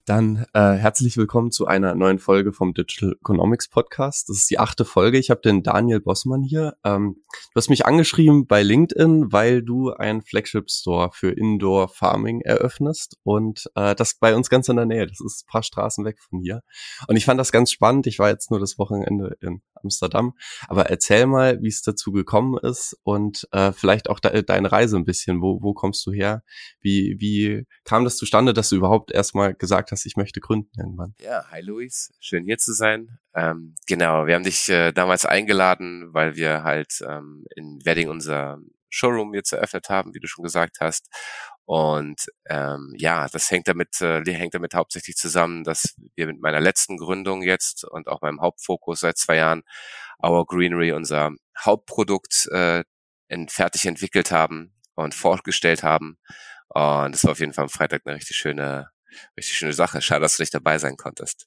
Dann herzlich willkommen zu einer neuen Folge vom Digital Economics Podcast. Das ist die 8. Folge. Ich habe den Daniel Bossmann hier. Du hast mich angeschrieben bei LinkedIn, weil du einen Flagship Store für Indoor Farming eröffnest und das bei uns ganz in der Nähe. Das ist ein paar Straßen weg von hier. Und ich fand das ganz spannend. Ich war jetzt nur das Wochenende in Amsterdam. Aber erzähl mal, wie es dazu gekommen ist und vielleicht auch deine Reise ein bisschen. Wo kommst du her? Wie kam das zustande, dass du überhaupt erstmal gesagt hast, ich möchte gründen irgendwann? Ja, hi Luis, schön hier zu sein. Genau, wir haben dich damals eingeladen, weil wir halt in Wedding unser Showroom jetzt eröffnet haben, wie du schon gesagt hast. Und ja, das hängt damit hauptsächlich zusammen, dass wir mit meiner letzten Gründung jetzt und auch meinem Hauptfokus seit 2 Jahren Our Greenery, unser Hauptprodukt, fertig entwickelt haben und vorgestellt haben. Und das war auf jeden Fall am Freitag eine richtig schöne Sache. Schade, dass du nicht dabei sein konntest.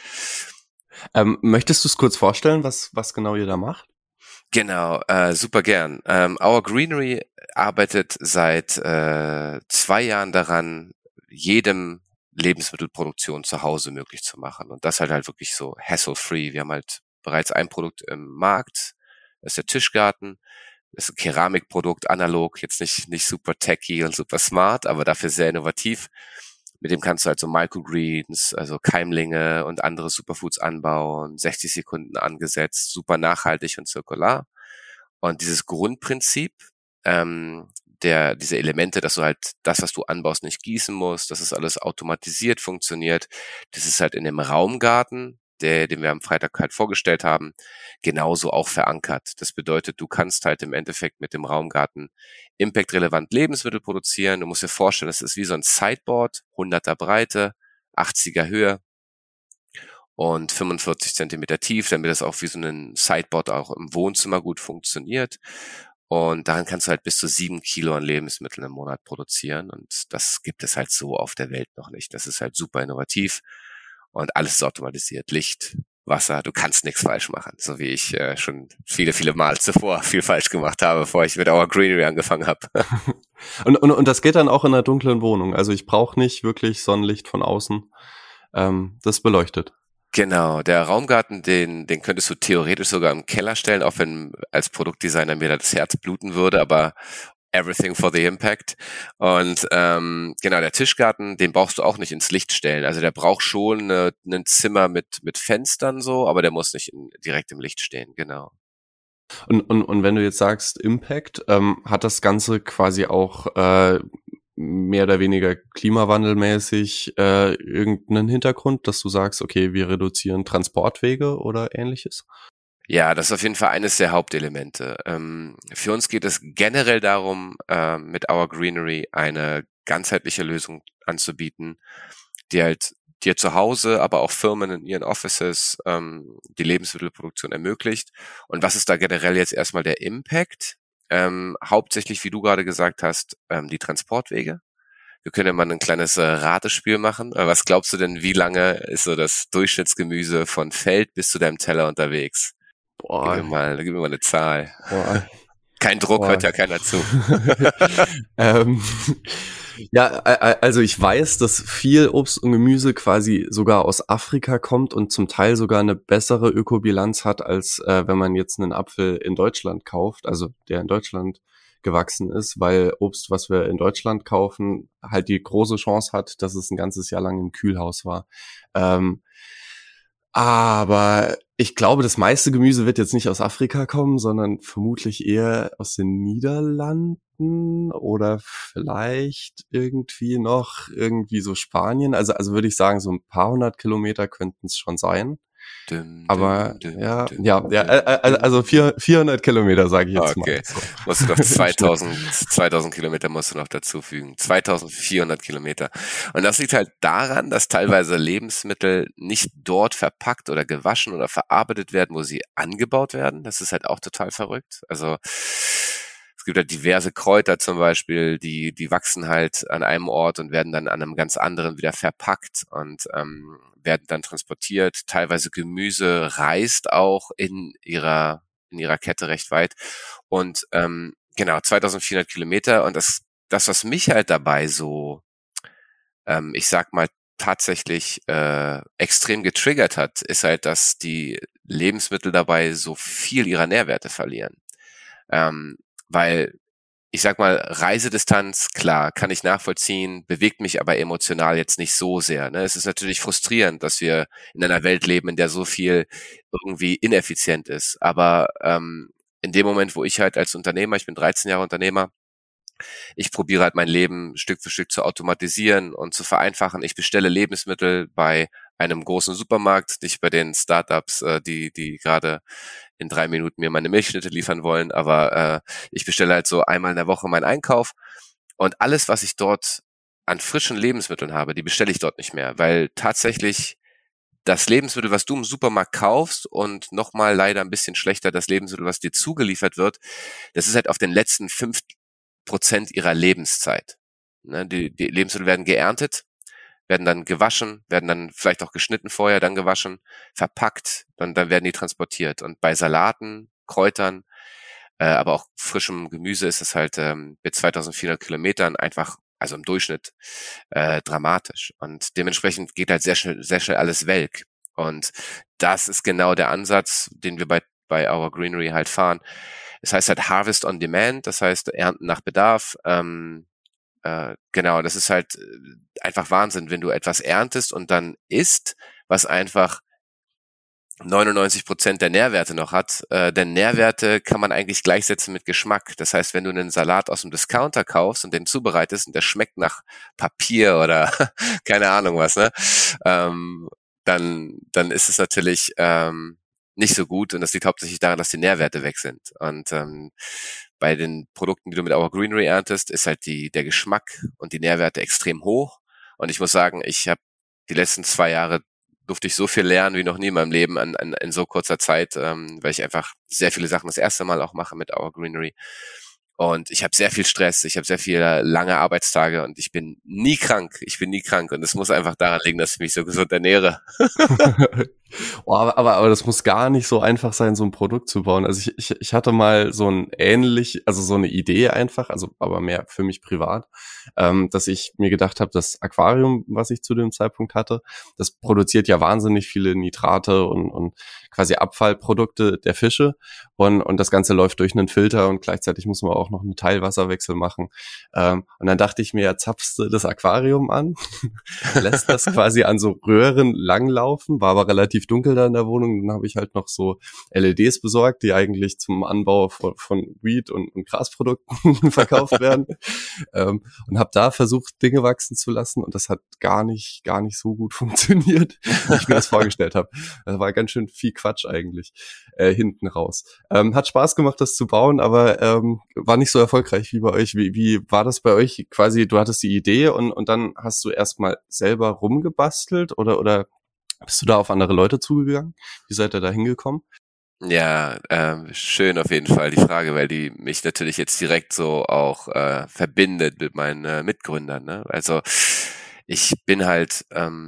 Möchtest du es kurz vorstellen, was genau ihr da macht? Genau, super gern. Our Greenery arbeitet seit 2 Jahren daran, jedem Lebensmittelproduktion zu Hause möglich zu machen. Und das halt wirklich so hassle-free. Wir haben halt bereits ein Produkt im Markt. Das ist der Tischgarten. Das ist ein Keramikprodukt, analog, jetzt nicht super techy und super smart, aber dafür sehr innovativ. Mit dem kannst du halt so Microgreens, also Keimlinge und andere Superfoods anbauen, 60 Sekunden angesetzt, super nachhaltig und zirkular. Und dieses Grundprinzip, diese Elemente, dass du halt das, was du anbaust, nicht gießen musst, dass es alles automatisiert funktioniert, das ist halt in dem Raumgarten, den wir am Freitag halt vorgestellt haben, genauso auch verankert. Das bedeutet, du kannst halt im Endeffekt mit dem Raumgarten impactrelevant Lebensmittel produzieren. Du musst dir vorstellen, das ist wie so ein Sideboard, 100er Breite, 80er Höhe und 45 Zentimeter tief, damit das auch wie so ein Sideboard auch im Wohnzimmer gut funktioniert. Und daran kannst du halt bis zu 7 Kilo an Lebensmitteln im Monat produzieren. Und das gibt es halt so auf der Welt noch nicht. Das ist halt super innovativ und alles ist automatisiert. Licht, Wasser, du kannst nichts falsch machen. So wie ich schon viele Mal zuvor viel falsch gemacht habe, bevor ich mit Our Greenery angefangen habe. Und das geht dann auch in einer dunklen Wohnung. Also ich brauche nicht wirklich Sonnenlicht von außen. Das beleuchtet. Genau, der Raumgarten, den könntest du theoretisch sogar im Keller stellen, auch wenn als Produktdesigner mir da das Herz bluten würde, aber everything for the impact. Und genau, der Tischgarten, den brauchst du auch nicht ins Licht stellen. Also der braucht schon ein Zimmer mit Fenstern so, aber der muss nicht direkt im Licht stehen, genau. Und wenn du jetzt sagst Impact, hat das Ganze quasi auch mehr oder weniger klimawandelmäßig irgendeinen Hintergrund, dass du sagst, okay, wir reduzieren Transportwege oder ähnliches? Ja, das ist auf jeden Fall eines der Hauptelemente. Für uns geht es generell darum, mit Our Greenery eine ganzheitliche Lösung anzubieten, die halt dir zu Hause, aber auch Firmen in ihren Offices die Lebensmittelproduktion ermöglicht. Und was ist da generell jetzt erstmal der Impact? Hauptsächlich, wie du gerade gesagt hast, die Transportwege. Wir können ja mal ein kleines Ratespiel machen. Was glaubst du denn, wie lange ist so das Durchschnittsgemüse von Feld bis zu deinem Teller unterwegs? Boah, Gib mir mal eine Zahl. boah, Kein Druck, boah. hört ja keiner zu. ähm, ja, also ich weiß, dass viel Obst und Gemüse quasi sogar aus Afrika kommt und zum Teil sogar eine bessere Ökobilanz hat, als wenn man jetzt einen Apfel in Deutschland kauft, also der in Deutschland gewachsen ist, weil Obst, was wir in Deutschland kaufen, halt die große Chance hat, dass es ein ganzes Jahr lang im Kühlhaus war. Ähm, aber ich glaube, das meiste Gemüse wird jetzt nicht aus Afrika kommen, sondern vermutlich eher aus den Niederlanden oder vielleicht irgendwie so Spanien. Also würde ich sagen, so ein paar 100 Kilometer könnten es schon sein. Düm, Aber düm, düm, ja, düm, ja, ja, düm, also düm, düm. 400 Kilometer sage ich jetzt mal. Okay, So. musst du noch Im Schnitt. 2000 Kilometer musst du noch dazufügen. 2400 Kilometer. Und das liegt halt daran, dass teilweise Lebensmittel nicht dort verpackt oder gewaschen oder verarbeitet werden, wo sie angebaut werden. Das ist halt auch total verrückt. Also es gibt halt diverse Kräuter zum Beispiel, die wachsen halt an einem Ort und werden dann an einem ganz anderen wieder verpackt und werden dann transportiert. Teilweise Gemüse reist auch in ihrer Kette recht weit. Und genau, 2400 Kilometer. Und das, was mich halt dabei so, ich sag mal, tatsächlich extrem getriggert hat, ist halt, dass die Lebensmittel dabei so viel ihrer Nährwerte verlieren. Weil ich sag mal, Reisedistanz, klar, kann ich nachvollziehen, bewegt mich aber emotional jetzt nicht so sehr. Ne? Es ist natürlich frustrierend, dass wir in einer Welt leben, in der so viel irgendwie ineffizient ist. Aber in dem Moment, wo ich halt als Unternehmer, ich bin 13 Jahre Unternehmer, ich probiere halt mein Leben Stück für Stück zu automatisieren und zu vereinfachen. Ich bestelle Lebensmittel bei einem großen Supermarkt, nicht bei den Startups, die gerade in 3 Minuten mir meine Milchschnitte liefern wollen, aber ich bestelle halt so einmal in der Woche meinen Einkauf und alles, was ich dort an frischen Lebensmitteln habe, die bestelle ich dort nicht mehr, weil tatsächlich das Lebensmittel, was du im Supermarkt kaufst und nochmal leider ein bisschen schlechter das Lebensmittel, was dir zugeliefert wird, das ist halt auf den letzten 5% ihrer Lebenszeit. Ne, die Lebensmittel werden geerntet, werden dann gewaschen, werden dann vielleicht auch geschnitten vorher, dann gewaschen, verpackt, dann werden die transportiert. Und bei Salaten, Kräutern, aber auch frischem Gemüse ist es halt mit 2400 Kilometern einfach, also im Durchschnitt, dramatisch. Und dementsprechend geht halt sehr schnell alles welk. Und das ist genau der Ansatz, den wir bei Our Greenery halt fahren. Es heißt halt Harvest on Demand, das heißt Ernten nach Bedarf. Genau, das ist halt einfach Wahnsinn, wenn du etwas erntest und dann isst, was einfach 99% der Nährwerte noch hat. Denn Nährwerte kann man eigentlich gleichsetzen mit Geschmack. Das heißt, wenn du einen Salat aus dem Discounter kaufst und den zubereitest und der schmeckt nach Papier oder keine Ahnung was, ne, dann ist es natürlich nicht so gut und das liegt hauptsächlich daran, dass die Nährwerte weg sind. Und bei den Produkten, die du mit Our Greenery erntest, ist halt der Geschmack und die Nährwerte extrem hoch. Und ich muss sagen, ich habe die letzten 2 Jahre durfte ich so viel lernen wie noch nie in meinem Leben in so kurzer Zeit, weil ich einfach sehr viele Sachen das erste Mal auch mache mit Our Greenery. Und ich habe sehr viel Stress, ich habe sehr viele lange Arbeitstage und ich bin nie krank. Ich bin nie krank und es muss einfach daran liegen, dass ich mich so gesund ernähre. Oh, aber das muss gar nicht so einfach sein, so ein Produkt zu bauen. Also ich hatte mal so ein also so eine Idee einfach, also aber mehr für mich privat, dass ich mir gedacht habe, das Aquarium, was ich zu dem Zeitpunkt hatte, das produziert ja wahnsinnig viele Nitrate und quasi Abfallprodukte der Fische und das Ganze läuft durch einen Filter und gleichzeitig muss man auch noch einen Teilwasserwechsel machen. Und dann dachte ich mir, ja, zapfst du das Aquarium an, lässt das quasi an so Röhren langlaufen, war aber relativ dunkel da in der Wohnung. Dann habe ich halt noch so LEDs besorgt, die eigentlich zum Anbau von Weed und Grasprodukten verkauft werden. Und habe da versucht, Dinge wachsen zu lassen und das hat gar nicht so gut funktioniert, wie ich mir das vorgestellt habe. Das war ganz schön viel Quatsch eigentlich hinten raus. Hat Spaß gemacht, das zu bauen, aber war nicht so erfolgreich wie bei euch. Wie war das bei euch? Quasi, du hattest die Idee und dann hast du erstmal selber rumgebastelt oder bist du da auf andere Leute zugegangen? Wie seid ihr da hingekommen? Ja, schön auf jeden Fall die Frage, weil die mich natürlich jetzt direkt so auch verbindet mit meinen Mitgründern. Ne? Also ich bin halt,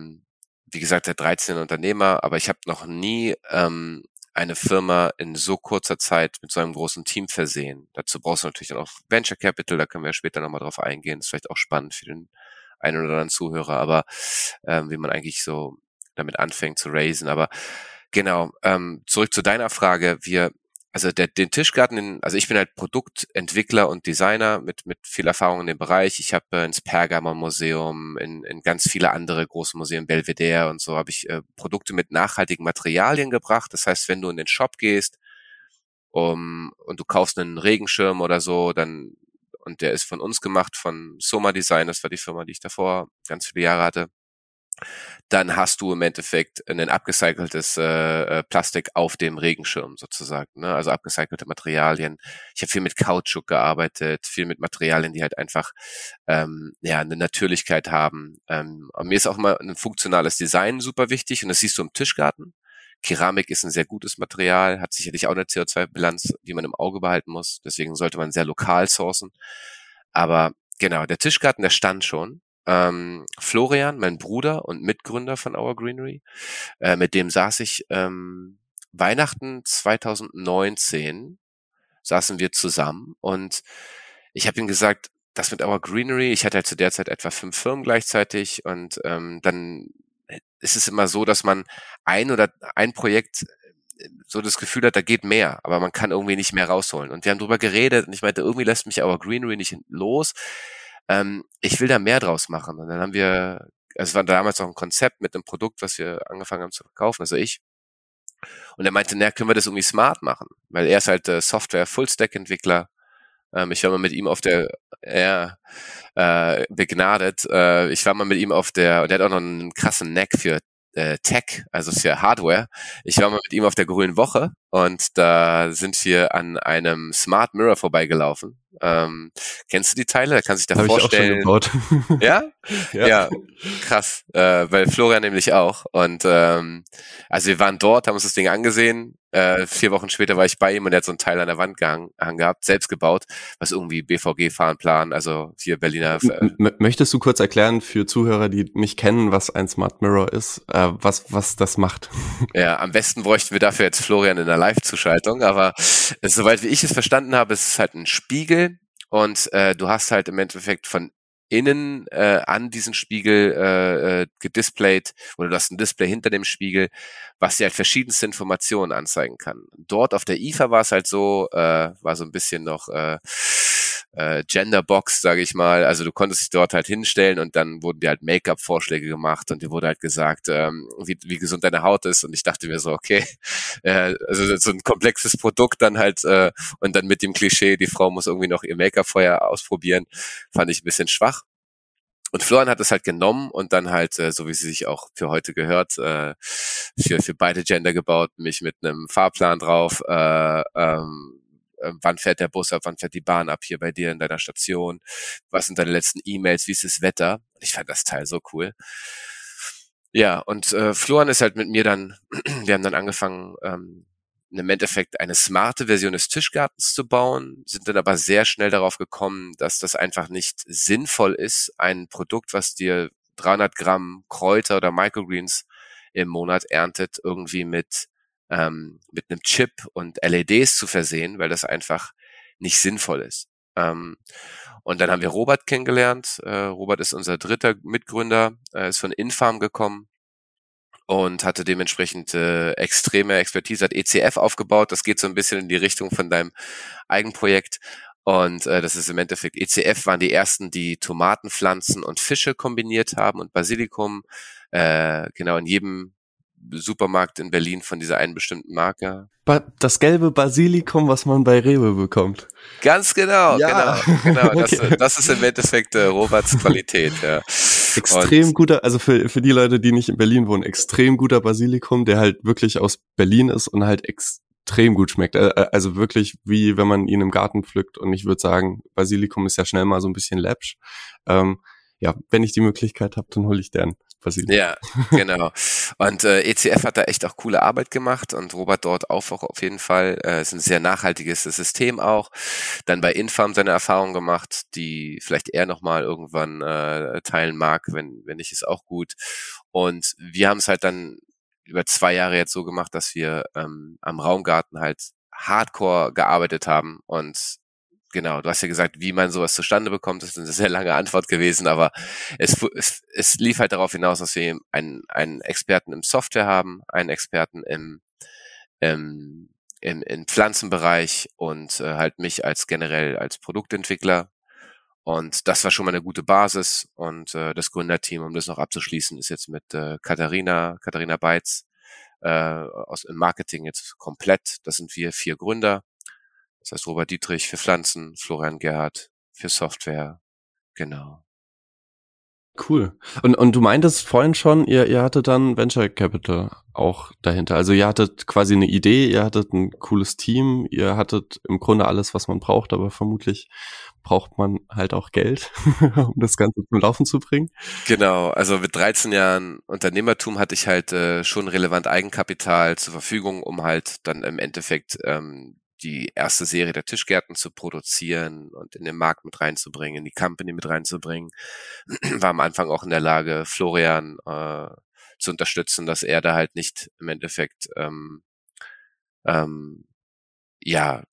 wie gesagt, seit 13 Unternehmer, aber ich habe noch nie eine Firma in so kurzer Zeit mit so einem großen Team versehen. Dazu brauchst du natürlich dann auch Venture Capital, da können wir später nochmal drauf eingehen. Ist vielleicht auch spannend für den einen oder anderen Zuhörer, aber wie man eigentlich so damit anfängt zu raisen. Aber genau, zurück zu deiner Frage. Also den Tischgarten, also ich bin halt Produktentwickler und Designer mit viel Erfahrung in dem Bereich. Ich habe ins Pergamon-Museum, in ganz viele andere große Museen, Belvedere und so, habe ich Produkte mit nachhaltigen Materialien gebracht. Das heißt, wenn du in den Shop gehst und du kaufst einen Regenschirm oder so, und der ist von uns gemacht, von Soma Design, das war die Firma, die ich davor ganz viele Jahre hatte, dann hast du im Endeffekt ein abgecyceltes Plastik auf dem Regenschirm sozusagen, ne? Also abgecycelte Materialien. Ich habe viel mit Kautschuk gearbeitet, viel mit Materialien, die halt einfach ja eine Natürlichkeit haben. Und mir ist auch immer ein funktionales Design super wichtig und das siehst du im Tischgarten. Keramik ist ein sehr gutes Material, hat sicherlich auch eine CO2-Bilanz, die man im Auge behalten muss. Deswegen sollte man sehr lokal sourcen. Aber genau, der Tischgarten, der stand schon. Florian, mein Bruder und Mitgründer von Our Greenery, mit dem saß ich Weihnachten 2019 saßen wir zusammen und ich habe ihm gesagt, das mit Our Greenery, ich hatte halt zu der Zeit etwa 5 Firmen gleichzeitig und dann ist es immer so, dass man ein Projekt so das Gefühl hat, da geht mehr, aber man kann irgendwie nicht mehr rausholen. Und wir haben drüber geredet und ich meinte, irgendwie lässt mich Our Greenery nicht los. Ich will da mehr draus machen. Und dann haben wir, also es war damals auch ein Konzept mit einem Produkt, was wir angefangen haben zu verkaufen, also ich. Und er meinte, na, können wir das irgendwie smart machen? Weil er ist halt Software-Full-Stack-Entwickler. Ich war mal mit ihm auf der, begnadet. Ich war mal mit ihm auf der, und er hat auch noch einen krassen Knack für Tech, also für Hardware. Ich war mal mit ihm auf der Grünen Woche und da sind wir an einem Smart Mirror vorbeigelaufen. Kennst du die Teile? Da kannst du dich da vorstellen. Habe ich auch schon gebaut. Ja? Ja. Ja, krass. Weil Florian nämlich auch. Und also wir waren dort, haben uns das Ding angesehen. 4 Wochen später war ich bei ihm und er hat so ein Teil an der Wand gehangen gehabt, selbst gebaut, was irgendwie BVG-Fahren also hier Berliner. Möchtest du kurz erklären für Zuhörer, die nicht kennen, was ein Smart Mirror ist, was das macht? Ja, am besten bräuchten wir dafür jetzt Florian in der Live-Zuschaltung, aber soweit wie ich es verstanden habe, ist es halt ein Spiegel und du hast halt im Endeffekt von innen an diesen Spiegel gedisplayt oder du hast ein Display hinter dem Spiegel, was dir halt verschiedenste Informationen anzeigen kann. Dort auf der IFA war es halt so, war so ein bisschen noch Genderbox, sage ich mal. Also du konntest dich dort halt hinstellen und dann wurden dir halt Make-up-Vorschläge gemacht und dir wurde halt gesagt, wie gesund deine Haut ist. Und ich dachte mir so, okay, also so ein komplexes Produkt dann halt und dann mit dem Klischee, die Frau muss irgendwie noch ihr Make-up vorher ausprobieren, fand ich ein bisschen schwach. Und Florian hat es halt genommen und dann halt, so wie sie sich auch für heute gehört, für beide Gender gebaut, mich mit einem Fahrplan drauf, wann fährt der Bus ab, wann fährt die Bahn ab hier bei dir in deiner Station, was sind deine letzten E-Mails, wie ist das Wetter? Ich fand das Teil so cool. Ja, und Florian ist halt mit mir dann, wir haben dann angefangen, im Endeffekt eine smarte Version des Tischgartens zu bauen, sind dann aber sehr schnell darauf gekommen, dass das einfach nicht sinnvoll ist, ein Produkt, was dir 300 Gramm Kräuter oder Microgreens im Monat erntet, irgendwie mit einem Chip und LEDs zu versehen, weil das einfach nicht sinnvoll ist. Und dann haben wir Robert kennengelernt. Robert ist unser dritter Mitgründer, ist von Infarm gekommen und hatte dementsprechend extreme Expertise, hat ECF aufgebaut. Das geht so ein bisschen in die Richtung von deinem Eigenprojekt. Und das ist im Endeffekt, ECF waren die ersten, die Tomatenpflanzen und Fische kombiniert haben und Basilikum. Genau, in jedem Supermarkt in Berlin von dieser einen bestimmten Marke. Das gelbe Basilikum, was man bei Rewe bekommt. Ganz genau, Ja. genau. Okay. Das ist im Endeffekt Roberts Qualität. Ja. Extrem guter, also für die Leute, die nicht in Berlin wohnen, extrem guter Basilikum, der halt wirklich aus Berlin ist und halt extrem gut schmeckt. Also wirklich wie wenn man ihn im Garten pflückt. Und ich würde sagen, Basilikum ist ja schnell mal so ein bisschen läppsch. Ja, wenn ich die Möglichkeit habe, dann hole ich den Basilikum. Ja, genau. Und ECF hat da echt auch coole Arbeit gemacht und Robert dort auch auf jeden Fall. Ist ein sehr nachhaltiges System auch. Dann bei Infarm seine Erfahrung gemacht, die vielleicht er nochmal irgendwann teilen mag, wenn nicht, ist auch gut. Und wir haben es halt dann über 2 Jahre jetzt so gemacht, dass wir am Raumgarten halt hardcore gearbeitet haben und genau, du hast ja gesagt, wie man sowas zustande bekommt, das ist eine sehr lange Antwort gewesen, aber es lief halt darauf hinaus, dass wir einen Experten im Software haben, einen Experten im Pflanzenbereich und halt mich generell als Produktentwickler. Und das war schon mal eine gute Basis. Und das Gründerteam, um das noch abzuschließen, ist jetzt mit Katharina Beitz im Marketing jetzt komplett. Das sind wir 4 Gründer. Das heißt Robert Dietrich für Pflanzen, Florian Gerhardt für Software. Genau. Cool. Und du meintest vorhin schon, ihr hattet dann Venture Capital auch dahinter. Also ihr hattet quasi eine Idee, ihr hattet ein cooles Team, ihr hattet im Grunde alles, was man braucht, aber vermutlich braucht man halt auch Geld, um das Ganze zum Laufen zu bringen. Genau, also mit 13 Jahren Unternehmertum hatte ich halt schon relevant Eigenkapital zur Verfügung, um halt dann im Endeffekt die erste Serie der Tischgärten zu produzieren und in den Markt mit reinzubringen, in die Company mit reinzubringen. War am Anfang auch in der Lage, Florian zu unterstützen, dass er da halt nicht im Endeffekt ja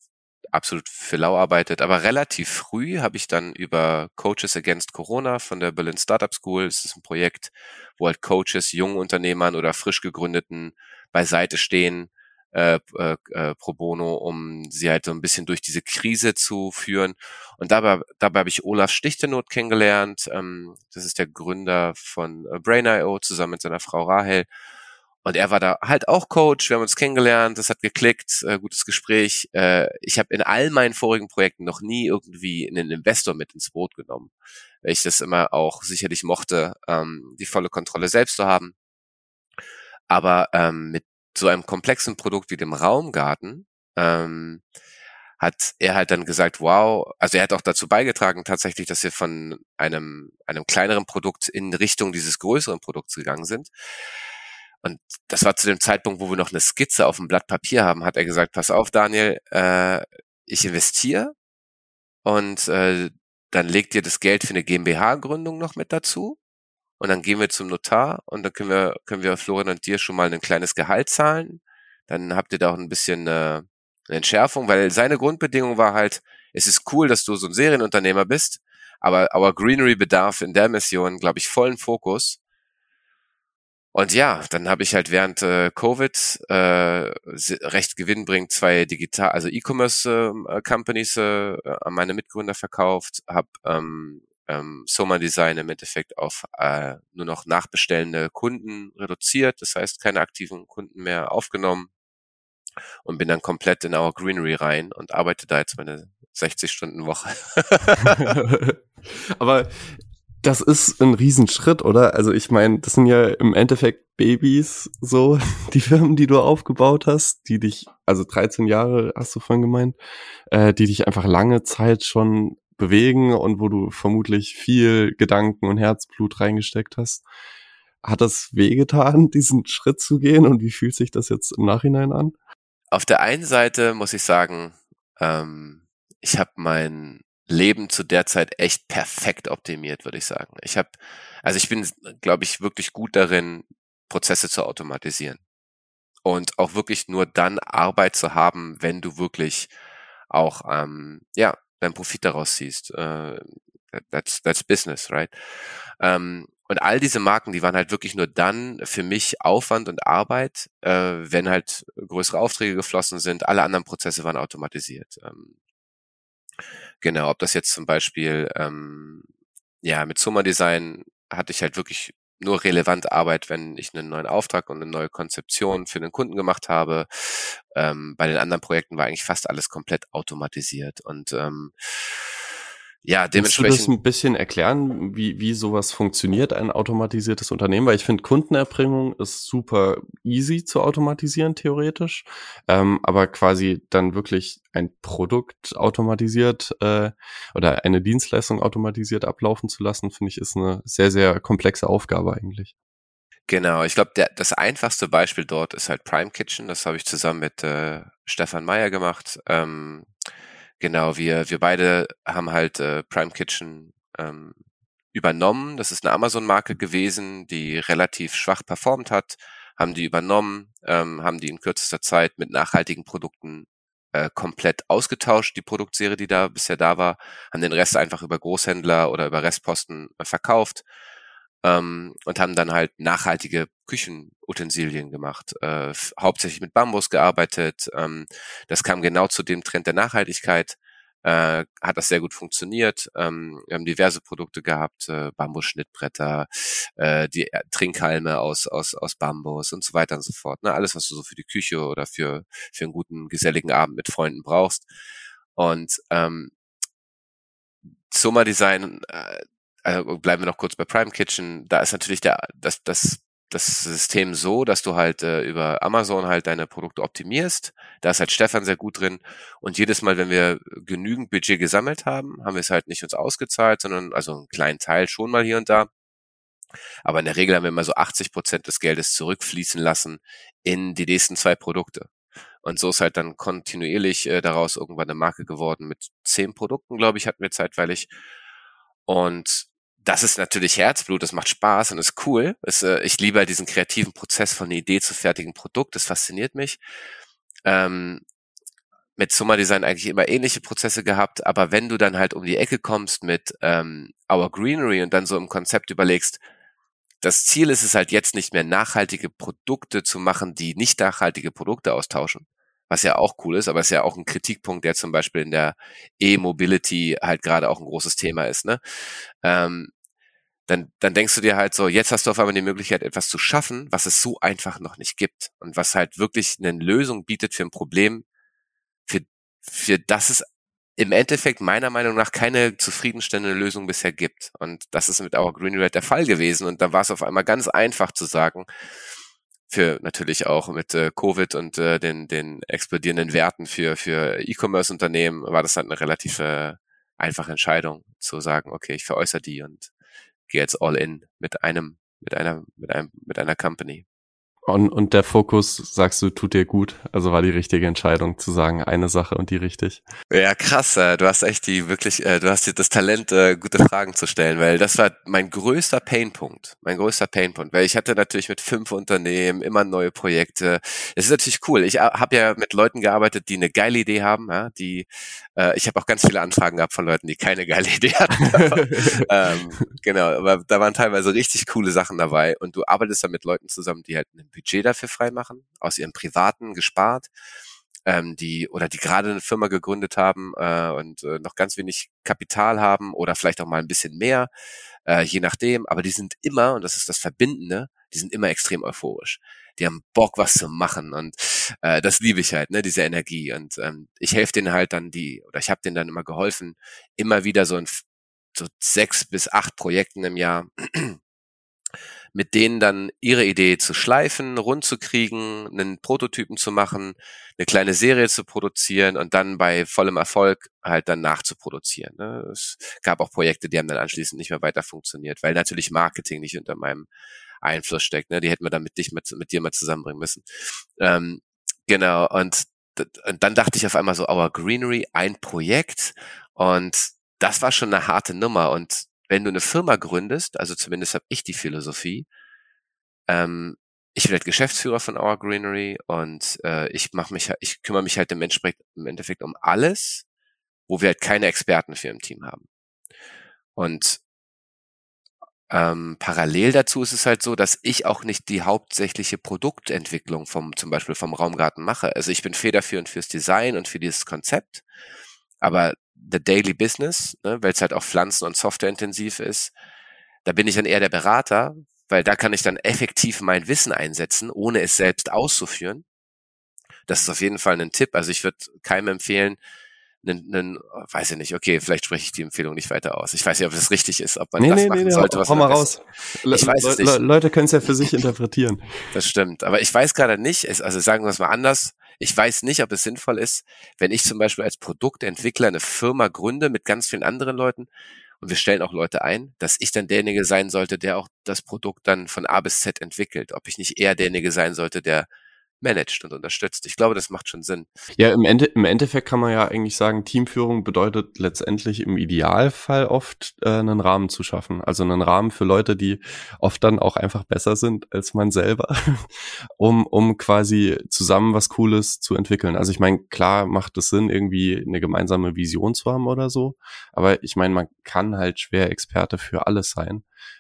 absolut für lau arbeitet. Aber relativ früh habe ich dann über Coaches Against Corona von der Berlin Startup School, es ist ein Projekt, wo halt Coaches jungen Unternehmern oder frisch gegründeten beiseite stehen, pro bono, um sie halt so ein bisschen durch diese Krise zu führen. Und dabei habe ich Olaf Stichtenoth kennengelernt. Das ist der Gründer von Brain.io zusammen mit seiner Frau Rahel. Und er war da halt auch Coach. Wir haben uns kennengelernt. Das hat geklickt. Gutes Gespräch. Ich habe in all meinen vorigen Projekten noch nie irgendwie einen Investor mit ins Boot genommen, weil ich das immer auch sicherlich mochte, die volle Kontrolle selbst zu haben. Aber mit so einem komplexen Produkt wie dem Raumgarten hat er halt dann gesagt, wow, also er hat auch dazu beigetragen tatsächlich, dass wir von einem kleineren Produkt in Richtung dieses größeren Produkts gegangen sind. Und das war zu dem Zeitpunkt, wo wir noch eine Skizze auf dem Blatt Papier haben, hat er gesagt, pass auf, Daniel, ich investiere und dann legt ihr das Geld für eine GmbH-Gründung noch mit dazu. Und dann gehen wir zum Notar und dann können wir Florian und dir schon mal ein kleines Gehalt zahlen. Dann habt ihr da auch ein bisschen eine Entschärfung, weil seine Grundbedingung war halt, es ist cool, dass du so ein Serienunternehmer bist, aber our Greenery bedarf in der Mission, glaube ich, vollen Fokus. Und ja, dann habe ich halt während Covid recht gewinnbringend 2 also E-Commerce Companies an meine Mitgründer verkauft, habe Soma Design im Endeffekt auf nur noch nachbestellende Kunden reduziert, das heißt keine aktiven Kunden mehr aufgenommen und bin dann komplett in Our Greenery rein und arbeite da jetzt meine 60-Stunden-Woche. Aber das ist ein Riesenschritt, oder? Also ich meine, das sind ja im Endeffekt Babys, so die Firmen, die du aufgebaut hast, die dich, also 13 Jahre hast du vorhin gemeint, die dich einfach lange Zeit schon bewegen und wo du vermutlich viel Gedanken und Herzblut reingesteckt hast. Hat das wehgetan, diesen Schritt zu gehen, und wie fühlt sich das jetzt im Nachhinein an? Auf der einen Seite muss ich sagen, ich habe mein Leben zu der Zeit echt perfekt optimiert, würde ich sagen. Ich bin, glaube ich, wirklich gut darin, Prozesse zu automatisieren und auch wirklich nur dann Arbeit zu haben, wenn du wirklich auch deinen Profit daraus ziehst. That's business, right? Und all diese Marken, die waren halt wirklich nur dann für mich Aufwand und Arbeit, wenn halt größere Aufträge geflossen sind. Alle anderen Prozesse waren automatisiert. Genau, ob das jetzt zum Beispiel, mit Soma Design hatte ich halt wirklich nur relevante Arbeit, wenn ich einen neuen Auftrag und eine neue Konzeption für den Kunden gemacht habe. Bei den anderen Projekten war eigentlich fast alles komplett automatisiert und Kannst du das dementsprechend. ein bisschen erklären, wie sowas funktioniert, ein automatisiertes Unternehmen? Weil ich finde, Kundenerbringung ist super easy zu automatisieren, theoretisch. Aber quasi dann wirklich ein Produkt automatisiert oder eine Dienstleistung automatisiert ablaufen zu lassen, finde ich, ist eine sehr, sehr komplexe Aufgabe eigentlich. Genau, ich glaube, das einfachste Beispiel dort ist halt Prime Kitchen. Das habe ich zusammen mit Stefan Meyer gemacht. Genau, wir beide haben halt Prime Kitchen übernommen. Das ist eine Amazon-Marke gewesen, die relativ schwach performt hat, haben die übernommen, haben die in kürzester Zeit mit nachhaltigen Produkten komplett ausgetauscht, die Produktserie, die da bisher da war, haben den Rest einfach über Großhändler oder über Restposten verkauft und haben dann halt nachhaltige Küchenutensilien gemacht, hauptsächlich mit Bambus gearbeitet. Das kam genau zu dem Trend der Nachhaltigkeit. Hat das sehr gut funktioniert. Wir haben diverse Produkte gehabt, Bambusschnittbretter, die Trinkhalme aus Bambus und so weiter und so fort. Ne? Alles, was du so für die Küche oder für einen guten, geselligen Abend mit Freunden brauchst. Und Soma Design, also bleiben wir noch kurz bei Prime Kitchen, da ist natürlich das System so, dass du halt über Amazon halt deine Produkte optimierst. Da ist halt Stefan sehr gut drin. Und jedes Mal, wenn wir genügend Budget gesammelt haben, haben wir es halt nicht uns ausgezahlt, sondern also einen kleinen Teil schon mal hier und da. Aber in der Regel haben wir immer so 80% des Geldes zurückfließen lassen in die nächsten 2 Produkte. Und so ist halt dann kontinuierlich daraus irgendwann eine Marke geworden mit 10 Produkten, glaube ich, hatten wir zeitweilig. Und das ist natürlich Herzblut, das macht Spaß und ist cool. Ich liebe halt diesen kreativen Prozess von einer Idee zu fertigen Produkt, das fasziniert mich. Ähm, mit Summa Design eigentlich immer ähnliche Prozesse gehabt, aber wenn du dann halt um die Ecke kommst mit Our Greenery und dann so im Konzept überlegst, das Ziel ist es halt jetzt nicht mehr, nachhaltige Produkte zu machen, die nicht nachhaltige Produkte austauschen, was ja auch cool ist, aber es ist ja auch ein Kritikpunkt, der zum Beispiel in der E-Mobility halt gerade auch ein großes Thema ist, ne? Dann denkst du dir halt so, jetzt hast du auf einmal die Möglichkeit, etwas zu schaffen, was es so einfach noch nicht gibt und was halt wirklich eine Lösung bietet für ein Problem, für, für das es im Endeffekt meiner Meinung nach keine zufriedenstellende Lösung bisher gibt. Und das ist mit Our Green Red der Fall gewesen. Und da war es auf einmal ganz einfach zu sagen, für natürlich auch mit Covid und den explodierenden Werten für E-Commerce-Unternehmen war das halt eine relativ einfache Entscheidung zu sagen, okay, ich veräußere die und gehe jetzt all in mit einer Company. Und der Fokus, sagst du, tut dir gut? Also war die richtige Entscheidung zu sagen, eine Sache und die richtig? Ja, krass. Du hast echt du hast dir das Talent, gute Fragen zu stellen, weil das war mein größter Painpunkt. Mein größter Painpunkt, weil ich hatte natürlich mit 5 Unternehmen immer neue Projekte. Es ist natürlich cool. Ich habe ja mit Leuten gearbeitet, die eine geile Idee haben, ja, ich habe auch ganz viele Anfragen gehabt von Leuten, die keine geile Idee hatten. Genau, aber da waren teilweise richtig coole Sachen dabei und du arbeitest dann mit Leuten zusammen, die halt ein Budget dafür freimachen, aus ihrem Privaten gespart, die gerade eine Firma gegründet haben und noch ganz wenig Kapital haben oder vielleicht auch mal ein bisschen mehr, je nachdem. Aber die sind immer, und das ist das Verbindende, die sind immer extrem euphorisch. Die haben Bock, was zu machen und das liebe ich halt, ne, diese Energie. Und ich helfe denen halt dann ich habe denen dann immer geholfen, immer wieder so 6 bis 8 Projekten im Jahr mit denen dann ihre Idee zu schleifen, rund zu kriegen, einen Prototypen zu machen, eine kleine Serie zu produzieren und dann bei vollem Erfolg halt dann nachzuproduzieren. Ne? Es gab auch Projekte, die haben dann anschließend nicht mehr weiter funktioniert, weil natürlich Marketing nicht unter meinem Einfluss steckt. Ne? Die hätten wir dann mit dir mal zusammenbringen müssen. Genau, und dann dachte ich auf einmal so, Our Greenery, ein Projekt und das war schon eine harte Nummer und wenn du eine Firma gründest, also zumindest habe ich die Philosophie, ich bin halt Geschäftsführer von Our Greenery und ich kümmere mich halt im Endeffekt um alles, wo wir halt keine Experten für im Team haben. Und parallel dazu ist es halt so, dass ich auch nicht die hauptsächliche Produktentwicklung zum Beispiel vom Raumgarten mache. Also ich bin federführend fürs Design und für dieses Konzept, aber the daily business, ne, weil es halt auch pflanzen- und softwareintensiv ist, da bin ich dann eher der Berater, weil da kann ich dann effektiv mein Wissen einsetzen, ohne es selbst auszuführen. Das ist auf jeden Fall ein Tipp. Also ich würde keinem empfehlen, weiß ich nicht, okay, vielleicht spreche ich die Empfehlung nicht weiter aus. Ich weiß nicht, ob das richtig ist, ob man das machen sollte, was hau man mal am besten. raus. Ich weiß es nicht. Leute können es ja für sich interpretieren. Das stimmt. Aber ich weiß gerade nicht, also sagen wir es mal anders, ich weiß nicht, ob es sinnvoll ist, wenn ich zum Beispiel als Produktentwickler eine Firma gründe mit ganz vielen anderen Leuten und wir stellen auch Leute ein, dass ich dann derjenige sein sollte, der auch das Produkt dann von A bis Z entwickelt. Ob ich nicht eher derjenige sein sollte, der managt und unterstützt. Ich glaube, das macht schon Sinn. Ja, im Endeffekt kann man ja eigentlich sagen, Teamführung bedeutet letztendlich im Idealfall oft einen Rahmen zu schaffen. Also einen Rahmen für Leute, die oft dann auch einfach besser sind als man selber, um quasi zusammen was Cooles zu entwickeln. Also ich meine, klar macht es Sinn, irgendwie eine gemeinsame Vision zu haben oder so, aber ich meine, man kann halt schwer Experte für alles sein.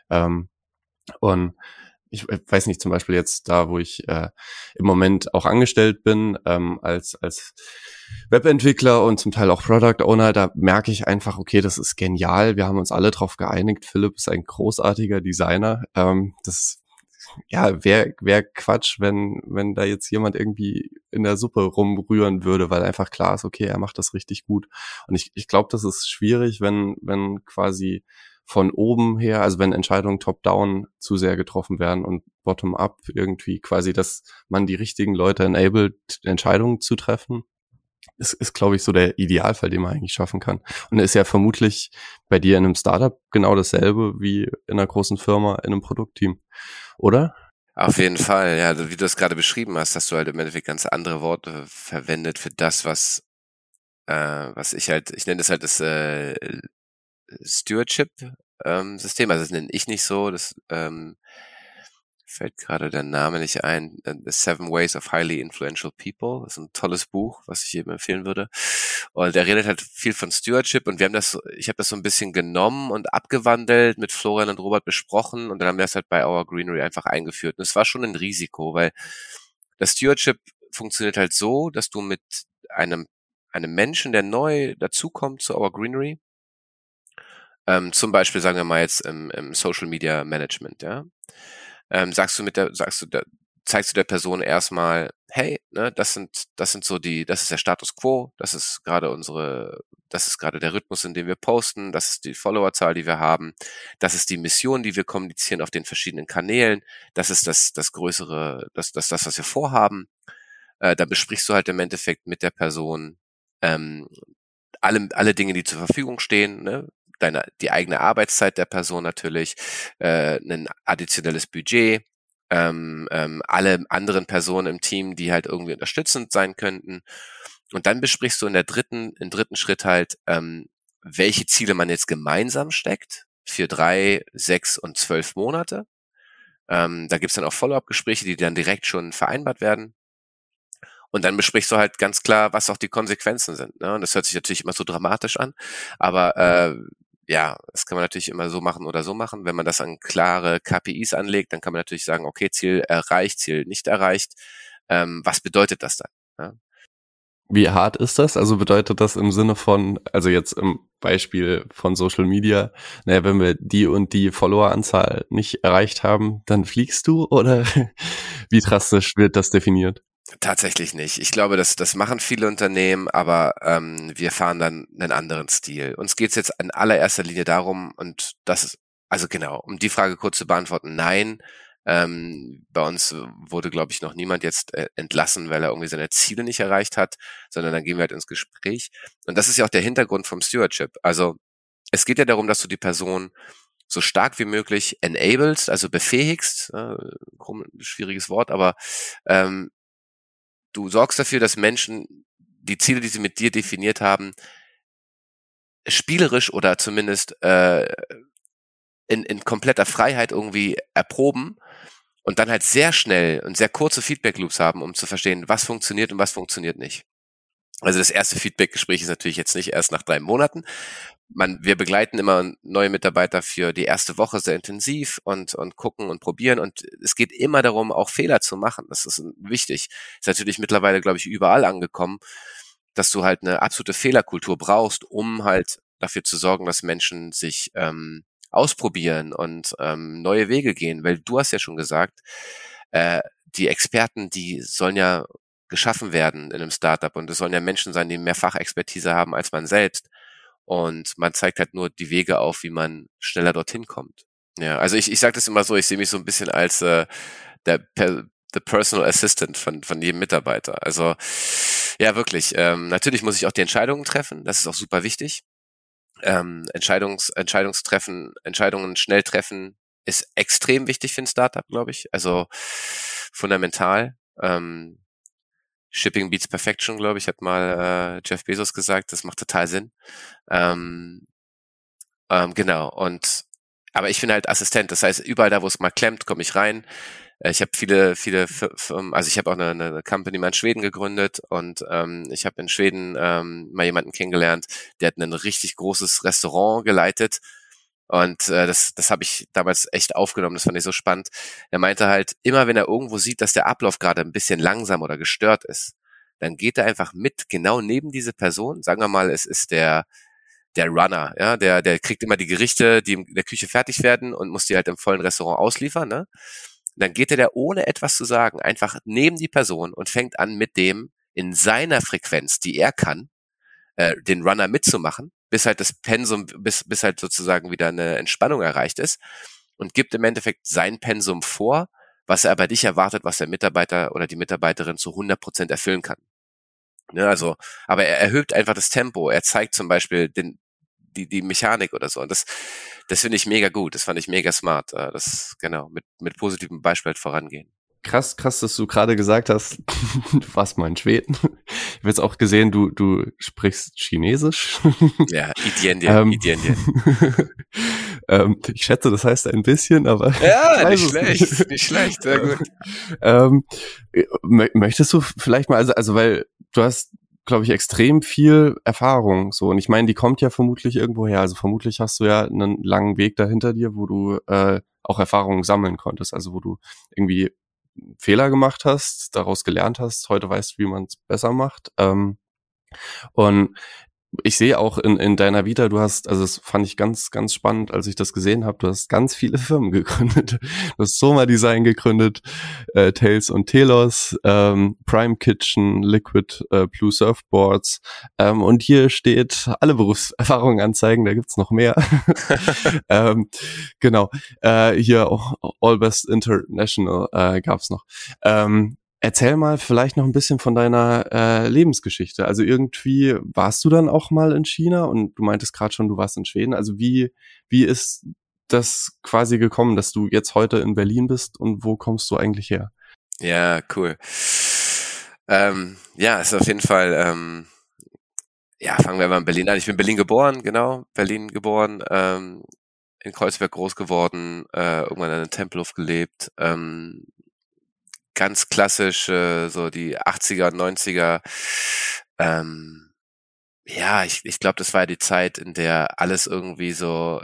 Und ich weiß nicht, zum Beispiel jetzt da, wo ich im Moment auch angestellt bin, als Webentwickler und zum Teil auch Product Owner, da merke ich einfach, okay, das ist genial. Wir haben uns alle drauf geeinigt. Philipp ist ein großartiger Designer. Das ja, wär Quatsch, wenn da jetzt jemand irgendwie in der Suppe rumrühren würde, weil einfach klar ist, okay, er macht das richtig gut. Und ich glaube, das ist schwierig, wenn quasi von oben her, also wenn Entscheidungen top-down zu sehr getroffen werden und bottom-up irgendwie quasi, dass man die richtigen Leute enabled, Entscheidungen zu treffen, ist glaube ich, so der Idealfall, den man eigentlich schaffen kann. Und ist ja vermutlich bei dir in einem Startup genau dasselbe wie in einer großen Firma in einem Produktteam, oder? Auf jeden Fall, ja, wie du es gerade beschrieben hast du halt im Endeffekt ganz andere Worte verwendet für das, was ich nenne das halt das Stewardship System, also das nenne ich nicht so, fällt gerade der Name nicht ein. The Seven Ways of Highly Influential People. Das ist ein tolles Buch, was ich jedem empfehlen würde. Und er redet halt viel von Stewardship und ich habe das so ein bisschen genommen und abgewandelt, mit Florian und Robert besprochen und dann haben wir das halt bei Our Greenery einfach eingeführt. Und es war schon ein Risiko, weil das Stewardship funktioniert halt so, dass du mit einem Menschen, der neu dazukommt zu Our Greenery, zum Beispiel sagen wir mal jetzt im Social Media Management, ja, zeigst du der Person erstmal, hey, ne, das ist der Status quo, das ist gerade der Rhythmus, in dem wir posten, das ist die Followerzahl, die wir haben, das ist die Mission, die wir kommunizieren auf den verschiedenen Kanälen, das ist das Größere, das, was wir vorhaben. Da besprichst du halt im Endeffekt mit der Person alle Dinge, die zur Verfügung stehen, ne? Die eigene Arbeitszeit der Person natürlich, ein additionelles Budget, alle anderen Personen im Team, die halt irgendwie unterstützend sein könnten. Und dann besprichst du im dritten Schritt halt, welche Ziele man jetzt gemeinsam steckt für 3, 6 und 12 Monate. Da gibt's dann auch Follow-up-Gespräche, die dann direkt schon vereinbart werden. Und dann besprichst du halt ganz klar, was auch die Konsequenzen sind. Ne? Und das hört sich natürlich immer so dramatisch an, aber ja, das kann man natürlich immer so machen oder so machen. Wenn man das an klare KPIs anlegt, dann kann man natürlich sagen, okay, Ziel erreicht, Ziel nicht erreicht. Was bedeutet das dann? Ja? Wie hart ist das? Also bedeutet das im Sinne von, also jetzt im Beispiel von Social Media, naja, wenn wir die und die Followeranzahl nicht erreicht haben, dann fliegst du? Oder wie drastisch wird das definiert? Tatsächlich nicht. Ich glaube, das machen viele Unternehmen, aber wir fahren dann einen anderen Stil. Uns geht's jetzt in allererster Linie darum, und das ist, also genau, um die Frage kurz zu beantworten, nein, bei uns wurde, glaube ich, noch niemand jetzt entlassen, weil er irgendwie seine Ziele nicht erreicht hat, sondern dann gehen wir halt ins Gespräch. Und das ist ja auch der Hintergrund vom Stewardship. Also es geht ja darum, dass du die Person so stark wie möglich enablest, also befähigst, schwieriges Wort, aber du sorgst dafür, dass Menschen die Ziele, die sie mit dir definiert haben, spielerisch oder zumindest in kompletter Freiheit irgendwie erproben und dann halt sehr schnell und sehr kurze Feedback-Loops haben, um zu verstehen, was funktioniert und was funktioniert nicht. Also das erste Feedback-Gespräch ist natürlich jetzt nicht erst nach 3 Monaten. Wir begleiten immer neue Mitarbeiter für die erste Woche sehr intensiv und gucken und probieren. Und es geht immer darum, auch Fehler zu machen. Das ist wichtig. Ist natürlich mittlerweile, glaube ich, überall angekommen, dass du halt eine absolute Fehlerkultur brauchst, um halt dafür zu sorgen, dass Menschen sich ausprobieren und neue Wege gehen. Weil du hast ja schon gesagt, die Experten, die sollen ja geschaffen werden in einem Startup und es sollen ja Menschen sein, die mehr Fachexpertise haben als man selbst. Und man zeigt halt nur die Wege auf, wie man schneller dorthin kommt. Ja, also ich sage das immer so, ich sehe mich so ein bisschen als the personal assistant von jedem Mitarbeiter. Also ja, wirklich. Natürlich muss ich auch die Entscheidungen treffen. Das ist auch super wichtig. Entscheidungen schnell treffen ist extrem wichtig für ein Startup, glaube ich. Also fundamental. Shipping beats perfection, glaube ich, hat mal Jeff Bezos gesagt. Das macht total Sinn. Genau. Aber ich bin halt Assistent. Das heißt, überall da, wo es mal klemmt, komme ich rein. Ich habe viele Firmen, also ich habe auch eine Company mal in Schweden gegründet und ich habe in Schweden mal jemanden kennengelernt, der hat ein richtig großes Restaurant geleitet und das habe ich damals echt aufgenommen, das fand ich so spannend. Er meinte halt, immer wenn er irgendwo sieht, dass der Ablauf gerade ein bisschen langsam oder gestört ist, dann geht er einfach mit genau neben diese Person, sagen wir mal, es ist der Runner, ja, der kriegt immer die Gerichte, die in der Küche fertig werden und muss die halt im vollen Restaurant ausliefern, ne? Dann geht er da ohne etwas zu sagen einfach neben die Person und fängt an mit dem in seiner Frequenz, die er kann, den Runner mitzumachen, bis halt das Pensum, bis halt sozusagen wieder eine Entspannung erreicht ist und gibt im Endeffekt sein Pensum vor, was er bei dich erwartet, was der Mitarbeiter oder die Mitarbeiterin zu 100% erfüllen kann. Ja, also, aber er erhöht einfach das Tempo. Er zeigt zum Beispiel die Mechanik oder so. Und das finde ich mega gut. Das fand ich mega smart. Das, genau, mit positivem Beispiel halt vorangehen. Krass, dass du gerade gesagt hast, du warst mal in Schweden. Ich habe jetzt auch gesehen, du sprichst Chinesisch. Ja, Idiendien. Ich schätze, das heißt ein bisschen, aber Ja, ich weiß nicht es schlecht, nicht schlecht, sehr gut. Möchtest du vielleicht mal, also weil du hast, glaube ich, extrem viel Erfahrung so, und ich meine, die kommt ja vermutlich irgendwo her, also vermutlich hast du ja einen langen Weg dahinter dir, wo du auch Erfahrungen sammeln konntest, also wo du irgendwie Fehler gemacht hast, daraus gelernt hast, heute weißt, wie man es besser macht. Und ich sehe auch in deiner Vita, du hast, also das fand ich ganz, ganz spannend, als ich das gesehen habe, du hast ganz viele Firmen gegründet. Du hast Soma Design gegründet, Tails und Telos, Prime Kitchen, Liquid Blue Surfboards, und hier steht alle Berufserfahrungen anzeigen, da gibt's noch mehr. Genau, hier auch All Best International gab's noch. Erzähl mal vielleicht noch ein bisschen von deiner Lebensgeschichte. Also irgendwie warst du dann auch mal in China und du meintest gerade schon, du warst in Schweden. Also wie ist das quasi gekommen, dass du jetzt heute in Berlin bist, und wo kommst du eigentlich her? Ja, cool. Ja, ist auf jeden Fall, ja, fangen wir mal in Berlin an. Ich bin in Berlin geboren, genau, Berlin geboren, in Kreuzberg groß geworden, irgendwann in Tempelhof gelebt, ganz klassisch, so die 80er und 90er. Ja, ich glaube, das war ja die Zeit, in der alles irgendwie so,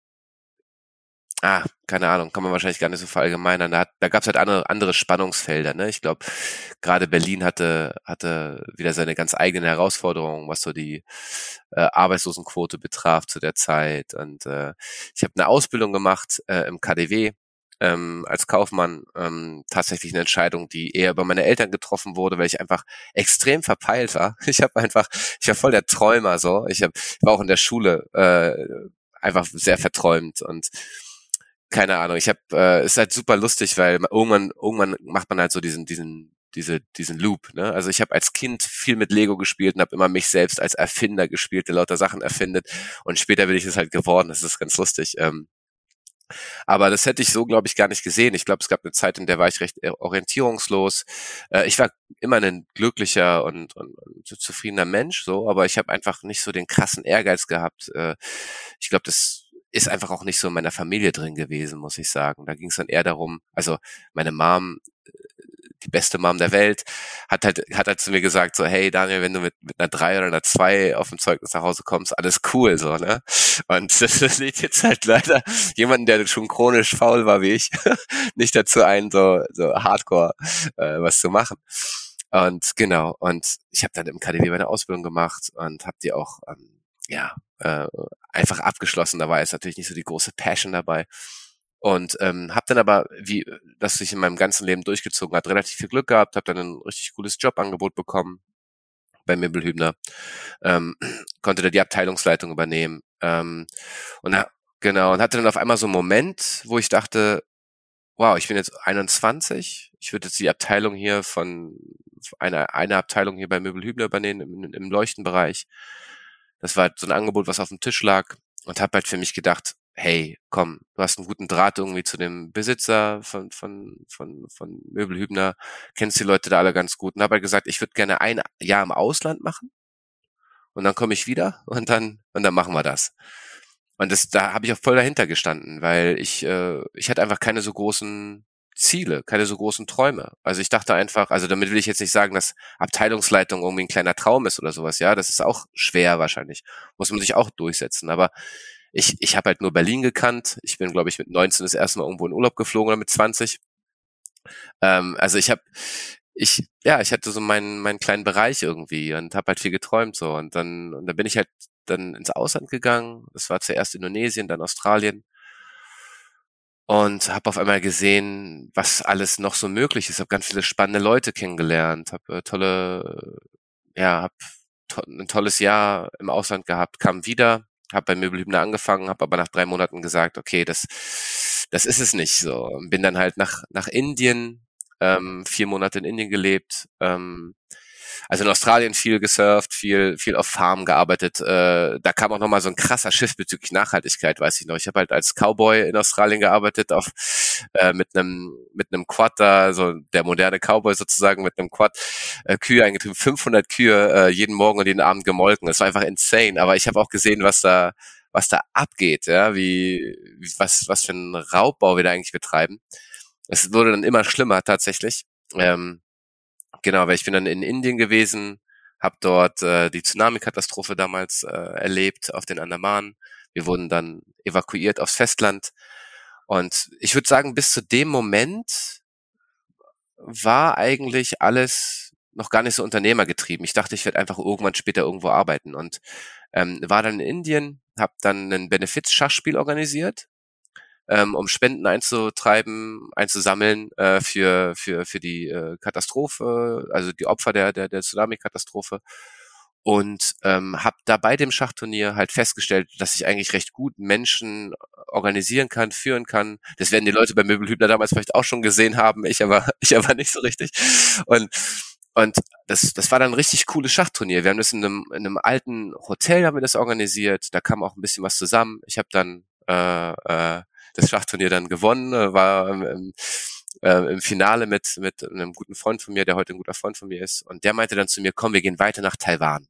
keine Ahnung, kann man wahrscheinlich gar nicht so verallgemeinern. Da gab es halt andere Spannungsfelder, ne? Ich glaube, gerade Berlin hatte wieder seine ganz eigenen Herausforderungen, was so die Arbeitslosenquote betraf zu der Zeit. Und ich habe eine Ausbildung gemacht im KaDeWe als Kaufmann. Tatsächlich eine Entscheidung, die eher über meine Eltern getroffen wurde, weil ich einfach extrem verpeilt war. Ich war voll der Träumer so. Ich war auch in der Schule einfach sehr verträumt und keine Ahnung, ist halt super lustig, weil irgendwann macht man halt so diesen Loop, ne? Also ich habe als Kind viel mit Lego gespielt und habe immer mich selbst als Erfinder gespielt, der lauter Sachen erfindet, und später bin ich es halt geworden, das ist ganz lustig. Aber das hätte ich so, glaube ich, gar nicht gesehen. Ich glaube, es gab eine Zeit, in der war ich recht orientierungslos. Ich war immer ein glücklicher und zufriedener Mensch, so, aber ich habe einfach nicht so den krassen Ehrgeiz gehabt. Ich glaube, das ist einfach auch nicht so in meiner Familie drin gewesen, muss ich sagen. Da ging es dann eher darum, also meine Mom, die beste Mom der Welt, hat halt zu mir gesagt, so, hey Daniel, wenn du mit einer 3 oder einer 2 auf dem Zeugnis nach Hause kommst, alles cool, so, ne? Und das lädt jetzt halt leider jemanden, der schon chronisch faul war wie ich, nicht dazu ein, so Hardcore was zu machen. Und genau, und ich habe dann im KaDeWe meine Ausbildung gemacht und habe die auch einfach abgeschlossen. Da war jetzt natürlich nicht so die große Passion dabei. Und habe dann aber, wie das sich in meinem ganzen Leben durchgezogen hat, relativ viel Glück gehabt, habe dann ein richtig cooles Jobangebot bekommen bei Möbelhübner, konnte da die Abteilungsleitung übernehmen, genau, und hatte dann auf einmal so einen Moment, wo ich dachte, wow, ich bin jetzt 21, ich würde jetzt die Abteilung hier von eine Abteilung hier bei Möbelhübner übernehmen im Leuchtenbereich. Das war halt so ein Angebot, was auf dem Tisch lag, und habe halt für mich gedacht, hey, komm, du hast einen guten Draht irgendwie zu dem Besitzer von Möbelhübner, kennst die Leute da alle ganz gut, und habe halt gesagt, ich würde gerne ein Jahr im Ausland machen und dann komme ich wieder und dann machen wir das. Und da habe ich auch voll dahinter gestanden, weil ich hatte einfach keine so großen Ziele, keine so großen Träume. Also ich dachte einfach, also damit will ich jetzt nicht sagen, dass Abteilungsleitung irgendwie ein kleiner Traum ist oder sowas, ja, das ist auch schwer wahrscheinlich, muss man sich auch durchsetzen, aber ich habe halt nur Berlin gekannt, ich bin, glaube ich, mit 19 das erste Mal irgendwo in Urlaub geflogen oder mit 20. Also ich hatte so meinen kleinen Bereich irgendwie und habe halt viel geträumt so, und dann bin ich halt dann ins Ausland gegangen. Das war zuerst Indonesien, dann Australien, und habe auf einmal gesehen, was alles noch so möglich ist. Habe ganz viele spannende Leute kennengelernt, habe ein tolles Jahr im Ausland gehabt, kam wieder, habe bei Möbelhübner angefangen, habe aber nach 3 Monaten gesagt, okay, das ist es nicht so. Bin dann halt nach Indien, 4 Monate in Indien gelebt, also in Australien viel gesurft, viel auf Farm gearbeitet. Da kam auch nochmal so ein krasser Shift bezüglich Nachhaltigkeit, weiß ich noch. Ich habe halt als Cowboy in Australien gearbeitet, mit einem Quad da, so der moderne Cowboy sozusagen mit einem Quad, Kühe eingetrieben, 500 Kühe jeden Morgen und jeden Abend gemolken. Das war einfach insane. Aber ich habe auch gesehen, was da was da abgeht, ja, was für einen Raubbau wir da eigentlich betreiben. Es wurde dann immer schlimmer tatsächlich. Genau, weil ich bin dann in Indien gewesen, habe dort die Tsunami-Katastrophe damals erlebt auf den Andamanen. Wir wurden dann evakuiert aufs Festland. Und ich würde sagen, bis zu dem Moment war eigentlich alles noch gar nicht so unternehmergetrieben. Ich dachte, ich werde einfach irgendwann später irgendwo arbeiten und war dann in Indien, habe dann ein Benefiz-Schachspiel organisiert, um Spenden einzusammeln für die Katastrophe, also die Opfer der Tsunami-Katastrophe. Und habe da bei dem Schachturnier halt festgestellt, dass ich eigentlich recht gut Menschen organisieren kann, führen kann. Das werden die Leute bei Möbelhübner damals vielleicht auch schon gesehen haben, ich aber nicht so richtig. Und das war dann ein richtig cooles Schachturnier. Wir haben das in einem alten Hotel haben wir das organisiert. Da kam auch ein bisschen was zusammen. Ich habe dann das Schachturnier dann gewonnen, war im Finale mit einem guten Freund von mir, der heute ein guter Freund von mir ist. Und der meinte dann zu mir, komm, wir gehen weiter nach Taiwan.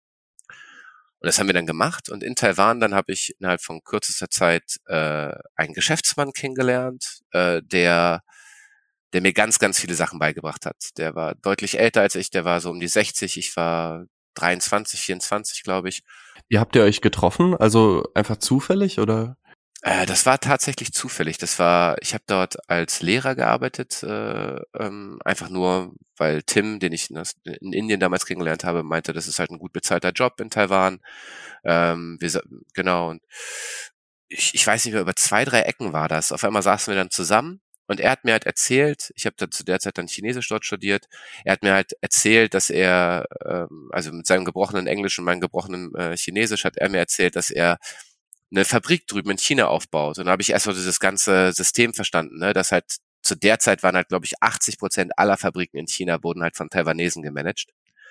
Und das haben wir dann gemacht. Und in Taiwan dann habe ich innerhalb von kürzester Zeit einen Geschäftsmann kennengelernt, der mir ganz, ganz viele Sachen beigebracht hat. Der war deutlich älter als ich, der war so um die 60, ich war 23, 24, glaube ich. Wie habt ihr euch getroffen? Also einfach zufällig oder? Das war tatsächlich zufällig. Ich habe dort als Lehrer gearbeitet, einfach nur, weil Tim, den ich in Indien damals kennengelernt habe, meinte, das ist halt ein gut bezahlter Job in Taiwan. Genau. Und ich weiß nicht mehr, über 2, 3 Ecken war das. Auf einmal saßen wir dann zusammen und er hat mir halt erzählt, ich habe da zu der Zeit dann Chinesisch dort studiert, er hat mir halt erzählt, dass er, also mit seinem gebrochenen Englisch und meinem gebrochenen Chinesisch hat er mir erzählt, dass er eine Fabrik drüben in China aufbaut. Und da habe ich erst mal dieses ganze System verstanden, ne? Dass halt zu der Zeit waren halt, glaube ich, 80% aller Fabriken in China wurden halt von Taiwanesen gemanagt.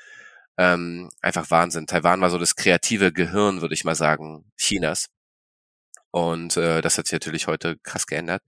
Einfach Wahnsinn. Taiwan war so das kreative Gehirn, würde ich mal sagen, Chinas. Und das hat sich natürlich heute krass geändert.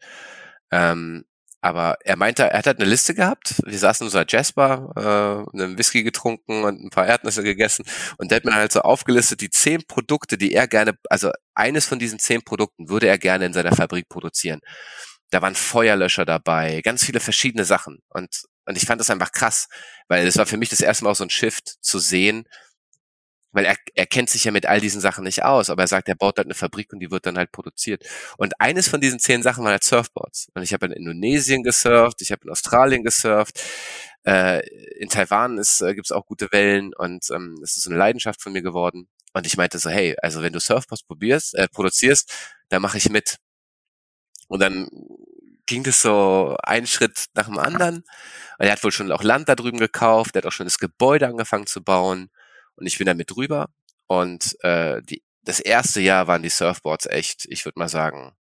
Aber er meinte, er hat halt eine Liste gehabt. Wir saßen in so einer Jazzbar, einen Whisky getrunken und ein paar Erdnüsse gegessen. Und der hat mir halt so aufgelistet, die 10 Produkte, die er gerne, also eines von diesen 10 Produkten würde er gerne in seiner Fabrik produzieren. Da waren Feuerlöscher dabei, ganz viele verschiedene Sachen. Und ich fand das einfach krass, weil es war für mich das erste Mal auch so ein Shift zu sehen, weil er kennt sich ja mit all diesen Sachen nicht aus, aber er sagt, er baut halt eine Fabrik und die wird dann halt produziert. Und eines von diesen 10 Sachen waren halt Surfboards. Und ich habe in Indonesien gesurft, ich habe in Australien gesurft, in Taiwan gibt's auch gute Wellen und es ist so eine Leidenschaft von mir geworden. Und ich meinte so, hey, also wenn du Surfboards produzierst, dann mache ich mit. Und dann ging das so einen Schritt nach dem anderen. Und er hat wohl schon auch Land da drüben gekauft, er hat auch schon das Gebäude angefangen zu bauen. Und ich bin da mit drüber. Und das erste Jahr waren die Surfboards echt, ich würde mal sagen,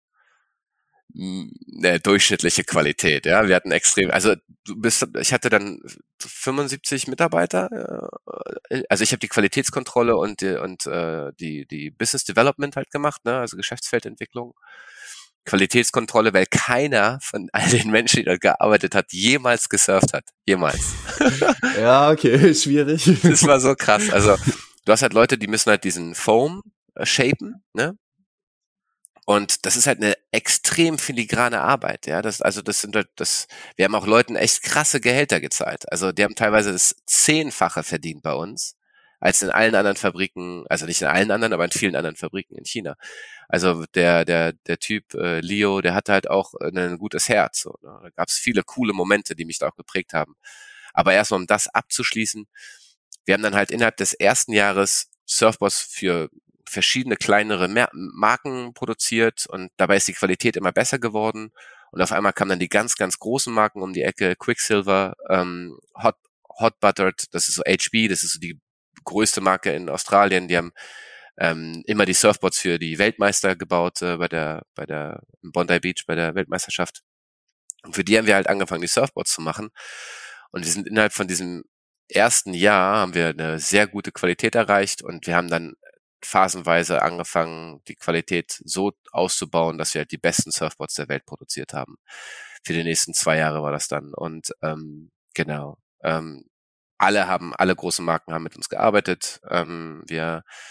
eine durchschnittliche Qualität. Ja, wir hatten extrem, also ich hatte dann 75 Mitarbeiter. Also ich habe die Qualitätskontrolle und die Business Development halt gemacht, ne, also Geschäftsfeldentwicklung. Qualitätskontrolle, weil keiner von all den Menschen, die dort gearbeitet hat, jemals gesurft hat. Jemals. Ja, okay, schwierig. Das war so krass. Also du hast halt Leute, die müssen halt diesen Foam shapen, ne? Und das ist halt eine extrem filigrane Arbeit, ja. Wir haben auch Leuten echt krasse Gehälter gezahlt. Also die haben teilweise das 10-fache verdient bei uns, als in allen anderen Fabriken, also nicht in allen anderen, aber in vielen anderen Fabriken in China. Also der Typ Leo, der hatte halt auch ein gutes Herz. So, ne? Da gab es viele coole Momente, die mich da auch geprägt haben. Aber erstmal, um das abzuschließen, wir haben dann halt innerhalb des ersten Jahres Surfboards für verschiedene kleinere Marken produziert und dabei ist die Qualität immer besser geworden. Und auf einmal kamen dann die ganz, ganz großen Marken um die Ecke, Quicksilver, Hot Buttered, das ist so HB, das ist so die größte Marke in Australien, die haben immer die Surfboards für die Weltmeister gebaut bei der Bondi Beach bei der Weltmeisterschaft. Und für die haben wir halt angefangen, die Surfboards zu machen. Und wir sind innerhalb von diesem ersten Jahr haben wir eine sehr gute Qualität erreicht und wir haben dann phasenweise angefangen, die Qualität so auszubauen, dass wir halt die besten Surfboards der Welt produziert haben. Für die nächsten 2 Jahre war das dann. Und genau. Alle großen Marken haben mit uns gearbeitet. Wir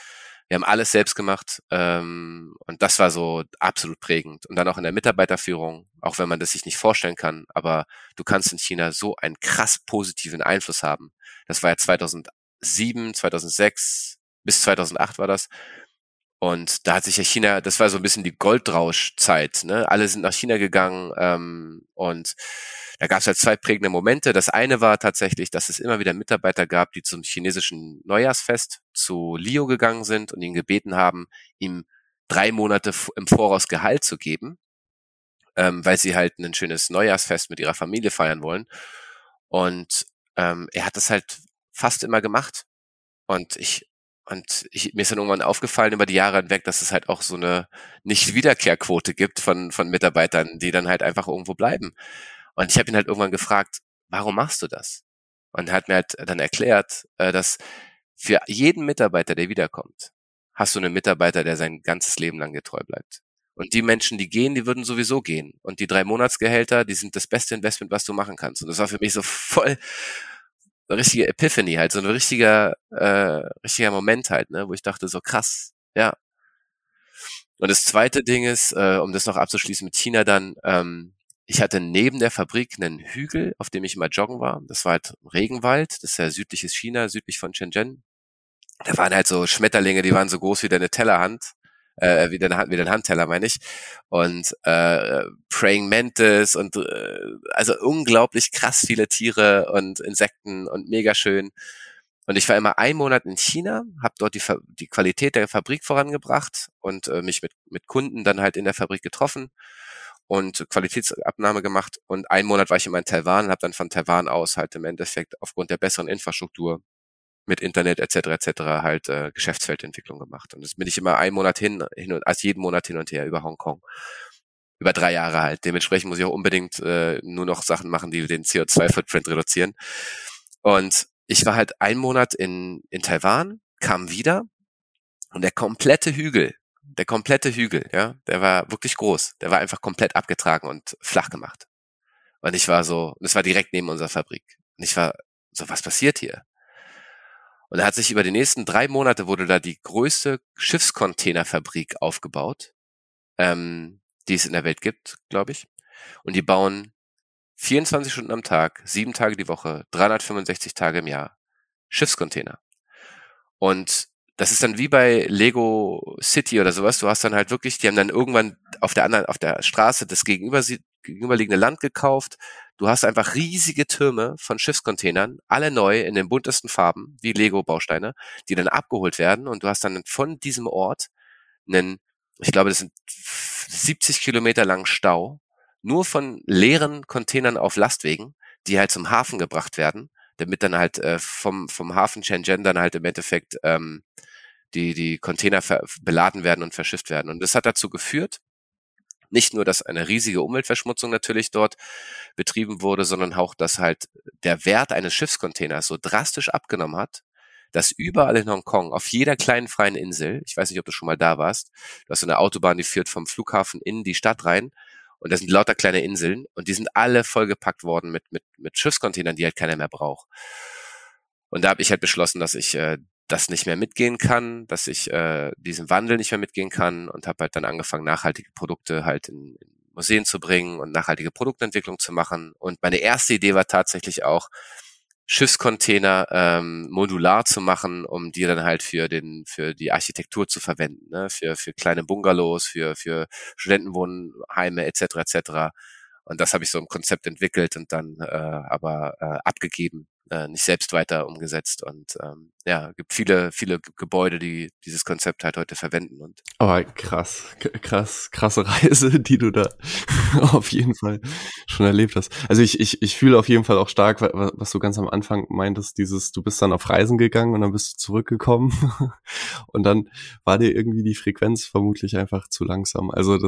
Wir haben alles selbst gemacht und das war so absolut prägend. Und dann auch in der Mitarbeiterführung, auch wenn man das sich nicht vorstellen kann, aber du kannst in China so einen krass positiven Einfluss haben. Das war ja 2007, 2006 bis 2008 war das. Und da hat sich ja China, das war so ein bisschen die Goldrauschzeit, ne? Alle sind nach China gegangen und da gab es halt zwei prägende Momente. Das eine war tatsächlich, dass es immer wieder Mitarbeiter gab, die zum chinesischen Neujahrsfest zu Leo gegangen sind und ihn gebeten haben, ihm 3 Monate im Voraus Gehalt zu geben, weil sie halt ein schönes Neujahrsfest mit ihrer Familie feiern wollen. Und er hat das halt fast immer gemacht. Mir ist dann irgendwann aufgefallen über die Jahre hinweg, dass es halt auch so eine Nicht-Wiederkehrquote gibt von Mitarbeitern, die dann halt einfach irgendwo bleiben. Und ich habe ihn halt irgendwann gefragt, warum machst du das? Und er hat mir halt dann erklärt, dass für jeden Mitarbeiter, der wiederkommt, hast du einen Mitarbeiter, der sein ganzes Leben lang dir treu bleibt. Und die Menschen, die gehen, die würden sowieso gehen. Und die 3 Monatsgehälter, die sind das beste Investment, was du machen kannst. Und das war für mich so voll eine richtige Epiphany, halt, so ein richtiger Moment halt, ne, wo ich dachte, so krass, ja. Und das zweite Ding ist, um das noch abzuschließen mit China dann, ich hatte neben der Fabrik einen Hügel, auf dem ich immer joggen war. Das war halt Regenwald, das ist ja südliches China, südlich von Shenzhen. Da waren halt so Schmetterlinge, die waren so groß wie deine Tellerhand, wie dein Handteller, meine ich. Und Praying Mantis und also unglaublich krass viele Tiere und Insekten und mega schön. Und ich war immer 1 Monat in China, habe dort die Qualität der Fabrik vorangebracht und mich mit Kunden dann halt in der Fabrik getroffen und Qualitätsabnahme gemacht. Und 1 Monat war ich immer in Taiwan und habe dann von Taiwan aus halt im Endeffekt aufgrund der besseren Infrastruktur mit Internet etc. halt Geschäftsfeldentwicklung gemacht. Und das bin ich immer 1 Monat also jeden Monat hin und her über Hongkong. Über 3 Jahre halt. Dementsprechend muss ich auch unbedingt nur noch Sachen machen, die den CO2-Footprint reduzieren. Und ich war halt 1 Monat in Taiwan, kam wieder und der komplette Hügel, ja, der war wirklich groß. Der war einfach komplett abgetragen und flach gemacht. Und ich war so, das war direkt neben unserer Fabrik. Und ich war so, was passiert hier? Und da hat sich über die nächsten 3 Monate wurde da die größte Schiffscontainerfabrik aufgebaut, die es in der Welt gibt, glaube ich. Und die bauen 24 Stunden am Tag, 7 Tage die Woche, 365 Tage im Jahr Schiffscontainer. Und das ist dann wie bei Lego City oder sowas. Du hast dann halt wirklich, die haben dann irgendwann auf der Straße das gegenüberliegende Land gekauft. Du hast einfach riesige Türme von Schiffscontainern, alle neu in den buntesten Farben, wie Lego-Bausteine, die dann abgeholt werden. Und du hast dann von diesem Ort ich glaube, das sind 70 Kilometer langen Stau, nur von leeren Containern auf Lastwegen, die halt zum Hafen gebracht werden, damit dann halt vom Hafen Shenzhen dann halt im Endeffekt die Container beladen werden und verschifft werden. Und das hat dazu geführt, nicht nur, dass eine riesige Umweltverschmutzung natürlich dort betrieben wurde, sondern auch, dass halt der Wert eines Schiffscontainers so drastisch abgenommen hat, dass überall in Hongkong, auf jeder kleinen freien Insel, ich weiß nicht, ob du schon mal da warst, du hast so eine Autobahn, die führt vom Flughafen in die Stadt rein und das sind lauter kleine Inseln und die sind alle vollgepackt worden mit Schiffscontainern, die halt keiner mehr braucht. Und da habe ich halt beschlossen, dass ich das nicht mehr mitgehen kann, dass ich diesen Wandel nicht mehr mitgehen kann und habe halt dann angefangen, nachhaltige Produkte halt in Museen zu bringen und nachhaltige Produktentwicklung zu machen. Und meine erste Idee war tatsächlich auch, Schiffscontainer modular zu machen, um die dann halt für die Architektur zu verwenden, ne? Für kleine Bungalows, für Studentenwohnheime etc. Und das habe ich so im Konzept entwickelt und dann aber abgegeben, nicht selbst weiter umgesetzt. Und ja, gibt viele Gebäude, die dieses Konzept halt heute verwenden. Und Aber krasse Reise, die du da auf jeden Fall schon erlebt hast. Also ich fühle auf jeden Fall auch stark, was du ganz am Anfang meintest, du bist dann auf Reisen gegangen und dann bist du zurückgekommen und dann war dir irgendwie die Frequenz vermutlich einfach zu langsam. Also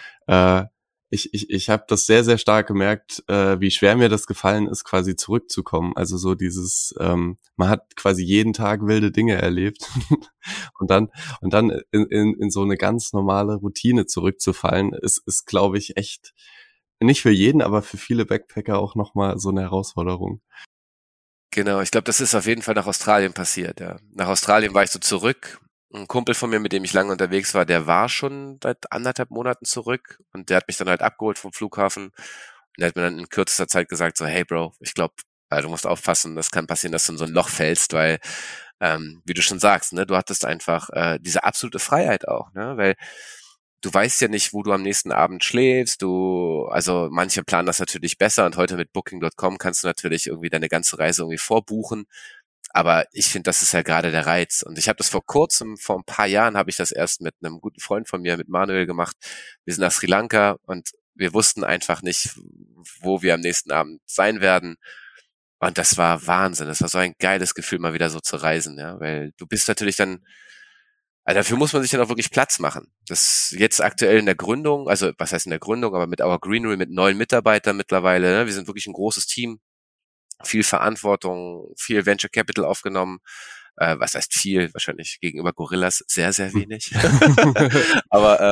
ich habe das sehr, sehr stark gemerkt, wie schwer mir das gefallen ist, quasi zurückzukommen. Also so man hat quasi jeden Tag wilde Dinge erlebt und dann in so eine ganz normale Routine zurückzufallen, ist glaube ich, echt nicht für jeden, aber für viele Backpacker auch nochmal so eine Herausforderung. genau, ich glaube, das ist auf jeden Fall nach Australien passiert, ja. Nach Australien war ich so zurück Ein Kumpel von mir, mit dem ich lange unterwegs war, der war schon seit 1,5 Monaten zurück und der hat mich dann halt abgeholt vom Flughafen und der hat mir dann in kürzester Zeit gesagt so, hey Bro, ich glaube, du musst aufpassen, das kann passieren, dass du in so ein Loch fällst, weil, wie du schon sagst, ne, du hattest einfach diese absolute Freiheit auch, ne, weil du weißt ja nicht, wo du am nächsten Abend schläfst, also manche planen das natürlich besser und heute mit Booking.com kannst du natürlich irgendwie deine ganze Reise irgendwie vorbuchen. Aber ich finde, das ist ja gerade der Reiz. Und ich habe das vor kurzem, vor ein paar Jahren, habe ich das erst mit einem guten Freund von mir, mit Manuel gemacht. Wir sind nach Sri Lanka und wir wussten einfach nicht, wo wir am nächsten Abend sein werden. Und das war Wahnsinn. Das war so ein geiles Gefühl, mal wieder so zu reisen, ja, weil du bist natürlich dann, also dafür muss man sich dann auch wirklich Platz machen. Das jetzt aktuell in der Gründung, also was heißt in der Gründung, aber mit Our Greenery mit 9 Mitarbeitern mittlerweile, ne? Wir sind wirklich ein großes Team, viel Verantwortung, viel Venture Capital aufgenommen. Was heißt viel? Wahrscheinlich gegenüber Gorillas sehr, sehr wenig. Aber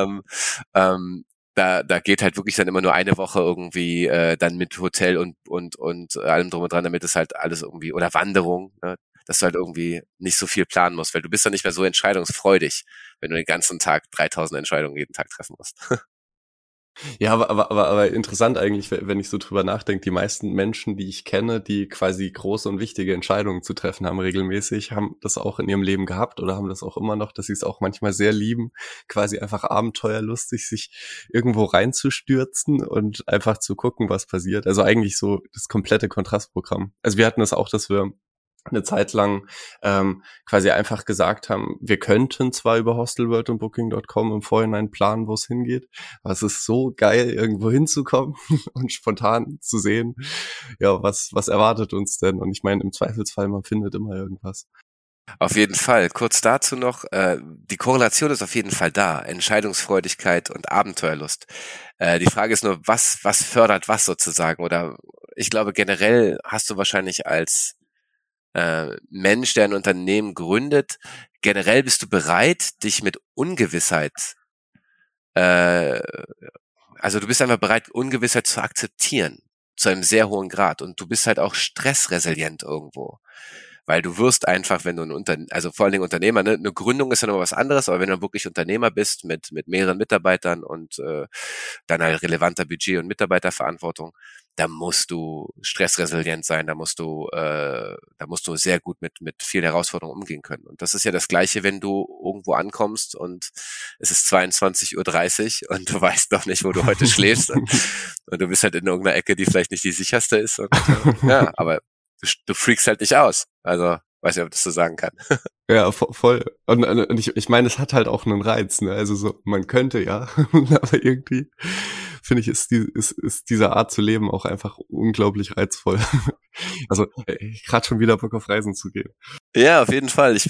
da geht halt wirklich dann immer nur eine Woche irgendwie dann mit Hotel und allem drum und dran, damit es halt alles irgendwie, oder Wanderung, ne? Dass du halt irgendwie nicht so viel planen musst, weil du bist dann nicht mehr so entscheidungsfreudig, wenn du den ganzen Tag 3.000 Entscheidungen jeden Tag treffen musst. Ja, aber interessant eigentlich, wenn ich so drüber nachdenke, die meisten Menschen, die ich kenne, die quasi große und wichtige Entscheidungen zu treffen haben regelmäßig, haben das auch in ihrem Leben gehabt oder haben das auch immer noch, dass sie es auch manchmal sehr lieben, quasi einfach abenteuerlustig sich irgendwo reinzustürzen und einfach zu gucken, was passiert. Also eigentlich so das komplette Kontrastprogramm. Also wir hatten das auch, dass wir eine Zeit lang quasi einfach gesagt haben, wir könnten zwar über Hostelworld und Booking.com im Vorhinein planen, wo es hingeht, aber es ist so geil, irgendwo hinzukommen und spontan zu sehen, ja, was erwartet uns denn? Und ich meine, im Zweifelsfall, man findet immer irgendwas. Auf jeden Fall. Kurz dazu noch, die Korrelation ist auf jeden Fall da. Entscheidungsfreudigkeit und Abenteuerlust. Die Frage ist nur, was fördert was sozusagen? Oder ich glaube, generell hast du wahrscheinlich als Mensch, der ein Unternehmen gründet, generell bist du bereit, dich mit Ungewissheit, äh, also du bist einfach bereit, Ungewissheit zu akzeptieren, zu einem sehr hohen Grad. Und du bist halt auch stressresilient irgendwo. Weil du wirst einfach, wenn du also vor allen Dingen Unternehmer, ne, eine Gründung ist ja noch was anderes, aber wenn du wirklich Unternehmer bist mit mehreren Mitarbeitern und dann halt relevanter Budget und Mitarbeiterverantwortung, da musst du stressresilient sein, da musst du sehr gut mit vielen Herausforderungen umgehen können. Und das ist ja das Gleiche, wenn du irgendwo ankommst und es ist 22:30 Uhr und du weißt noch nicht, wo du heute schläfst und du bist halt in irgendeiner Ecke, die vielleicht nicht die sicherste ist. Und, ja, aber du freakst halt nicht aus. Also, weiß nicht, ob ich das so sagen kann. Ja, voll. Und ich meine, es hat halt auch einen Reiz, ne? Also so, man könnte ja, aber irgendwie finde ich, ist diese Art zu leben auch einfach unglaublich reizvoll. Also, ich gerade schon wieder Bock auf Reisen zu gehen. Ja, auf jeden Fall.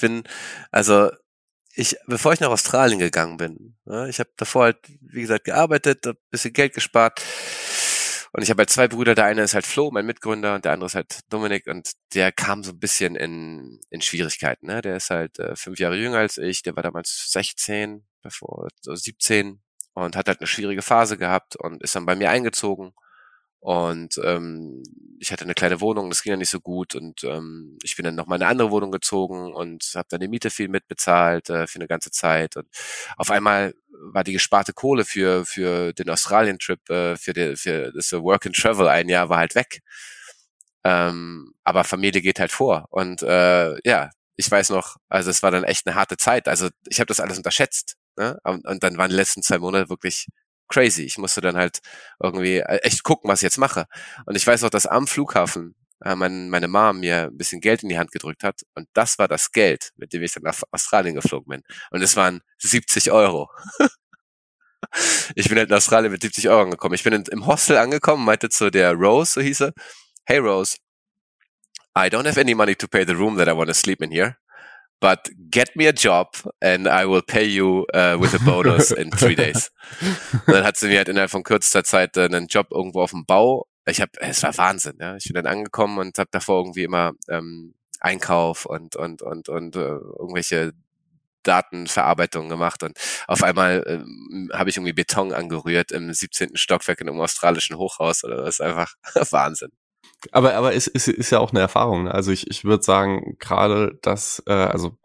Bevor ich nach Australien gegangen bin, ne, ich habe davor halt, wie gesagt, gearbeitet, hab ein bisschen Geld gespart. Und ich habe halt 2 Brüder, der eine ist halt Flo, mein Mitgründer, und der andere ist halt Dominik, und der kam so ein bisschen in Schwierigkeiten. Ne? Der ist halt 5 Jahre jünger als ich, der war damals 16, so 17, und hat halt eine schwierige Phase gehabt und ist dann bei mir eingezogen. Und ich hatte eine kleine Wohnung, das ging ja nicht so gut, und ich bin dann noch mal in eine andere Wohnung gezogen und habe dann die Miete viel mitbezahlt für eine ganze Zeit. Und auf einmal war die gesparte Kohle für den Australien-Trip, für das Work and Travel ein Jahr war halt weg. Aber Familie geht halt vor. Und ja, ich weiß noch, also es war dann echt eine harte Zeit. Also ich habe das alles unterschätzt. Ne? Und dann waren die letzten 2 Monate wirklich crazy. Ich musste dann halt irgendwie echt gucken, was ich jetzt mache. Und ich weiß auch, dass am Flughafen meine Mom mir ein bisschen Geld in die Hand gedrückt hat. Und das war das Geld, mit dem ich dann nach Australien geflogen bin. Und es waren 70 Euro. Ich bin halt in Australien mit 70 Euro angekommen. Ich bin im Hostel angekommen, meinte zu der Rose, so hieß sie, hey Rose, I don't have any money to pay the room that I want to sleep in here. But get me a job and I will pay you with a bonus in 3 days. Und dann hat sie mir halt innerhalb von kürzester Zeit einen Job irgendwo auf dem Bau. Es war Wahnsinn, ja. Ich bin dann angekommen und habe davor irgendwie immer Einkauf und irgendwelche Datenverarbeitung gemacht, und auf einmal habe ich irgendwie Beton angerührt im 17. Stockwerk in einem australischen Hochhaus, oder das ist einfach Wahnsinn. Aber es ist ja auch eine Erfahrung. Ne? Also ich würde sagen, gerade das, also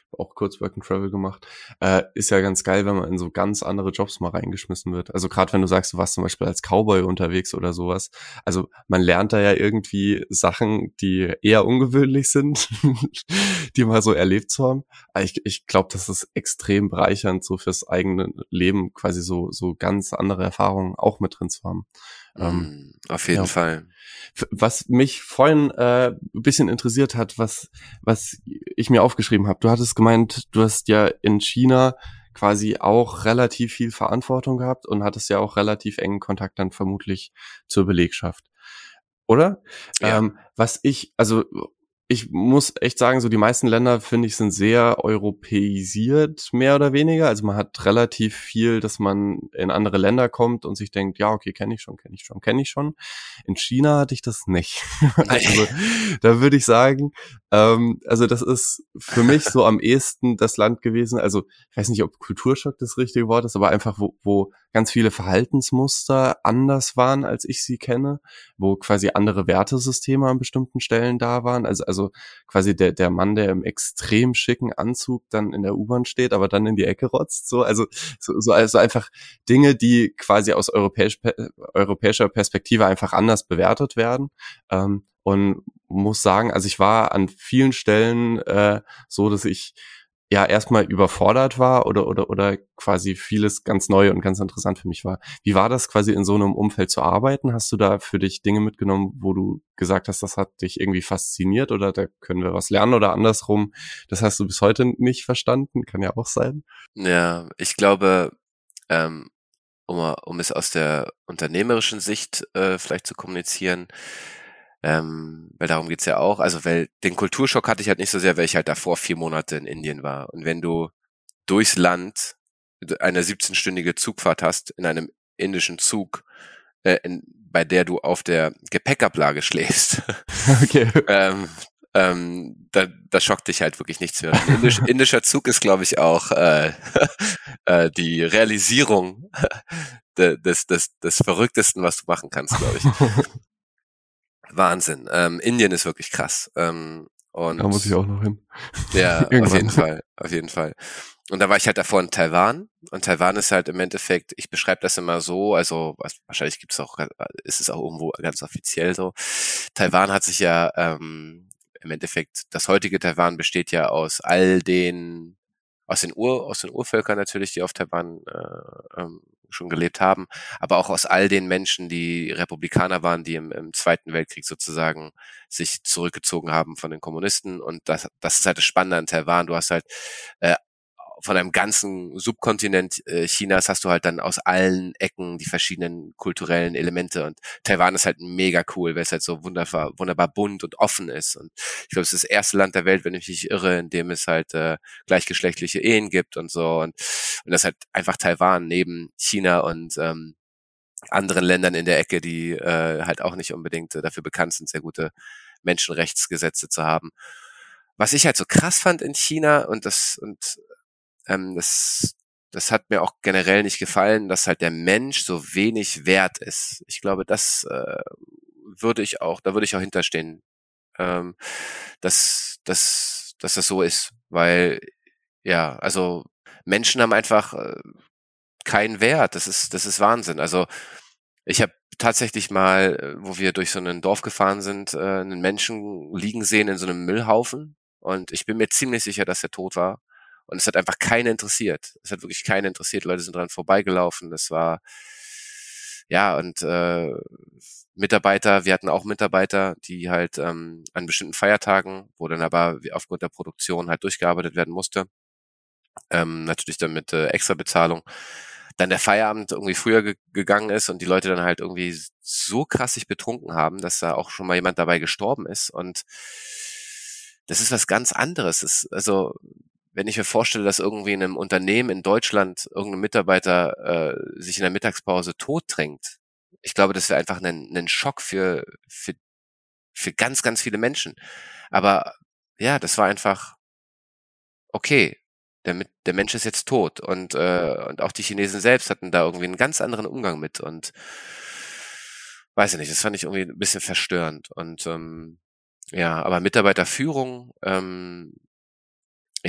auch kurz Work and Travel gemacht. Ist ja ganz geil, wenn man in so ganz andere Jobs mal reingeschmissen wird. Also gerade wenn du sagst, du warst zum Beispiel als Cowboy unterwegs oder sowas. Also man lernt da ja irgendwie Sachen, die eher ungewöhnlich sind, die mal so erlebt zu haben. Aber ich glaube, das ist extrem bereichernd, so fürs eigene Leben quasi so ganz andere Erfahrungen auch mit drin zu haben. Auf jeden Ja. Fall. Was mich vorhin ein bisschen interessiert hat, was ich mir aufgeschrieben habe. Du hattest gemeint, du hast ja in China quasi auch relativ viel Verantwortung gehabt und hattest ja auch relativ engen Kontakt dann vermutlich zur Belegschaft. Oder? Ja. Also ich muss echt sagen, so die meisten Länder, finde ich, sind sehr europäisiert, mehr oder weniger. Also man hat relativ viel, dass man in andere Länder kommt und sich denkt, ja, okay, kenne ich schon. In China hatte ich das nicht. Also da würde ich sagen, also das ist für mich so am ehesten das Land gewesen. Also ich weiß nicht, ob Kulturschock das richtige Wort ist, aber einfach, wo ganz viele Verhaltensmuster anders waren, als ich sie kenne, wo quasi andere Wertesysteme an bestimmten Stellen da waren. Also quasi der Mann, der im extrem schicken Anzug dann in der U-Bahn steht, aber dann in die Ecke rotzt. Also einfach Dinge, die quasi aus europäischer Perspektive einfach anders bewertet werden. Und muss sagen, also ich war an vielen Stellen so, dass ich ja erstmal überfordert war oder quasi vieles ganz neu und ganz interessant für mich war. Wie war das quasi in so einem Umfeld zu arbeiten? Hast du da für dich Dinge mitgenommen, wo du gesagt hast, das hat dich irgendwie fasziniert oder da können wir was lernen oder andersrum? Das hast du bis heute nicht verstanden, kann ja auch sein. Ja, ich glaube, ähm, um es aus der unternehmerischen Sicht vielleicht zu kommunizieren, weil darum geht's ja auch. Also, weil den Kulturschock hatte ich halt nicht so sehr, weil ich halt davor 4 Monate in Indien war. Und wenn du durchs Land eine 17-stündige Zugfahrt hast in einem indischen Zug, bei der du auf der Gepäckablage schläfst, Okay. da schockt dich halt wirklich nichts mehr. Ein indischer Zug ist, glaube ich, auch die Realisierung des Verrücktesten, was du machen kannst, glaube ich. Wahnsinn. Indien ist wirklich krass. Da muss ich Und auch noch hin. ja, auf jeden Irgendwann. Fall, auf jeden Fall. Und da war ich halt davor in Taiwan. Und Taiwan ist halt im Endeffekt, ich beschreibe das immer so, also wahrscheinlich gibt's auch, ist es auch irgendwo ganz offiziell so. Taiwan hat sich ja im Endeffekt, das heutige Taiwan besteht ja aus all den, aus den Urvölkern natürlich, die auf Taiwan schon gelebt haben, aber auch aus all den Menschen, die Republikaner waren, die im Zweiten Weltkrieg sozusagen sich zurückgezogen haben von den Kommunisten. Und das ist halt das Spannende an Taiwan. Du hast halt äh, von einem ganzen Subkontinent Chinas hast du halt dann aus allen Ecken die verschiedenen kulturellen Elemente und Taiwan ist halt mega cool, weil es halt so wunderbar bunt und offen ist und ich glaube, es ist das erste Land der Welt, wenn ich mich nicht irre, in dem es halt gleichgeschlechtliche Ehen gibt und so und das halt einfach Taiwan neben China und anderen Ländern in der Ecke, die halt auch nicht unbedingt dafür bekannt sind, sehr gute Menschenrechtsgesetze zu haben. Was ich halt so krass fand in China das hat mir auch generell nicht gefallen, dass halt der Mensch so wenig wert ist. Ich glaube, da würde ich auch hinterstehen, ähm, dass das so ist, weil ja, also Menschen haben einfach keinen Wert. Das ist Wahnsinn. Also ich habe tatsächlich mal, wo wir durch so ein Dorf gefahren sind, einen Menschen liegen sehen in so einem Müllhaufen und ich bin mir ziemlich sicher, dass er tot war. Und es hat einfach keinen interessiert. Es hat wirklich keinen interessiert. Leute sind dran vorbeigelaufen. Das war ja und Mitarbeiter, wir hatten auch Mitarbeiter, die halt an bestimmten Feiertagen, wo dann aber aufgrund der Produktion halt durchgearbeitet werden musste, natürlich dann mit extra Bezahlung, dann der Feierabend irgendwie früher gegangen ist und die Leute dann halt irgendwie so krass sich betrunken haben, dass da auch schon mal jemand dabei gestorben ist und das ist was ganz anderes. Also wenn ich mir vorstelle, dass irgendwie in einem Unternehmen in Deutschland irgendein Mitarbeiter sich in der Mittagspause tot drängt, ich glaube, das wäre einfach ein Schock für ganz viele Menschen. Aber ja, das war einfach okay, der Mensch ist jetzt tot und auch die Chinesen selbst hatten da irgendwie einen ganz anderen Umgang mit und weiß ich nicht, das fand ich irgendwie ein bisschen verstörend und ja, aber Mitarbeiterführung, ja,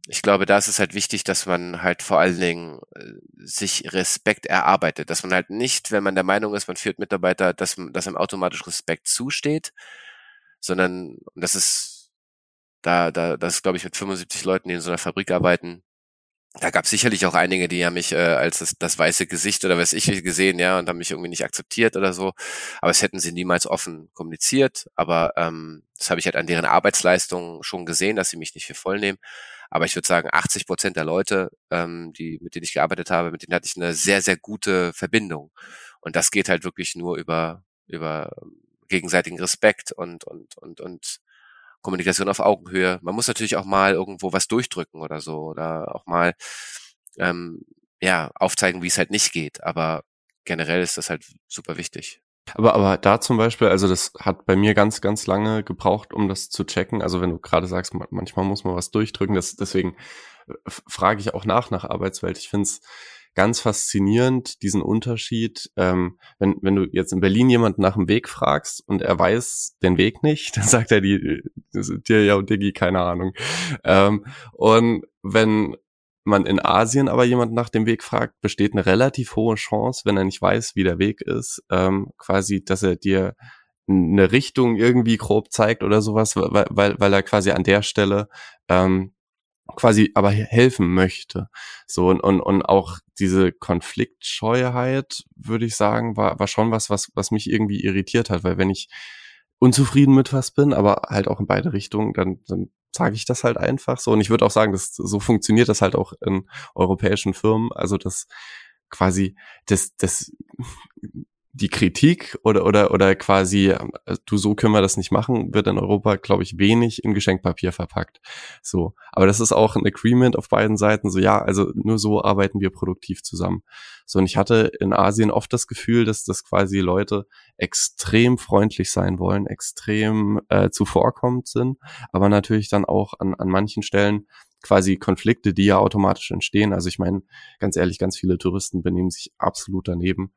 Ich glaube, da ist es halt wichtig, dass man halt vor allen Dingen sich Respekt erarbeitet, dass man halt nicht, wenn man der Meinung ist, man führt Mitarbeiter, dass ihm automatisch Respekt zusteht, sondern das ist das ist, glaube ich, mit 75 Leuten, die in so einer Fabrik arbeiten. Da gab es sicherlich auch einige, die haben mich als das weiße Gesicht oder weiß ich gesehen, ja, und haben mich irgendwie nicht akzeptiert oder so. Aber es hätten sie niemals offen kommuniziert. Aber das habe ich halt an deren Arbeitsleistung schon gesehen, dass sie mich nicht für voll nehmen. Aber ich würde sagen, 80% der Leute, mit denen ich gearbeitet habe, mit denen hatte ich eine sehr, sehr gute Verbindung. Und das geht halt wirklich nur über gegenseitigen Respekt und Kommunikation auf Augenhöhe. Man muss natürlich auch mal irgendwo was durchdrücken oder so oder auch mal ähm, aufzeigen, wie es halt nicht geht. Aber generell ist das halt super wichtig. Aber da zum Beispiel, also das hat bei mir ganz, ganz lange gebraucht, um das zu checken. Also wenn du gerade sagst, manchmal muss man was durchdrücken, deswegen frage ich auch nach Arbeitswelt. Ich finde es ganz faszinierend, diesen Unterschied. Wenn du jetzt in Berlin jemanden nach dem Weg fragst und er weiß den Weg nicht, dann sagt er dir, ja, Diggi, keine Ahnung. Und wenn man in Asien aber jemand nach dem Weg fragt, besteht eine relativ hohe Chance, wenn er nicht weiß, wie der Weg ist, quasi, dass er dir eine Richtung irgendwie grob zeigt oder sowas, weil er quasi an der Stelle quasi aber helfen möchte. So und auch diese Konfliktscheuheit, würde ich sagen, war schon was mich irgendwie irritiert hat, weil wenn ich unzufrieden mit was bin, aber halt auch in beide Richtungen, dann sage ich das halt einfach so. Und ich würde auch sagen, so funktioniert das halt auch in europäischen Firmen. Also das quasi das die Kritik oder quasi du, so können wir das nicht machen, wird in Europa, glaube ich, wenig in Geschenkpapier verpackt. So, aber das ist auch ein Agreement auf beiden Seiten. So, ja, also nur so arbeiten wir produktiv zusammen. So, und ich hatte in Asien oft das Gefühl, dass das quasi Leute extrem freundlich sein wollen, extrem zuvorkommend sind, aber natürlich dann auch an manchen Stellen quasi Konflikte, die ja automatisch entstehen. Also ich meine, ganz ehrlich, ganz viele Touristen benehmen sich absolut daneben.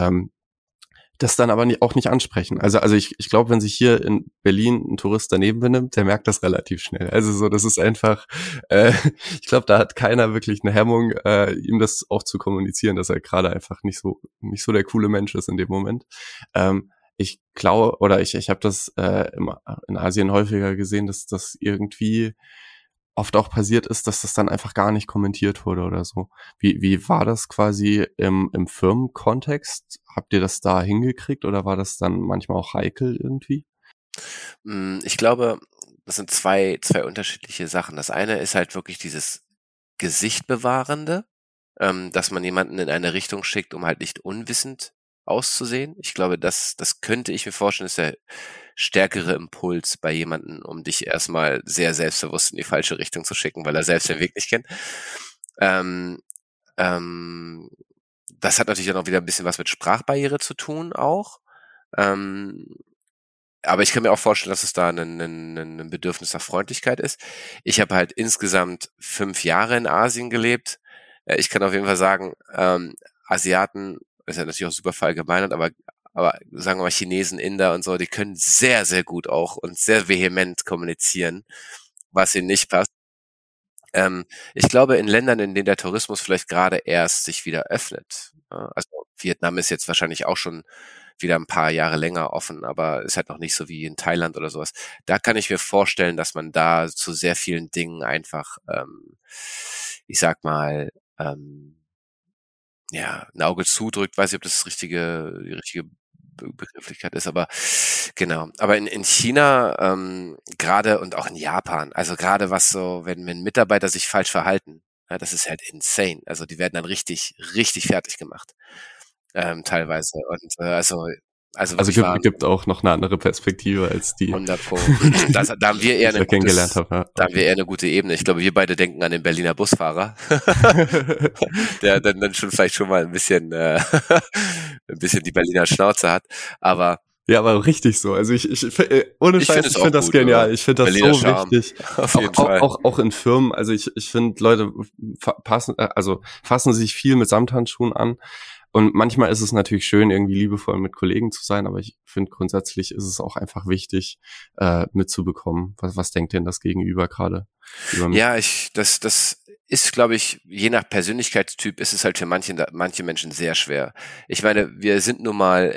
Das dann aber auch nicht ansprechen. Also ich glaube, wenn sich hier in Berlin ein Tourist daneben benimmt, der merkt das relativ schnell. Also so, das ist einfach, ich glaube, da hat keiner wirklich eine Hemmung, ihm das auch zu kommunizieren, dass er gerade einfach nicht so der coole Mensch ist in dem Moment. Ich glaube, oder ich habe das in Asien häufiger gesehen, dass das irgendwie oft auch passiert ist, dass das dann einfach gar nicht kommentiert wurde oder so. Wie war das quasi im Firmenkontext? Habt ihr das da hingekriegt oder war das dann manchmal auch heikel irgendwie? Ich glaube, das sind zwei unterschiedliche Sachen. Das eine ist halt wirklich dieses Gesicht bewahrende, dass man jemanden in eine Richtung schickt, um halt nicht unwissend auszusehen. Ich glaube, das könnte ich mir vorstellen, ist der stärkere Impuls bei jemanden, um dich erstmal sehr selbstbewusst in die falsche Richtung zu schicken, weil er selbst den Weg nicht kennt. Ähm, ähm, Das hat natürlich dann auch wieder ein bisschen was mit Sprachbarriere zu tun auch. Aber ich kann mir auch vorstellen, dass es da ein Bedürfnis nach Freundlichkeit ist. Ich habe halt insgesamt 5 Jahre in Asien gelebt. Ich kann auf jeden Fall sagen, Asiaten, ist ja natürlich auch super verallgemeinert, aber sagen wir mal Chinesen, Inder und so, die können sehr, sehr gut auch und sehr vehement kommunizieren, was ihnen nicht passt. Ich glaube, in Ländern, in denen der Tourismus vielleicht gerade erst sich wieder öffnet, also Vietnam ist jetzt wahrscheinlich auch schon wieder ein paar Jahre länger offen, aber ist halt noch nicht so wie in Thailand oder sowas. Da kann ich mir vorstellen, dass man da zu sehr vielen Dingen einfach, ich sag mal, ein Auge zudrückt. Weiß nicht, ob das die richtige Begrifflichkeit ist, aber genau. Aber in China gerade und auch in Japan, also gerade was so, wenn Mitarbeiter sich falsch verhalten, ja, das ist halt insane. Also die werden dann richtig, richtig fertig gemacht, teilweise. Und also Also wirklich waren gibt auch noch eine andere Perspektive als die, 100 Pro. Da haben wir die eher ich da kennengelernt habe. Ja, da haben wir okay. eher eine gute Ebene. Ich glaube, wir beide denken an den Berliner Busfahrer, der dann schon vielleicht schon mal ein bisschen, ein bisschen die Berliner Schnauze hat. Aber Ja, aber richtig so. Also ohne ich finde Scheiß, es ich auch finde das gut, oder? genial. Ich finde das Berliner so Charme, wichtig. auf jeden Fall. Auch in Firmen. Also ich finde, Leute fassen sich viel mit Samthandschuhen an. Und manchmal ist es natürlich schön, irgendwie liebevoll mit Kollegen zu sein, aber ich finde grundsätzlich ist es auch einfach wichtig, mitzubekommen. Was denkt denn das Gegenüber gerade über mich? Ja, das ist, glaube ich, je nach Persönlichkeitstyp ist es halt für manche Menschen sehr schwer. Ich meine, wir sind nun mal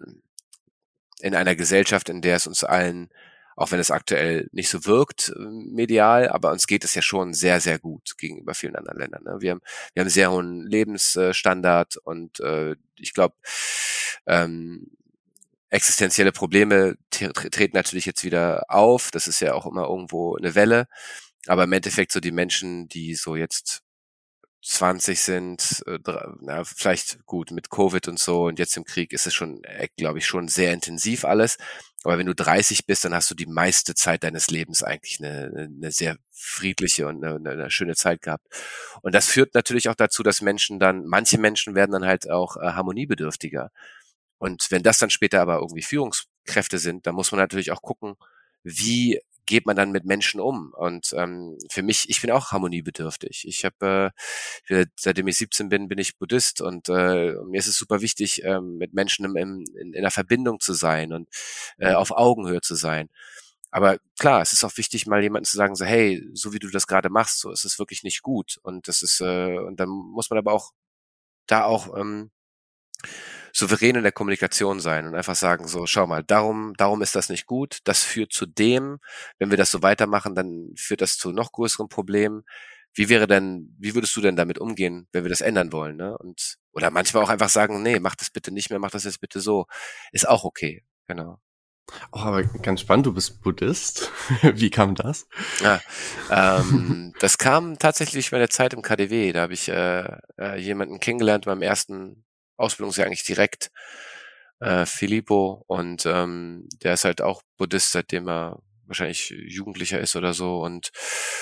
in einer Gesellschaft, in der es uns allen, auch wenn es aktuell nicht so wirkt, medial, aber uns geht es ja schon sehr, sehr gut gegenüber vielen anderen Ländern. Ne? Wir haben einen sehr hohen Lebensstandard und ich glaube, ähm, existenzielle Probleme treten natürlich jetzt wieder auf. Das ist ja auch immer irgendwo eine Welle. Aber im Endeffekt so die Menschen, die so jetzt 20 sind, vielleicht gut mit Covid und so und jetzt im Krieg ist es schon, glaube ich, schon sehr intensiv alles. Aber wenn du 30 bist, dann hast du die meiste Zeit deines Lebens eigentlich eine sehr friedliche und eine schöne Zeit gehabt. Und das führt natürlich auch dazu, dass manche Menschen werden dann halt auch harmoniebedürftiger. Und wenn das dann später aber irgendwie Führungskräfte sind, dann muss man natürlich auch gucken, wie geht man dann mit Menschen um? Und für mich, ich bin auch harmoniebedürftig. Seitdem ich 17 bin ich Buddhist und mir ist es super wichtig, mit Menschen in einer Verbindung zu sein und auf Augenhöhe zu sein. Aber klar, es ist auch wichtig, mal jemandem zu sagen, so, hey, so wie du das gerade machst, so ist es wirklich nicht gut. Und dann muss man aber auch da auch souverän in der Kommunikation sein und einfach sagen, so, schau mal, darum ist das nicht gut, das führt zu dem, wenn wir das so weitermachen, dann führt das zu noch größeren Problemen. Wie würdest du denn damit umgehen, wenn wir das ändern wollen, ne? Oder manchmal auch einfach sagen, nee, mach das bitte nicht mehr, mach das jetzt bitte so. Ist auch okay, genau. Oh, aber ganz spannend, du bist Buddhist. Wie kam das? Ja, das kam tatsächlich bei der Zeit im KDW. Da habe ich jemanden kennengelernt beim ersten Ausbildungsjahr eigentlich direkt, Filippo, und der ist halt auch Buddhist, seitdem er wahrscheinlich Jugendlicher ist oder so und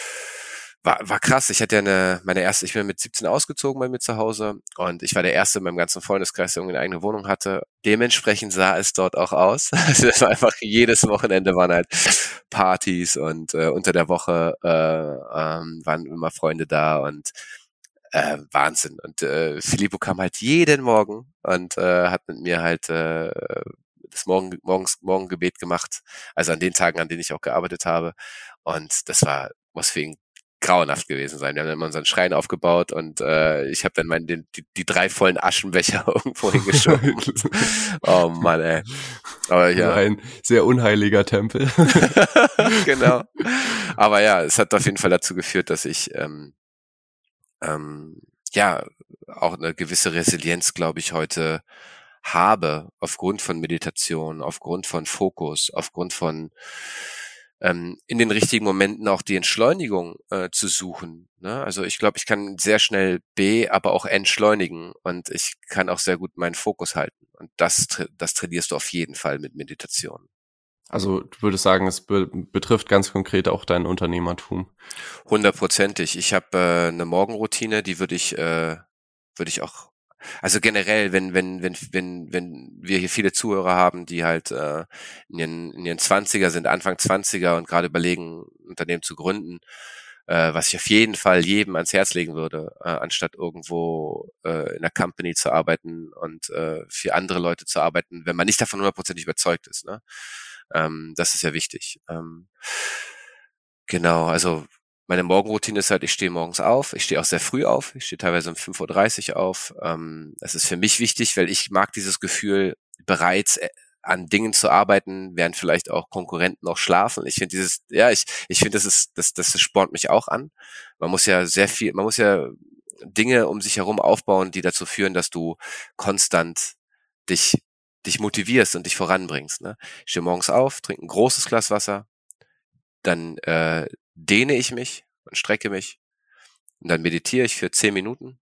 war krass. Ich bin mit 17 ausgezogen bei mir zu Hause und ich war der Erste in meinem ganzen Freundeskreis, der irgendwie eine eigene Wohnung hatte. Dementsprechend sah es dort auch aus. Also das war einfach jedes Wochenende waren halt Partys und unter der Woche waren immer Freunde da und Wahnsinn. Und Filippo kam halt jeden Morgen und hat mit mir halt das Morgengebet gemacht, also an den Tagen, an denen ich auch gearbeitet habe. Und muss für ihn grauenhaft gewesen sein. Wir haben dann immer unseren Schrein aufgebaut und ich habe dann die 3 vollen Aschenbecher irgendwo hingeschoben. Oh Mann, ey. Aber ja. Also ein sehr unheiliger Tempel. Genau. Aber ja, es hat auf jeden Fall dazu geführt, dass ich ja auch eine gewisse Resilienz, glaube ich, heute habe, aufgrund von Meditation, aufgrund von Fokus, aufgrund von in den richtigen Momenten auch die Entschleunigung zu suchen. Ne? Also ich glaube, ich kann sehr schnell aber auch entschleunigen und ich kann auch sehr gut meinen Fokus halten. Und das trainierst du auf jeden Fall mit Meditation. Also du würdest sagen, es betrifft ganz konkret auch dein Unternehmertum. 100%ig. Ich habe eine Morgenroutine, die würde ich auch, also generell, wenn wir hier viele Zuhörer haben, die halt in ihren Zwanziger sind, Anfang Zwanziger und gerade überlegen, ein Unternehmen zu gründen, was ich auf jeden Fall jedem ans Herz legen würde, anstatt irgendwo in einer Company zu arbeiten und für andere Leute zu arbeiten, wenn man nicht davon 100% überzeugt ist. Ne? Das ist ja wichtig. Genau, also meine Morgenroutine ist halt, ich stehe morgens auf, ich stehe auch sehr früh auf, ich stehe teilweise um 5:30 Uhr auf. Das ist für mich wichtig, weil ich mag dieses Gefühl, bereits an Dingen zu arbeiten, während vielleicht auch Konkurrenten noch schlafen. Ich finde ich finde, das spornt mich auch an. Man muss ja Dinge um sich herum aufbauen, die dazu führen, dass du konstant dich, dich motivierst und dich voranbringst. Ne? Ich stehe morgens auf, trinke ein großes Glas Wasser, dann dehne ich mich und strecke mich und dann meditiere ich für 10 Minuten.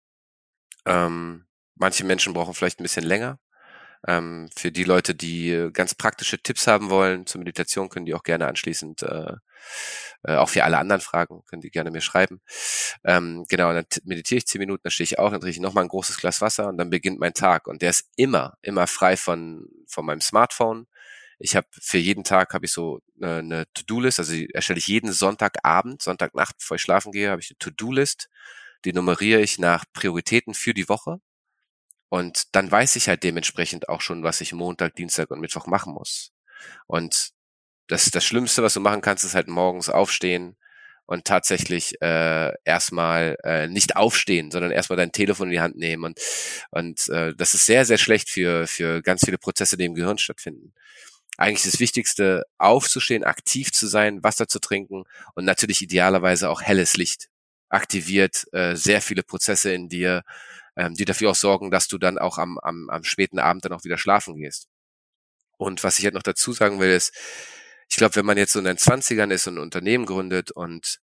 Manche Menschen brauchen vielleicht ein bisschen länger. Für die Leute, die ganz praktische Tipps haben wollen zur Meditation, können die auch gerne anschließend, auch für alle anderen Fragen, können die gerne mir schreiben. Genau, dann meditiere ich 10 Minuten, dann stehe ich auf, dann trinke ich nochmal ein großes Glas Wasser und dann beginnt mein Tag. Und der ist immer frei von meinem Smartphone. Für jeden Tag habe ich so eine To-Do-List, also die erstelle ich jeden Sonntagabend, Sonntagnacht, bevor ich schlafen gehe, habe ich eine To-Do-List, die nummeriere ich nach Prioritäten für die Woche. Und dann weiß ich halt dementsprechend auch schon, was ich Montag, Dienstag und Mittwoch machen muss. Und das Schlimmste, was du machen kannst, ist halt morgens aufstehen und tatsächlich erstmal nicht aufstehen, sondern erstmal dein Telefon in die Hand nehmen. Und das ist sehr, sehr schlecht für ganz viele Prozesse, die im Gehirn stattfinden. Eigentlich das Wichtigste, aufzustehen, aktiv zu sein, Wasser zu trinken und natürlich idealerweise auch helles Licht aktiviert sehr viele Prozesse in dir, die dafür auch sorgen, dass du dann auch am späten Abend dann auch wieder schlafen gehst. Und was ich halt noch dazu sagen will, ist, ich glaube, wenn man jetzt so in den Zwanzigern ist und ein Unternehmen gründet und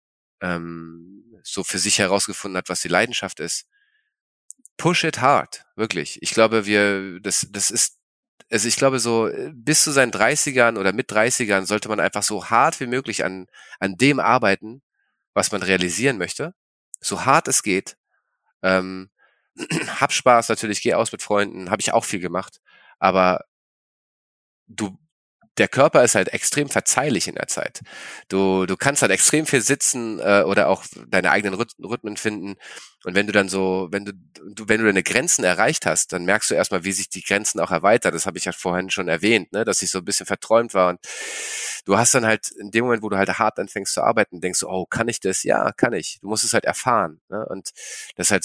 so für sich herausgefunden hat, was die Leidenschaft ist, push it hard, wirklich. Ich glaube, das ist, also ich glaube so, bis zu seinen Dreißigern oder mit Dreißigern sollte man einfach so hart wie möglich an dem arbeiten, was man realisieren möchte. So hart es geht. Ähm, hab Spaß natürlich, geh aus mit Freunden, habe ich auch viel gemacht. Aber du, der Körper ist halt extrem verzeihlich in der Zeit. Du kannst halt extrem viel sitzen oder auch deine eigenen Rhythmen finden. Und wenn du dann so, wenn du deine Grenzen erreicht hast, dann merkst du erstmal, wie sich die Grenzen auch erweitern. Das habe ich ja vorhin schon erwähnt, ne, dass ich so ein bisschen verträumt war. Und du hast dann halt in dem Moment, wo du halt hart anfängst zu arbeiten, denkst du, oh, kann ich das? Ja, kann ich. Du musst es halt erfahren. Ne? Und das ist halt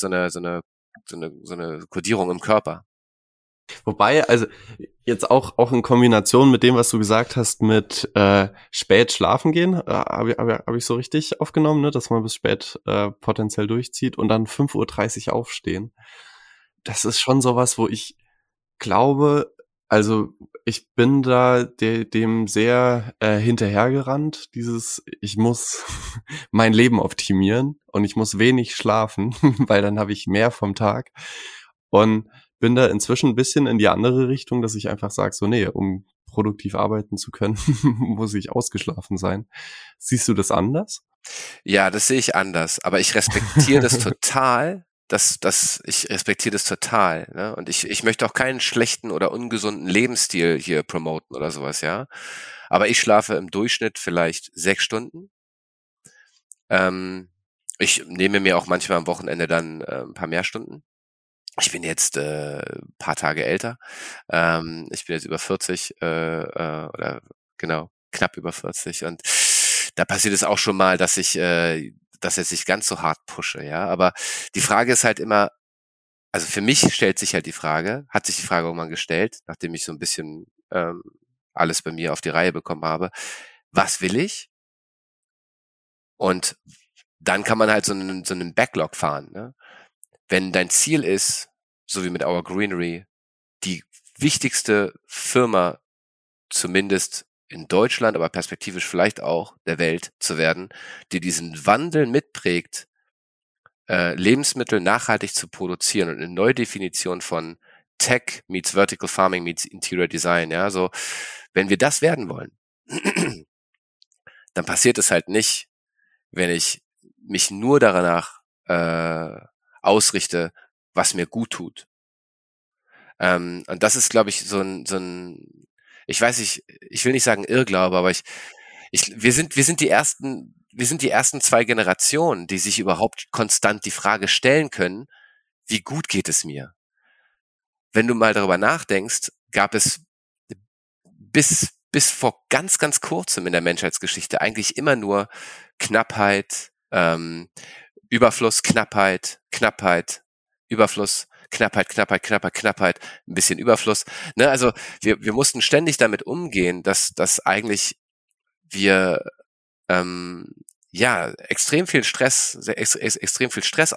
so eine Kodierung im Körper. Wobei, also jetzt auch in Kombination mit dem, was du gesagt hast, mit spät schlafen gehen, hab ich so richtig aufgenommen, ne, dass man bis spät potenziell durchzieht und dann 5:30 Uhr aufstehen. Das ist schon sowas, wo ich glaube, also ich bin da dem sehr hinterhergerannt, ich muss mein Leben optimieren und ich muss wenig schlafen, weil dann habe ich mehr vom Tag. Und bin da inzwischen ein bisschen in die andere Richtung, dass ich einfach sage, so, nee, um produktiv arbeiten zu können, muss ich ausgeschlafen sein. Siehst du das anders? Ja, das sehe ich anders, aber ich respektiere das total. Ich respektiere das total, ne? Und ich möchte auch keinen schlechten oder ungesunden Lebensstil hier promoten oder sowas, ja. Aber ich schlafe im Durchschnitt vielleicht 6 Stunden. Ähm, ich nehme mir auch manchmal am Wochenende dann ein paar mehr Stunden. Ich bin jetzt paar Tage älter. Ich bin jetzt über 40 oder genau knapp über 40 und da passiert es auch schon mal, dass ich das jetzt nicht ganz so hart pushe, ja. Aber die Frage ist halt immer, also für mich stellt sich halt die Frage, hat sich die Frage irgendwann gestellt, nachdem ich so ein bisschen alles bei mir auf die Reihe bekommen habe, was will ich? Und dann kann man halt so einen Backlog fahren, ne? Wenn dein Ziel ist, so wie mit Our Greenery, die wichtigste Firma, zumindest in Deutschland, aber perspektivisch vielleicht auch der Welt zu werden, die diesen Wandel mitprägt, Lebensmittel nachhaltig zu produzieren und eine Neudefinition von Tech meets Vertical Farming meets Interior Design, ja, so, wenn wir das werden wollen, dann passiert es halt nicht, wenn ich mich nur danach ausrichte, was mir gut tut. Und das ist, glaube ich, ich weiß nicht, ich will nicht sagen Irrglaube, aber wir sind wir sind die ersten 2 Generationen, die sich überhaupt konstant die Frage stellen können, wie gut geht es mir? Wenn du mal darüber nachdenkst, gab es bis vor ganz, ganz kurzem in der Menschheitsgeschichte eigentlich immer nur Knappheit, Überfluss, Knappheit, Überfluss, Knappheit, ein bisschen Überfluss. Ne? Also wir mussten ständig damit umgehen, dass eigentlich wir ja extrem viel Stress, extrem viel Stress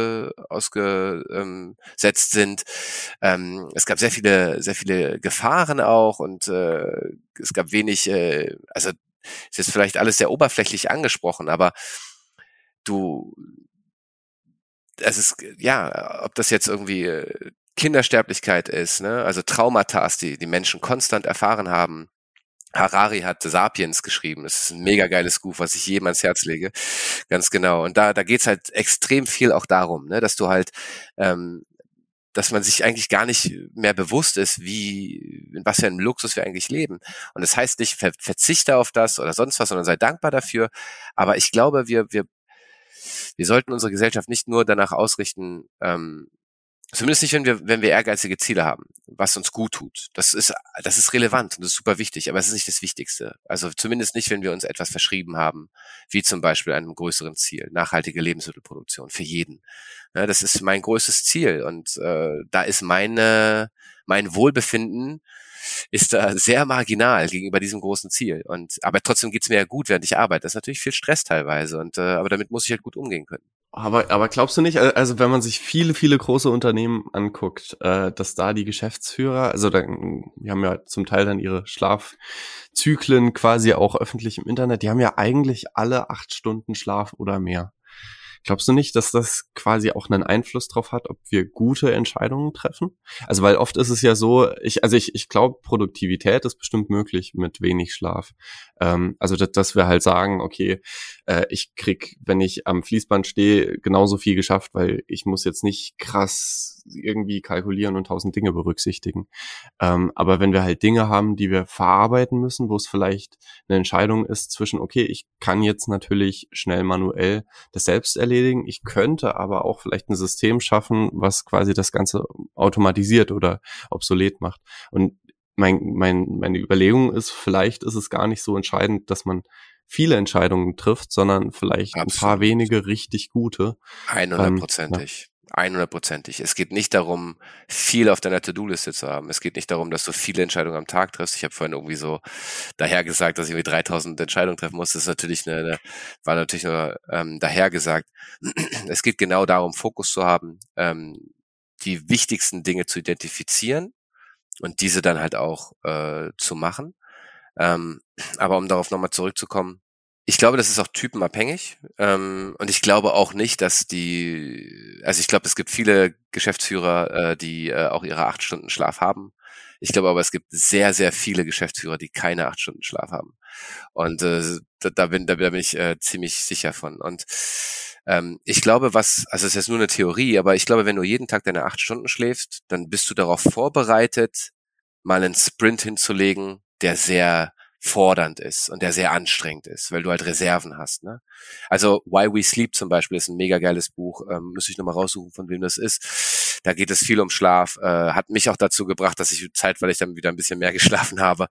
ausgesetzt sind. Es gab sehr viele Gefahren auch und es gab wenig, also ist jetzt vielleicht alles sehr oberflächlich angesprochen, aber du, es ist, ja, ob das jetzt irgendwie Kindersterblichkeit ist, ne? Also Traumata, die Menschen konstant erfahren haben. Harari hat Sapiens geschrieben. Das ist ein mega geiles Buch, was ich jedem ans Herz lege. Ganz genau. Und da geht's halt extrem viel auch darum, ne, dass du halt, dass man sich eigentlich gar nicht mehr bewusst ist, in was für einem Luxus wir eigentlich leben. Und das heißt nicht, verzichte auf das oder sonst was, sondern sei dankbar dafür. Aber ich glaube, wir sollten unsere Gesellschaft nicht nur danach ausrichten, Zumindest nicht, wenn wir ehrgeizige Ziele haben, was uns gut tut. Das ist relevant und das ist super wichtig, aber es ist nicht das Wichtigste. Also zumindest nicht, wenn wir uns etwas verschrieben haben, wie zum Beispiel einem größeren Ziel, nachhaltige Lebensmittelproduktion für jeden. Ja, das ist mein größtes Ziel und da ist mein Wohlbefinden ist da sehr marginal gegenüber diesem großen Ziel. Aber trotzdem geht's mir ja gut, während ich arbeite. Das ist natürlich viel Stress teilweise aber damit muss ich halt gut umgehen können. Aber glaubst du nicht, also wenn man sich viele, viele große Unternehmen anguckt, dass da die Geschäftsführer, also die haben ja zum Teil dann ihre Schlafzyklen quasi auch öffentlich im Internet, die haben ja eigentlich alle 8 Stunden Schlaf oder mehr. Glaubst du nicht, dass das quasi auch einen Einfluss drauf hat, ob wir gute Entscheidungen treffen? Also weil oft ist es ja so, ich glaube, Produktivität ist bestimmt möglich mit wenig Schlaf. Also dass wir halt sagen, okay, ich krieg, wenn ich am Fließband stehe, genauso viel geschafft, weil ich muss jetzt nicht krass irgendwie kalkulieren und 1000 Dinge berücksichtigen. Aber wenn wir halt Dinge haben, die wir verarbeiten müssen, wo es vielleicht eine Entscheidung ist zwischen, okay, ich kann jetzt natürlich schnell manuell das selbst erledigen, ich könnte aber auch vielleicht ein System schaffen, was quasi das Ganze automatisiert oder obsolet macht. Und meine Überlegung ist, vielleicht ist es gar nicht so entscheidend, dass man viele Entscheidungen trifft, sondern vielleicht ein paar Absolut. wenige richtig gute. 100%ig. 100%ig. Es geht nicht darum, viel auf deiner To-Do-Liste zu haben. Es geht nicht darum, dass du viele Entscheidungen am Tag triffst. Ich habe vorhin irgendwie so daher gesagt, dass ich irgendwie 3000 Entscheidungen treffen muss. Das ist natürlich war natürlich nur daher gesagt. Es geht genau darum, Fokus zu haben, die wichtigsten Dinge zu identifizieren und diese dann halt auch zu machen. Aber um darauf nochmal zurückzukommen, ich glaube, das ist auch typenabhängig. Und ich glaube auch nicht, also ich glaube, es gibt viele Geschäftsführer, die auch ihre 8 Stunden Schlaf haben. Ich glaube aber, es gibt sehr, sehr viele Geschäftsführer, die keine 8 Stunden Schlaf haben. Und da bin ich ziemlich sicher von. Und ich glaube, also es ist jetzt nur eine Theorie, aber ich glaube, wenn du jeden Tag deine 8 Stunden schläfst, dann bist du darauf vorbereitet, mal einen Sprint hinzulegen, der sehr fordernd ist und der sehr anstrengend ist, weil du halt Reserven hast. Ne? Also Why We Sleep zum Beispiel ist ein mega geiles Buch, müsste ich nochmal raussuchen, von wem das ist. Da geht es viel um Schlaf, hat mich auch dazu gebracht, dass ich zeitweilig dann wieder ein bisschen mehr geschlafen habe.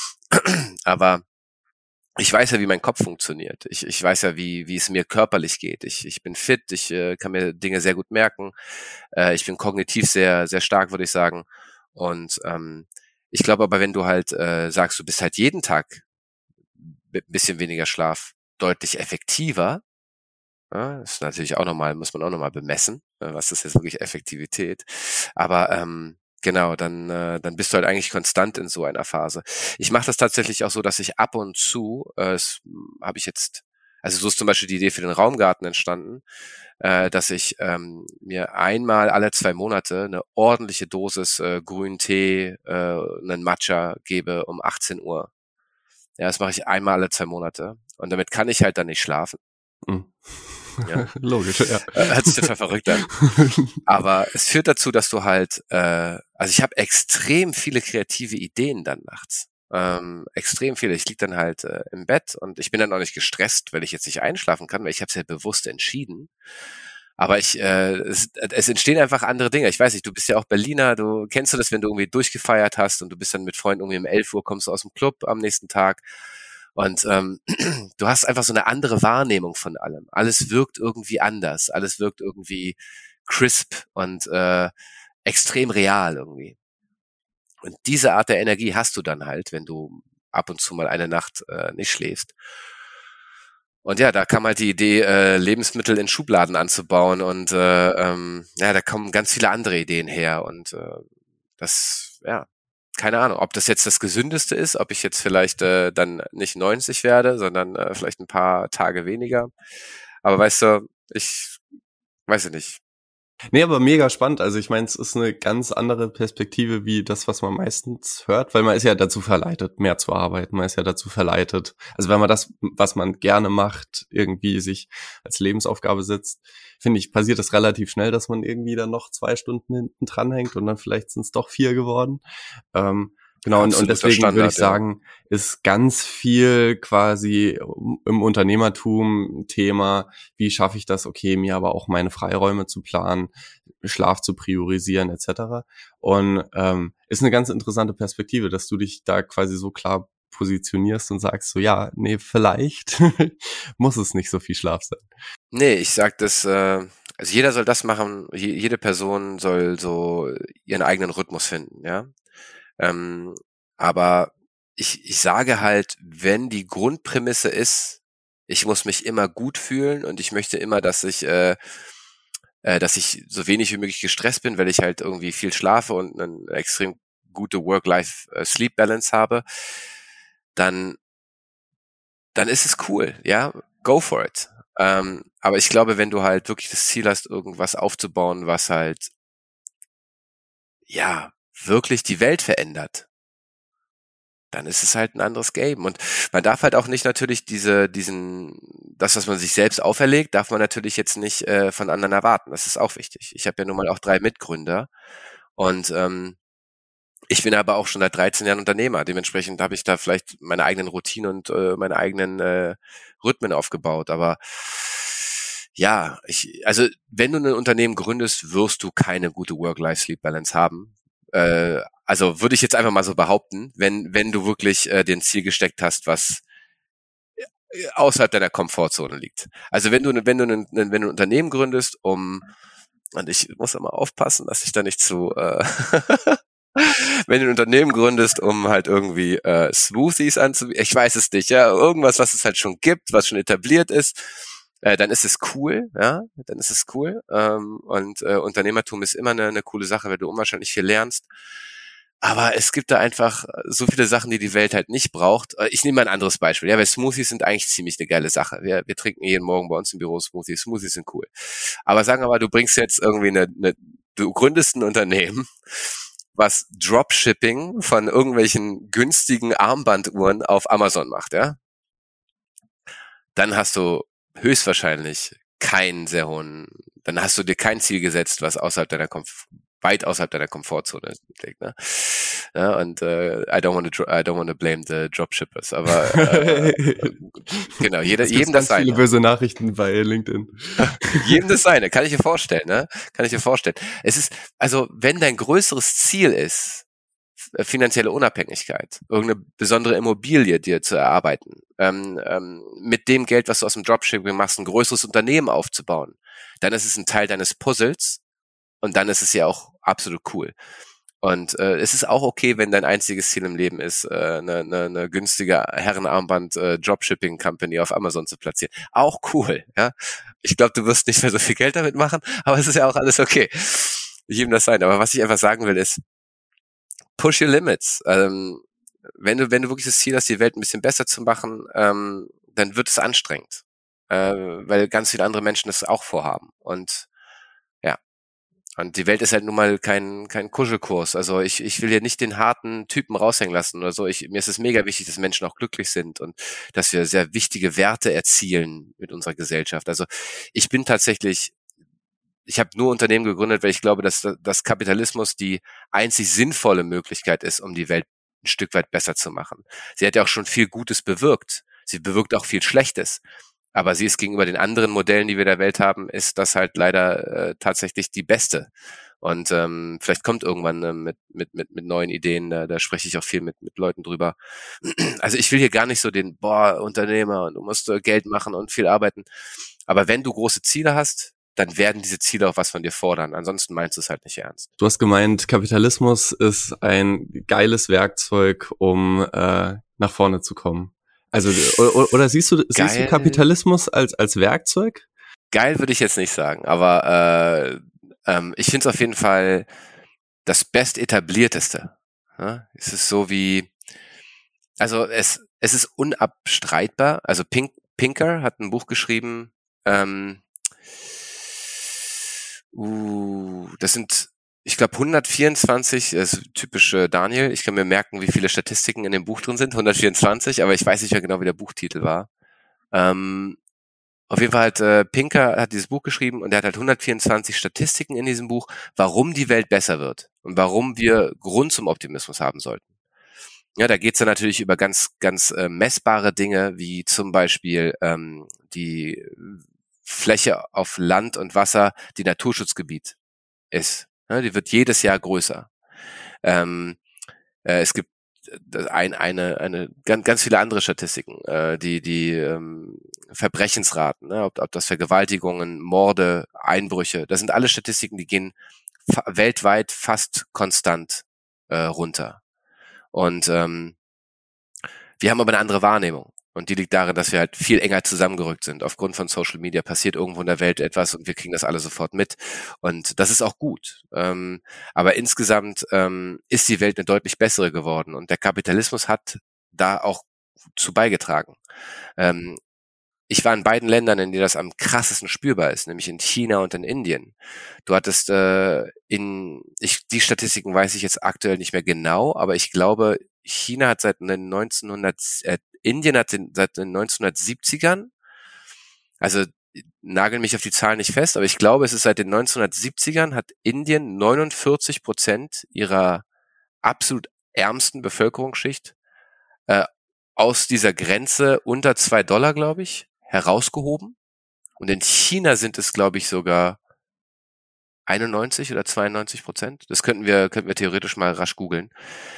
Aber ich weiß ja, wie mein Kopf funktioniert. Ich weiß ja, wie es mir körperlich geht. Ich bin fit, ich kann mir Dinge sehr gut merken. Ich bin kognitiv sehr, sehr stark, würde ich sagen. Und ich glaube aber, wenn du halt sagst, du bist halt jeden Tag mit ein bisschen weniger Schlaf deutlich effektiver, ja, ist natürlich auch nochmal, muss man auch nochmal bemessen, was ist jetzt wirklich Effektivität. Aber genau, dann bist du halt eigentlich konstant in so einer Phase. Ich mache das tatsächlich auch so, dass ich ab und zu, habe ich jetzt, also so ist zum Beispiel die Idee für den Raumgarten entstanden, dass ich mir einmal alle 2 Monate eine ordentliche Dosis grünen Tee, einen Matcha gebe um 18 Uhr. Ja, das mache ich einmal alle 2 Monate. Und damit kann ich halt dann nicht schlafen. Mhm. Ja. Logisch, ja. Hört sich total verrückt an. Aber es führt dazu, dass du halt, also ich habe extrem viele kreative Ideen dann nachts. Extrem viele. Ich lieg dann halt im Bett und ich bin dann auch nicht gestresst, weil ich jetzt nicht einschlafen kann, weil ich habe es ja bewusst entschieden. Aber es entstehen einfach andere Dinge. Ich weiß nicht, du bist ja auch Berliner, kennst du das, wenn du irgendwie durchgefeiert hast und du bist dann mit Freunden irgendwie um 11 Uhr, kommst du aus dem Club am nächsten Tag und du hast einfach so eine andere Wahrnehmung von allem. Alles wirkt irgendwie anders, alles wirkt irgendwie crisp und extrem real irgendwie. Und diese Art der Energie hast du dann halt, wenn du ab und zu mal eine Nacht nicht schläfst. Und ja, da kam halt die Idee, Lebensmittel in Schubladen anzubauen und ja, da kommen ganz viele andere Ideen her und ja, keine Ahnung, ob das jetzt das Gesündeste ist, ob ich jetzt vielleicht dann nicht 90 werde, sondern vielleicht ein paar Tage weniger. Aber weißt du, ich weiß ja nicht. Nee, aber mega spannend. Also ich meine, es ist eine ganz andere Perspektive wie das, was man meistens hört, weil man ist ja dazu verleitet, mehr zu arbeiten. Man ist ja dazu verleitet. Also wenn man das, was man gerne macht, irgendwie sich als Lebensaufgabe setzt, finde ich, passiert das relativ schnell, dass man irgendwie dann noch 2 Stunden hinten dranhängt und dann vielleicht sind es doch 4 geworden. Genau, und deswegen Standard, würde ich sagen, ist ganz viel quasi im Unternehmertum Thema, wie schaffe ich das, okay, mir aber auch meine Freiräume zu planen, Schlaf zu priorisieren etc. Und ist eine ganz interessante Perspektive, dass du dich da quasi so klar positionierst und sagst so, ja, nee, vielleicht muss es nicht so viel Schlaf sein. Nee, ich sag das, also jeder soll das machen, jede Person soll so ihren eigenen Rhythmus finden, ja. Aber ich sage halt, wenn die Grundprämisse ist, ich muss mich immer gut fühlen und ich möchte immer, dass ich so wenig wie möglich gestresst bin, weil ich halt irgendwie viel schlafe und eine extrem gute Work-Life-Sleep-Balance habe, dann ist es cool, ja, go for it. Aber ich glaube, wenn du halt wirklich das Ziel hast, irgendwas aufzubauen, was halt, ja, wirklich die Welt verändert, dann ist es halt ein anderes Game. Und man darf halt auch nicht natürlich das, was man sich selbst auferlegt, darf man natürlich jetzt nicht von anderen erwarten. Das ist auch wichtig. Ich habe ja nun mal auch 3 Mitgründer und ich bin aber auch schon seit 13 Jahren Unternehmer. Dementsprechend habe ich da vielleicht meine eigenen Routinen und meine eigenen Rhythmen aufgebaut. Aber ja, also wenn du ein Unternehmen gründest, wirst du keine gute Work-Life-Sleep-Balance haben. Also würde ich jetzt einfach mal so behaupten, wenn du wirklich den Ziel gesteckt hast, was außerhalb deiner Komfortzone liegt. Also wenn du ein Unternehmen gründest, und ich muss immer aufpassen, dass ich da nicht zu wenn du ein Unternehmen gründest, um halt irgendwie Smoothies anzubieten, ich weiß es nicht, ja, irgendwas, was es halt schon gibt, was schon etabliert ist, dann ist es cool, ja, dann ist es cool. Und Unternehmertum ist immer eine coole Sache, weil du unwahrscheinlich viel lernst. Aber es gibt da einfach so viele Sachen, die die Welt halt nicht braucht. Ich nehme mal ein anderes Beispiel. Ja, weil Smoothies sind eigentlich ziemlich eine geile Sache. Wir trinken jeden Morgen bei uns im Büro Smoothies. Smoothies sind cool. Aber sagen wir mal, du bringst jetzt irgendwie du gründest ein Unternehmen, was Dropshipping von irgendwelchen günstigen Armbanduhren auf Amazon macht, ja? Dann hast du höchstwahrscheinlich dann hast du dir kein Ziel gesetzt, was weit außerhalb deiner Komfortzone liegt, ne? Ja, und I don't wanna blame the Dropshippers, aber genau, jedem das seine. Viele böse Nachrichten bei LinkedIn. Jedem das seine, kann ich dir vorstellen, ne? Kann ich dir vorstellen. Also wenn dein größeres Ziel ist, finanzielle Unabhängigkeit, irgendeine besondere Immobilie dir zu erarbeiten, mit dem Geld, was du aus dem Dropshipping machst, ein größeres Unternehmen aufzubauen, dann ist es ein Teil deines Puzzles und dann ist es ja auch absolut cool. Und es ist auch okay, wenn dein einziges Ziel im Leben ist, eine günstige Herrenarmband Dropshipping Company auf Amazon zu platzieren. Auch cool, ja. Ich glaube, du wirst nicht mehr so viel Geld damit machen, aber es ist ja auch alles okay. Jedem das sein. Aber was ich einfach sagen will, ist, push your limits. Wenn du wirklich das Ziel hast, die Welt ein bisschen besser zu machen, dann wird es anstrengend, weil ganz viele andere Menschen das auch vorhaben. Und ja, und die Welt ist halt nun mal kein Kuschelkurs. Also ich will hier nicht den harten Typen raushängen lassen oder so. Mir ist es mega wichtig, dass Menschen auch glücklich sind und dass wir sehr wichtige Werte erzielen mit unserer Gesellschaft. Also ich habe nur Unternehmen gegründet, weil ich glaube, dass Kapitalismus die einzig sinnvolle Möglichkeit ist, um die Welt ein Stück weit besser zu machen. Sie hat ja auch schon viel Gutes bewirkt. Sie bewirkt auch viel Schlechtes. Aber sie ist gegenüber den anderen Modellen, die wir der Welt haben, ist das halt leider tatsächlich die beste. Und vielleicht kommt irgendwann mit neuen Ideen, da spreche ich auch viel mit Leuten drüber. Also ich will hier gar nicht so Unternehmer und du musst Geld machen und viel arbeiten. Aber wenn du große Ziele hast, dann werden diese Ziele auch was von dir fordern. Ansonsten meinst du es halt nicht ernst. Du hast gemeint, Kapitalismus ist ein geiles Werkzeug, um nach vorne zu kommen. Also oder siehst du Kapitalismus als Werkzeug? Geil würde ich jetzt nicht sagen, aber ich finde es auf jeden Fall das bestetablierteste. Ja? Es ist so wie, also es ist unabstreitbar. Also Pinker hat ein Buch geschrieben, das sind, ich glaube, 124, das ist typisch Daniel, ich kann mir merken, wie viele Statistiken in dem Buch drin sind, 124, aber ich weiß nicht mehr genau, wie der Buchtitel war. Auf jeden Fall hat Pinker hat dieses Buch geschrieben und er hat halt 124 Statistiken in diesem Buch, warum die Welt besser wird und warum wir Grund zum Optimismus haben sollten. Ja, da geht's dann natürlich über ganz messbare Dinge, wie zum Beispiel die Fläche auf Land und Wasser, die Naturschutzgebiet ist. Ja, die wird jedes Jahr größer. Es gibt eine ganz viele andere Statistiken, die Verbrechensraten, ne, ob das Vergewaltigungen, Morde, Einbrüche, das sind alle Statistiken, die gehen weltweit fast konstant runter. Und wir haben aber eine andere Wahrnehmung. Und die liegt darin, dass wir halt viel enger zusammengerückt sind. Aufgrund von Social Media passiert irgendwo in der Welt etwas und wir kriegen das alle sofort mit. Und das ist auch gut. Aber insgesamt ist die Welt eine deutlich bessere geworden. Und der Kapitalismus hat da auch zu beigetragen. Ich war in beiden Ländern, in denen das am krassesten spürbar ist, nämlich in China und in Indien. Du hattest die Statistiken weiß ich jetzt aktuell nicht mehr genau, aber ich glaube, China hat seit den 1900, Indien hat seit den 1970ern, also nagel mich auf die Zahlen nicht fest, aber ich glaube, es ist seit den 1970ern hat Indien 49% ihrer absolut ärmsten Bevölkerungsschicht aus dieser Grenze unter $2, glaube ich, herausgehoben. Und in China sind es, glaube ich, sogar 91 oder 92%. Das könnten wir theoretisch mal rasch googeln.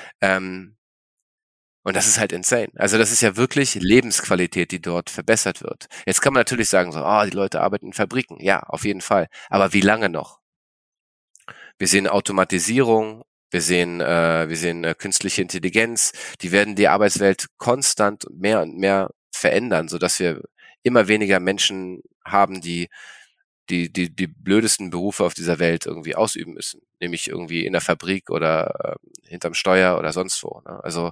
Und das ist halt insane. Also das ist ja wirklich Lebensqualität, die dort verbessert wird. Jetzt kann man natürlich sagen, so, die Leute arbeiten in Fabriken. Ja, auf jeden Fall. Aber wie lange noch? Wir sehen Automatisierung, wir sehen künstliche Intelligenz, die werden die Arbeitswelt konstant mehr und mehr verändern, sodass wir immer weniger Menschen haben, die blödesten Berufe auf dieser Welt irgendwie ausüben müssen, nämlich irgendwie in der Fabrik oder hinterm Steuer oder sonst wo. Ne? Also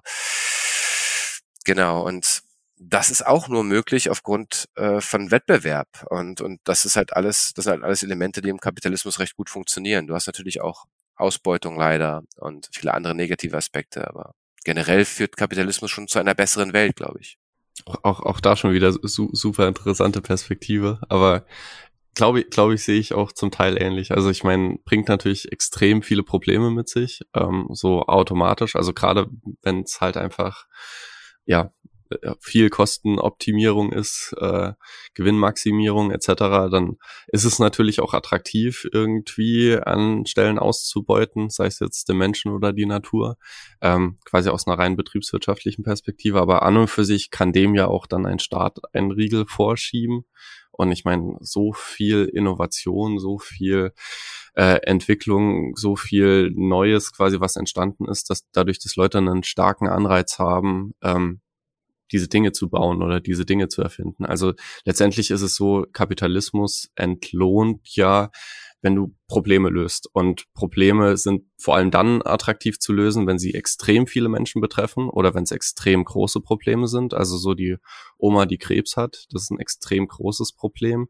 genau, und das ist auch nur möglich aufgrund von Wettbewerb und das sind halt alles Elemente, die im Kapitalismus recht gut funktionieren. Du hast natürlich auch Ausbeutung leider und viele andere negative Aspekte, aber generell führt Kapitalismus schon zu einer besseren Welt, glaube ich. Auch da schon wieder super interessante Perspektive, aber glaube ich, sehe ich auch zum Teil ähnlich. Also ich meine, bringt natürlich extrem viele Probleme mit sich, so automatisch. Also gerade wenn es halt einfach, ja, viel Kostenoptimierung ist, Gewinnmaximierung etc., dann ist es natürlich auch attraktiv, irgendwie an Stellen auszubeuten, sei es jetzt den Menschen oder die Natur, quasi aus einer rein betriebswirtschaftlichen Perspektive. Aber an und für sich kann dem ja auch dann ein Staat einen Riegel vorschieben. Und ich meine, so viel Innovation, so viel Entwicklung, so viel Neues quasi, was entstanden ist, dass dadurch, dass Leute einen starken Anreiz haben, diese Dinge zu bauen oder diese Dinge zu erfinden. Also letztendlich ist es so, Kapitalismus entlohnt ja, wenn du Probleme löst. Und Probleme sind vor allem dann attraktiv zu lösen, wenn sie extrem viele Menschen betreffen oder wenn es extrem große Probleme sind. Also so die Oma, die Krebs hat, das ist ein extrem großes Problem.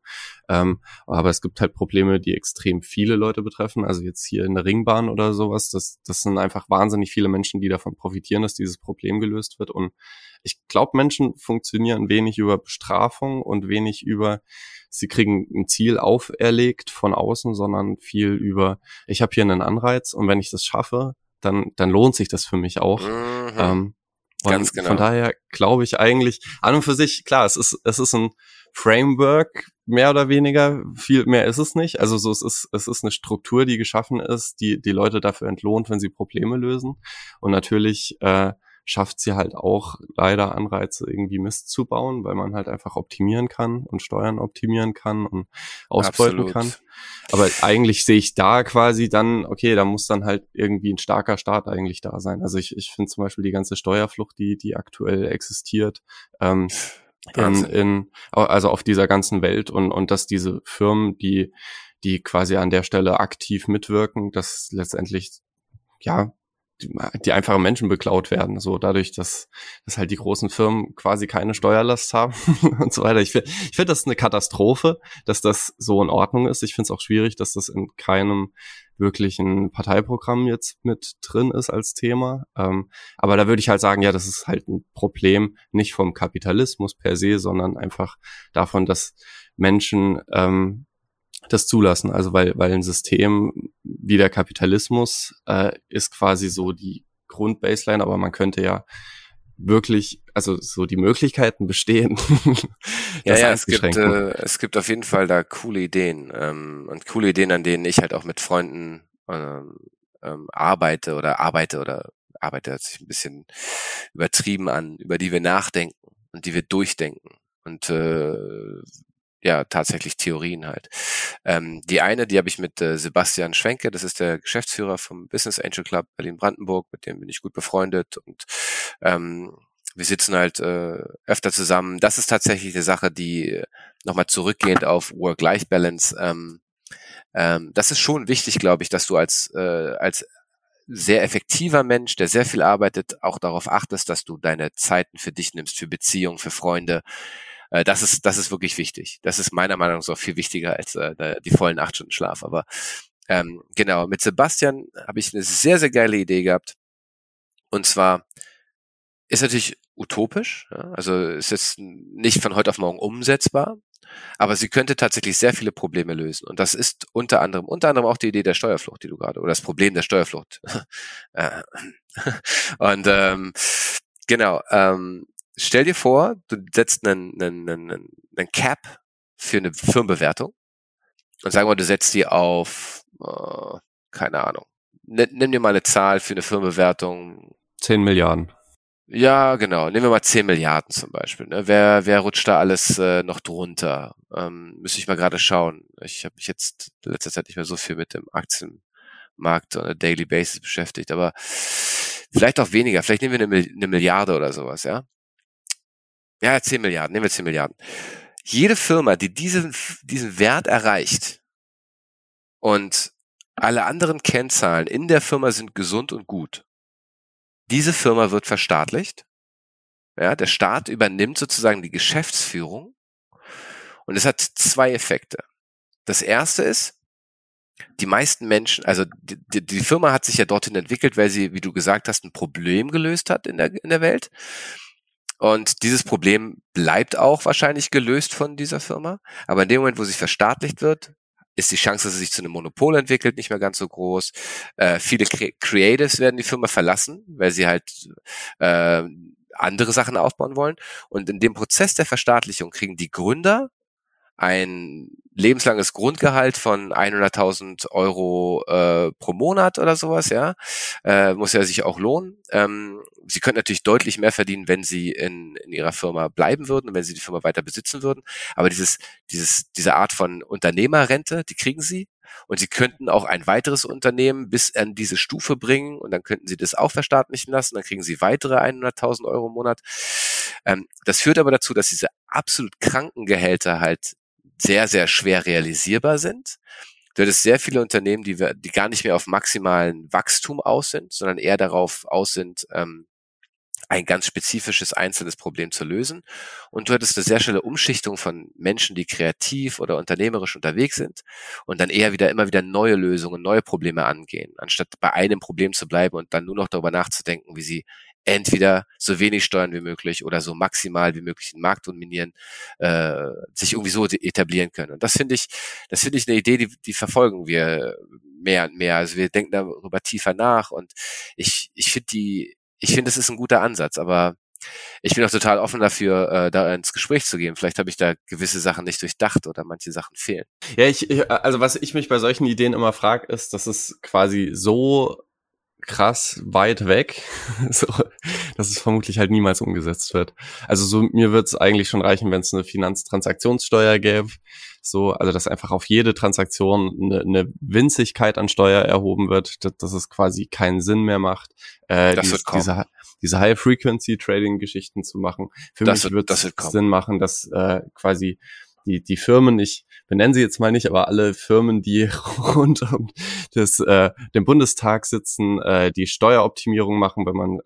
Aber es gibt halt Probleme, die extrem viele Leute betreffen. Also jetzt hier in der Ringbahn oder sowas, das sind einfach wahnsinnig viele Menschen, die davon profitieren, dass dieses Problem gelöst wird. Und ich glaube, Menschen funktionieren wenig über Bestrafung und wenig über, sie kriegen ein Ziel auferlegt von außen, sondern viel über, ich habe hier einen Anreiz und wenn ich das schaffe, dann lohnt sich das für mich auch. Mhm. Und Genau. Von daher glaube ich eigentlich, an und für sich, klar, es ist ein Framework, mehr oder weniger, viel mehr ist es nicht. Also so, es ist eine Struktur, die geschaffen ist, die Leute dafür entlohnt, wenn sie Probleme lösen. Und natürlich schafft sie halt auch leider Anreize, irgendwie Mist zu bauen, weil man halt einfach optimieren kann und Steuern optimieren kann und ausbeuten kann. Aber eigentlich sehe ich da quasi dann, okay, da muss dann halt irgendwie ein starker Staat eigentlich da sein. Also ich finde zum Beispiel die ganze Steuerflucht, die aktuell existiert, also auf dieser ganzen Welt und dass diese Firmen, die quasi an der Stelle aktiv mitwirken, dass letztendlich, ja, die einfachen Menschen beklaut werden, so dadurch, dass halt die großen Firmen quasi keine Steuerlast haben und so weiter. Ich finde das eine Katastrophe, dass das so in Ordnung ist. Ich finde es auch schwierig, dass das in keinem wirklichen Parteiprogramm jetzt mit drin ist als Thema. Aber da würde ich halt sagen, ja, das ist halt ein Problem nicht vom Kapitalismus per se, sondern einfach davon, dass Menschen das zulassen, also weil ein System wie der Kapitalismus ist quasi so die Grundbaseline, aber man könnte ja wirklich, also so die Möglichkeiten bestehen. Ja, es gibt auf jeden Fall da coole Ideen und coole Ideen, an denen ich halt auch mit Freunden arbeite, hört sich ein bisschen übertrieben an, über die wir nachdenken und die wir durchdenken und ja, tatsächlich Theorien halt. Die eine, die habe ich mit Sebastian Schwenke, das ist der Geschäftsführer vom Business Angel Club Berlin-Brandenburg, mit dem bin ich gut befreundet und wir sitzen halt öfter zusammen. Das ist tatsächlich eine Sache, die nochmal zurückgehend auf Work-Life-Balance, das ist schon wichtig, glaube ich, dass du als sehr effektiver Mensch, der sehr viel arbeitet, auch darauf achtest, dass du deine Zeiten für dich nimmst, für Beziehungen, für Freunde. Das ist wirklich wichtig. Das ist meiner Meinung nach auch viel wichtiger als die vollen 8 Stunden Schlaf. Aber genau, mit Sebastian habe ich eine sehr, sehr geile Idee gehabt. Und zwar ist natürlich utopisch, ja? Also ist jetzt nicht von heute auf morgen umsetzbar, aber sie könnte tatsächlich sehr viele Probleme lösen. Und das ist unter anderem auch die Idee der Steuerflucht, die du gerade, oder das Problem der Steuerflucht. Und genau, stell dir vor, du setzt einen Cap für eine Firmenbewertung und sagen wir, du setzt die auf, keine Ahnung, nimm dir mal eine Zahl für eine Firmenbewertung. 10 Milliarden. Ja, genau. Nehmen wir mal 10 Milliarden zum Beispiel. Ne? Wer rutscht da alles noch drunter? Müsste ich mal gerade schauen. Ich habe mich jetzt in letzter Zeit nicht mehr so viel mit dem Aktienmarkt on a daily basis beschäftigt, aber vielleicht auch weniger. Vielleicht nehmen wir eine Milliarde oder sowas, ja? Ja, 10 Milliarden. Nehmen wir 10 Milliarden. Jede Firma, die diesen Wert erreicht und alle anderen Kennzahlen in der Firma sind gesund und gut, diese Firma wird verstaatlicht. Ja, der Staat übernimmt sozusagen die Geschäftsführung. Und es hat 2 Effekte. Das erste ist, die meisten Menschen, also die Firma hat sich ja dorthin entwickelt, weil sie, wie du gesagt hast, ein Problem gelöst hat in der Welt. Und dieses Problem bleibt auch wahrscheinlich gelöst von dieser Firma. Aber in dem Moment, wo sie verstaatlicht wird, ist die Chance, dass es sich zu einem Monopol entwickelt, nicht mehr ganz so groß. Viele Creatives werden die Firma verlassen, weil sie halt andere Sachen aufbauen wollen. Und in dem Prozess der Verstaatlichung kriegen die Gründer ein lebenslanges Grundgehalt von 100.000 Euro pro Monat oder sowas, ja, muss ja sich auch lohnen. Sie könnten natürlich deutlich mehr verdienen, wenn sie in ihrer Firma bleiben würden und wenn sie die Firma weiter besitzen würden. Aber diese Art von Unternehmerrente, die kriegen sie. Und sie könnten auch ein weiteres Unternehmen bis an diese Stufe bringen und dann könnten sie das auch verstaatlichen lassen. Dann kriegen sie weitere 100.000 Euro im Monat. Das führt aber dazu, dass diese absolut kranken Gehälter halt sehr, sehr schwer realisierbar sind. Du hättest sehr viele Unternehmen, die gar nicht mehr auf maximalen Wachstum aus sind, sondern eher darauf aus sind, ein ganz spezifisches einzelnes Problem zu lösen. Und du hattest eine sehr schnelle Umschichtung von Menschen, die kreativ oder unternehmerisch unterwegs sind und dann immer wieder neue Lösungen, neue Probleme angehen, anstatt bei einem Problem zu bleiben und dann nur noch darüber nachzudenken, wie sie entweder so wenig steuern wie möglich oder so maximal wie möglich den Markt dominieren, sich irgendwie so etablieren können. Und das finde ich eine Idee, die verfolgen wir mehr und mehr. Also wir denken darüber tiefer nach und ich finde, es ist ein guter Ansatz, aber ich bin auch total offen dafür, da ins Gespräch zu gehen. Vielleicht habe ich da gewisse Sachen nicht durchdacht oder manche Sachen fehlen. Ja, also was ich mich bei solchen Ideen immer frage, ist, dass es quasi so krass weit weg, so, dass es vermutlich halt niemals umgesetzt wird. Also so, mir wird es eigentlich schon reichen, wenn es eine Finanztransaktionssteuer gäbe, so, also dass einfach auf jede Transaktion eine Winzigkeit an Steuer erhoben wird, dass es quasi keinen Sinn mehr macht, diese High-Frequency-Trading-Geschichten zu machen. Für mich wird es Sinn machen, dass quasi die Firmen, ich benenne sie jetzt mal nicht, aber alle Firmen, die rund um den Bundestag sitzen, die Steueroptimierung machen, wenn man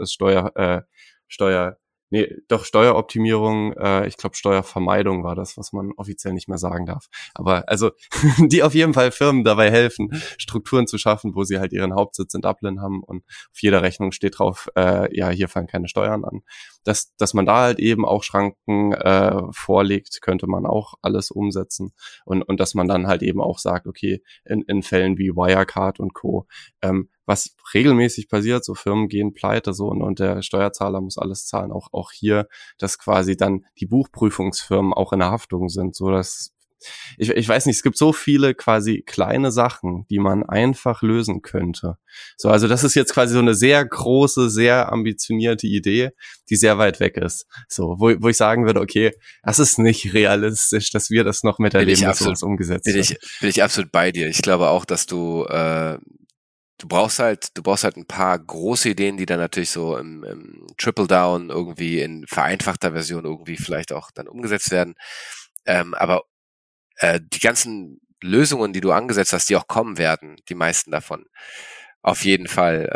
Steueroptimierung, ich glaube Steuervermeidung war das, was man offiziell nicht mehr sagen darf. Aber also die auf jeden Fall Firmen dabei helfen, Strukturen zu schaffen, wo sie halt ihren Hauptsitz in Dublin haben und auf jeder Rechnung steht drauf, ja, hier fallen keine Steuern an. Dass man da halt eben auch Schranken vorlegt, könnte man auch alles umsetzen und dass man dann halt eben auch sagt, okay, in Fällen wie Wirecard und Co., was regelmäßig passiert, so Firmen gehen pleite, so, und der Steuerzahler muss alles zahlen, auch hier, dass quasi dann die Buchprüfungsfirmen auch in der Haftung sind, so dass ich weiß nicht, es gibt so viele quasi kleine Sachen, die man einfach lösen könnte. So, also das ist jetzt quasi so eine sehr große, sehr ambitionierte Idee, die sehr weit weg ist. So, wo ich sagen würde, okay, das ist nicht realistisch, dass wir das noch miterleben, dass sowas umgesetzt wird. Bin ich absolut bei dir. Ich glaube auch, dass du brauchst halt ein paar große Ideen, die dann natürlich so im Triple Down irgendwie in vereinfachter Version irgendwie vielleicht auch dann umgesetzt werden. Aber die ganzen Lösungen, die du angesetzt hast, die auch kommen werden, die meisten davon, auf jeden Fall.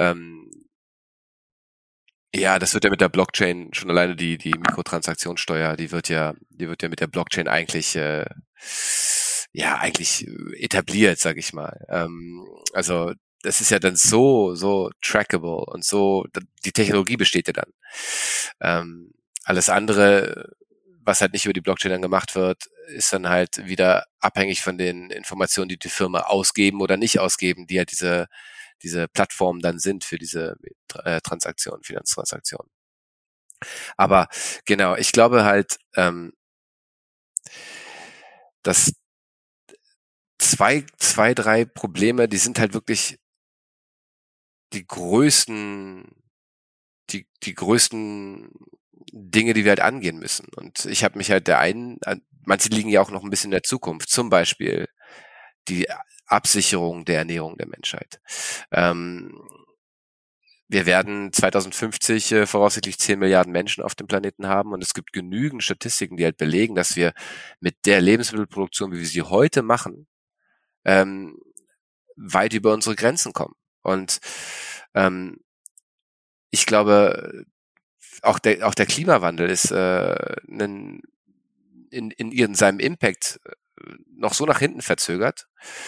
Ja, das wird ja mit der Blockchain schon alleine die Mikrotransaktionssteuer, die wird ja mit der Blockchain eigentlich eigentlich etabliert, sag ich mal. Also das ist ja dann so trackable und so, die Technologie besteht ja dann. Alles andere, was halt nicht über die Blockchain dann gemacht wird, ist dann halt wieder abhängig von den Informationen, die die Firma ausgeben oder nicht ausgeben, die halt diese Plattformen dann sind für diese Finanztransaktionen. Aber genau, ich glaube halt, dass drei Probleme, die sind halt wirklich die größten Dinge, die wir halt angehen müssen. Und ich habe mich halt manche liegen ja auch noch ein bisschen in der Zukunft, zum Beispiel die Absicherung der Ernährung der Menschheit. Wir werden 2050 voraussichtlich 10 Milliarden Menschen auf dem Planeten haben und es gibt genügend Statistiken, die halt belegen, dass wir mit der Lebensmittelproduktion, wie wir sie heute machen, weit über unsere Grenzen kommen. Und ich glaube, auch der Klimawandel ist in seinem Impact noch so nach hinten verzögert,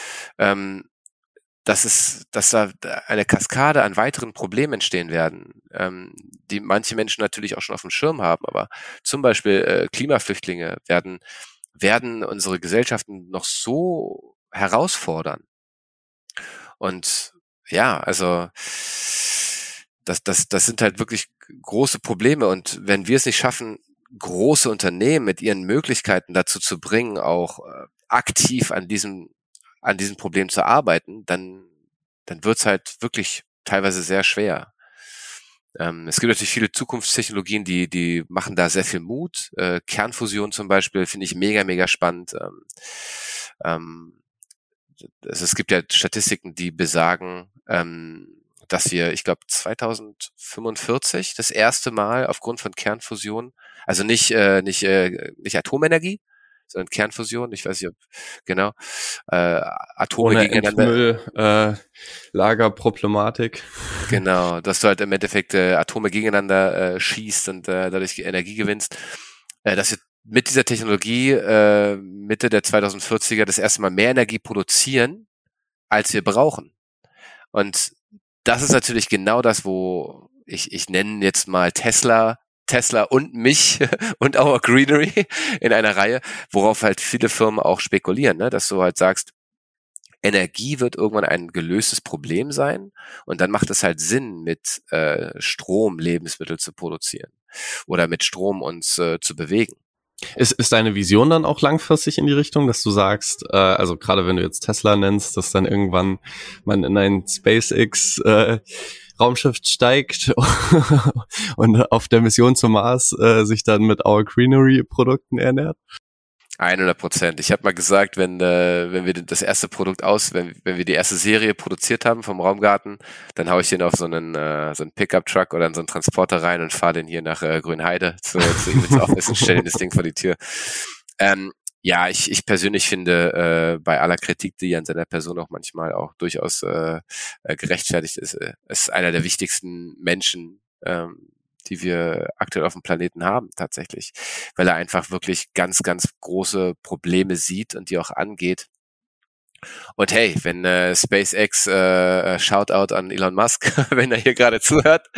dass da eine Kaskade an weiteren Problemen entstehen werden, die manche Menschen natürlich auch schon auf dem Schirm haben, aber zum Beispiel Klimaflüchtlinge werden unsere Gesellschaften noch so herausfordern. Und ja, also das sind halt wirklich große Probleme. Und wenn wir es nicht schaffen, große Unternehmen mit ihren Möglichkeiten dazu zu bringen, auch aktiv an diesem Problem zu arbeiten, dann wird's halt wirklich teilweise sehr schwer. Es gibt natürlich viele Zukunftstechnologien, die machen da sehr viel Mut. Kernfusion zum Beispiel finde ich mega, mega spannend. Es gibt ja Statistiken, die besagen, dass wir, ich glaube, 2045 das erste Mal aufgrund von Kernfusion, also nicht Atomenergie, sondern Kernfusion, ich weiß nicht, ob, genau, Atome ohne gegeneinander. Lagerproblematik. Genau, dass du halt im Endeffekt Atome gegeneinander schießt und dadurch Energie gewinnst. Dass wir mit dieser Technologie Mitte der 2040er das erste Mal mehr Energie produzieren, als wir brauchen. Und das ist natürlich genau das, wo ich nenne jetzt mal Tesla und mich und Our Greenery in einer Reihe, worauf halt viele Firmen auch spekulieren, ne? Dass du halt sagst, Energie wird irgendwann ein gelöstes Problem sein und dann macht es halt Sinn, mit Strom Lebensmittel zu produzieren oder mit Strom uns zu bewegen. Ist deine Vision dann auch langfristig in die Richtung, dass du sagst, also gerade wenn du jetzt Tesla nennst, dass dann irgendwann man in ein SpaceX Raumschiff steigt und auf der Mission zum Mars sich dann mit Our Greenery Produkten ernährt? 100%. Ich habe mal gesagt, wenn wir das erste Produkt wenn wir die erste Serie produziert haben vom Raumgarten, dann hau ich den auf so einen Pickup-Truck oder in so einen Transporter rein und fahre den hier nach Grünheide zu ihm ins Office und stelle das Ding vor die Tür. Ja, ich persönlich finde, bei aller Kritik, die an seiner Person auch manchmal auch durchaus gerechtfertigt ist einer der wichtigsten Menschen, die wir aktuell auf dem Planeten haben, tatsächlich. Weil er einfach wirklich ganz, ganz große Probleme sieht und die auch angeht. Und hey, wenn SpaceX, Shoutout an Elon Musk, wenn er hier gerade zuhört,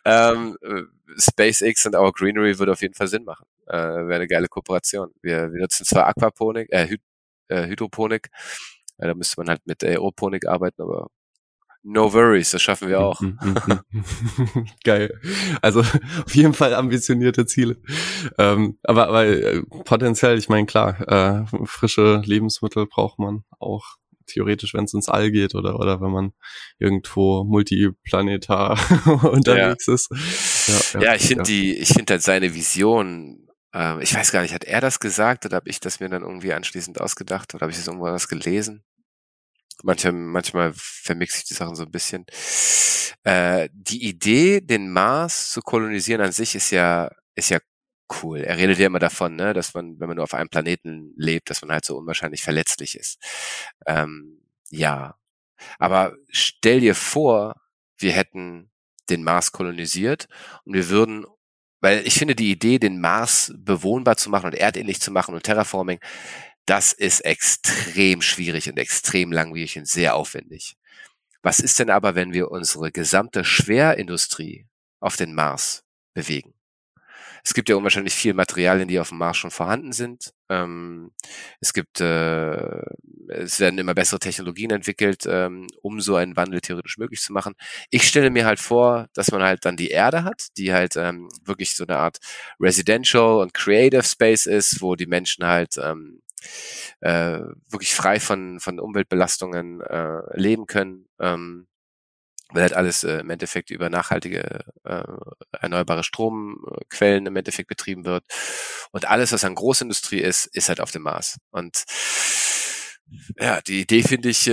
SpaceX und Our Greenery würde auf jeden Fall Sinn machen. Wäre eine geile Kooperation. Wir nutzen zwar Aquaponik, Hydroponik, da müsste man halt mit Aeroponik arbeiten, aber No worries, das schaffen wir auch. Geil. Also auf jeden Fall ambitionierte Ziele. Aber potenziell, ich meine, klar, frische Lebensmittel braucht man auch theoretisch, wenn es ins All geht oder wenn man irgendwo multiplanetar unterwegs ist. Ja, ich finde halt seine Vision, ich weiß gar nicht, hat er das gesagt oder habe ich das mir dann irgendwie anschließend ausgedacht oder habe ich das irgendwo was gelesen? Manchmal vermixe ich die Sachen so ein bisschen. Die Idee, den Mars zu kolonisieren an sich ist ja cool. Er redet ja immer davon, ne, dass man, wenn man nur auf einem Planeten lebt, dass man halt so unwahrscheinlich verletzlich ist. Ja. Aber stell dir vor, wir hätten den Mars kolonisiert und wir würden, weil ich finde die Idee, den Mars bewohnbar zu machen und erdähnlich zu machen und Terraforming, das ist extrem schwierig und extrem langwierig und sehr aufwendig. Was ist denn aber, wenn wir unsere gesamte Schwerindustrie auf den Mars bewegen? Es gibt ja unwahrscheinlich viel Materialien, die auf dem Mars schon vorhanden sind. Es werden immer bessere Technologien entwickelt, um so einen Wandel theoretisch möglich zu machen. Ich stelle mir halt vor, dass man halt dann die Erde hat, die halt wirklich so eine Art Residential und Creative Space ist, wo die Menschen halt wirklich frei von Umweltbelastungen leben können. Weil halt alles im Endeffekt über nachhaltige erneuerbare Stromquellen im Endeffekt betrieben wird. Und alles, was an Großindustrie ist halt auf dem Mars. Und ja, die Idee finde ich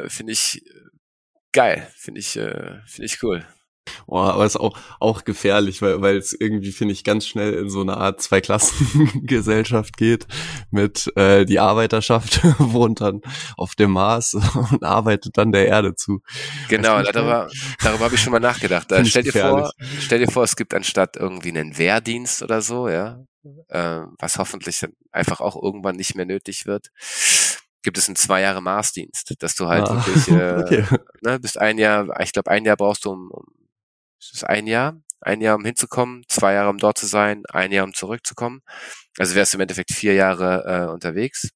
geil, finde ich cool. Boah, aber ist auch gefährlich, weil es irgendwie, finde ich, ganz schnell in so eine Art Zweiklassengesellschaft geht mit die Arbeiterschaft wohnt dann auf dem Mars und arbeitet dann der Erde zu. Genau, darüber habe ich schon mal nachgedacht. Stell dir vor, es gibt anstatt irgendwie einen Wehrdienst oder so, ja, was hoffentlich einfach auch irgendwann nicht mehr nötig wird, gibt es einen 2 Jahre Marsdienst, dass du halt wirklich, okay. ne, bist ein Jahr, ich glaube, ein Jahr brauchst du, um ein Jahr, um hinzukommen, 2 Jahre, um dort zu sein, ein Jahr, um zurückzukommen. Also wärst du im Endeffekt 4 Jahre unterwegs.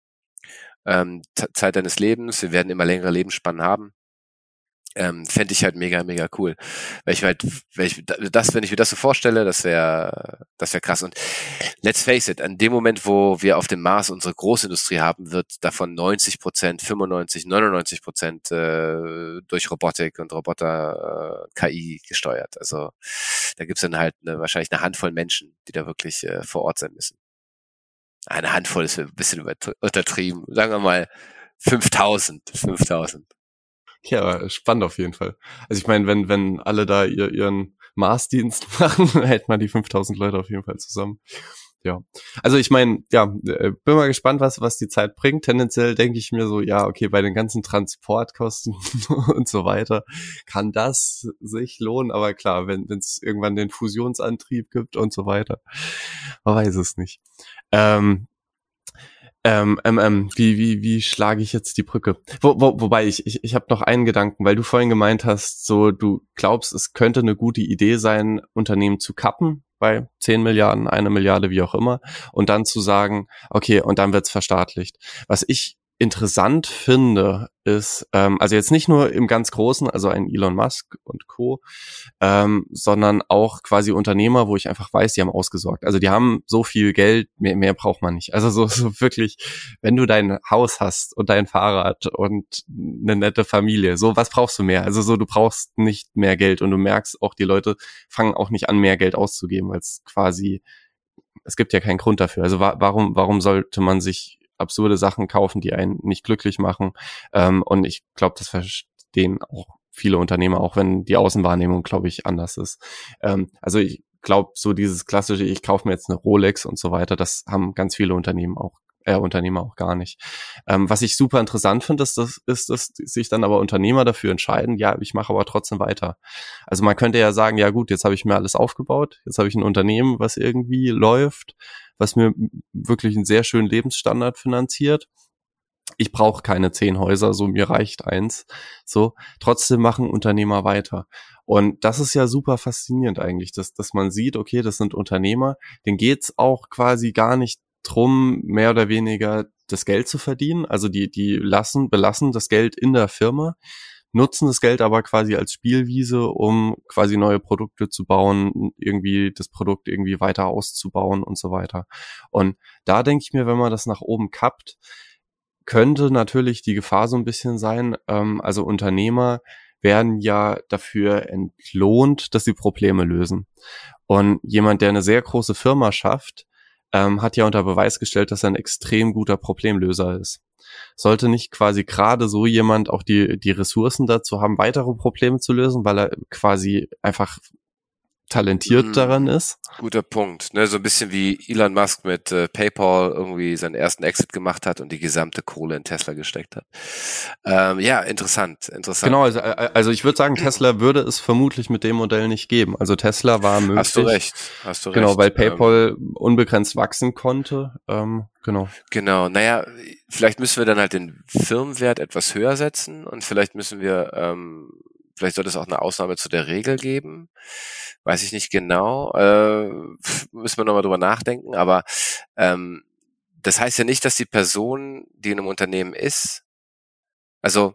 Zeit deines Lebens, wir werden immer längere Lebensspannen haben. Fände ich halt mega, mega cool. Wenn ich mir das so vorstelle, das wäre krass. Und let's face it, an dem Moment, wo wir auf dem Mars unsere Großindustrie haben, wird davon 90%, 95, 99% durch Robotik und Roboter KI gesteuert. Also da gibt's dann halt wahrscheinlich eine Handvoll Menschen, die da wirklich vor Ort sein müssen. Eine Handvoll ist ein bisschen untertrieben. Sagen wir mal 5000. Ja, aber spannend auf jeden Fall. Also ich meine, wenn alle da ihren Marsdienst machen, hält man die 5000 Leute auf jeden Fall zusammen. Ja, also ich meine, ja, bin mal gespannt, was die Zeit bringt. Tendenziell denke ich mir so, ja, okay, bei den ganzen Transportkosten und so weiter kann das sich lohnen. Aber klar, wenn es irgendwann den Fusionsantrieb gibt und so weiter, man weiß es nicht. Wie schlage ich jetzt die Brücke? Wobei ich habe noch einen Gedanken, weil du vorhin gemeint hast, so du glaubst, es könnte eine gute Idee sein, Unternehmen zu kappen bei 10 Milliarden, 1 Milliarde, wie auch immer, und dann zu sagen, okay, und dann wird's verstaatlicht. Was ich interessant finde, ist, also jetzt nicht nur im ganz Großen, also ein Elon Musk und Co., sondern auch quasi Unternehmer, wo ich einfach weiß, die haben ausgesorgt. Also die haben so viel Geld, mehr braucht man nicht. Also so wirklich, wenn du dein Haus hast und dein Fahrrad und eine nette Familie, so was brauchst du mehr? Also so, du brauchst nicht mehr Geld und du merkst auch, die Leute fangen auch nicht an, mehr Geld auszugeben, weil es quasi, es gibt ja keinen Grund dafür. Also warum sollte man sich absurde Sachen kaufen, die einen nicht glücklich machen? Und ich glaube, das verstehen auch viele Unternehmer, auch wenn die Außenwahrnehmung, glaube ich, anders ist. Also ich glaube, so dieses klassische, ich kaufe mir jetzt eine Rolex und so weiter, das haben ganz viele Unternehmer auch gar nicht. Was ich super interessant finde, dass sich dann aber Unternehmer dafür entscheiden, ja, ich mache aber trotzdem weiter. Also man könnte ja sagen, ja gut, jetzt habe ich mir alles aufgebaut, jetzt habe ich ein Unternehmen, was irgendwie läuft, was mir wirklich einen sehr schönen Lebensstandard finanziert. Ich brauche keine 10 Häuser, so mir reicht eins. So, trotzdem machen Unternehmer weiter. Und das ist ja super faszinierend eigentlich, dass man sieht, okay, das sind Unternehmer, denen geht's auch quasi gar nicht drum, mehr oder weniger das Geld zu verdienen. Also die belassen das Geld in der Firma, nutzen das Geld aber quasi als Spielwiese, um quasi neue Produkte zu bauen, irgendwie das Produkt irgendwie weiter auszubauen und so weiter. Und da denke ich mir, wenn man das nach oben kappt, könnte natürlich die Gefahr so ein bisschen sein, also Unternehmer werden ja dafür entlohnt, dass sie Probleme lösen. Und jemand, der eine sehr große Firma schafft, hat ja unter Beweis gestellt, dass er ein extrem guter Problemlöser ist. Sollte nicht quasi gerade so jemand auch die Ressourcen dazu haben, weitere Probleme zu lösen, weil er quasi einfach talentiert daran ist? Guter Punkt. Ne, so ein bisschen wie Elon Musk mit PayPal irgendwie seinen ersten Exit gemacht hat und die gesamte Kohle in Tesla gesteckt hat. Ja, interessant. Genau, also ich würde sagen, Tesla würde es vermutlich mit dem Modell nicht geben. Also Tesla war möglich. Hast du recht. Genau, weil PayPal unbegrenzt wachsen konnte. Genau. Genau, naja, vielleicht müssen wir dann halt den Firmenwert etwas höher setzen und vielleicht müssen wir, vielleicht sollte es auch eine Ausnahme zu der Regel geben. Weiß ich nicht genau. Müssen wir nochmal drüber nachdenken, aber das heißt ja nicht, dass die Person, die in einem Unternehmen ist, also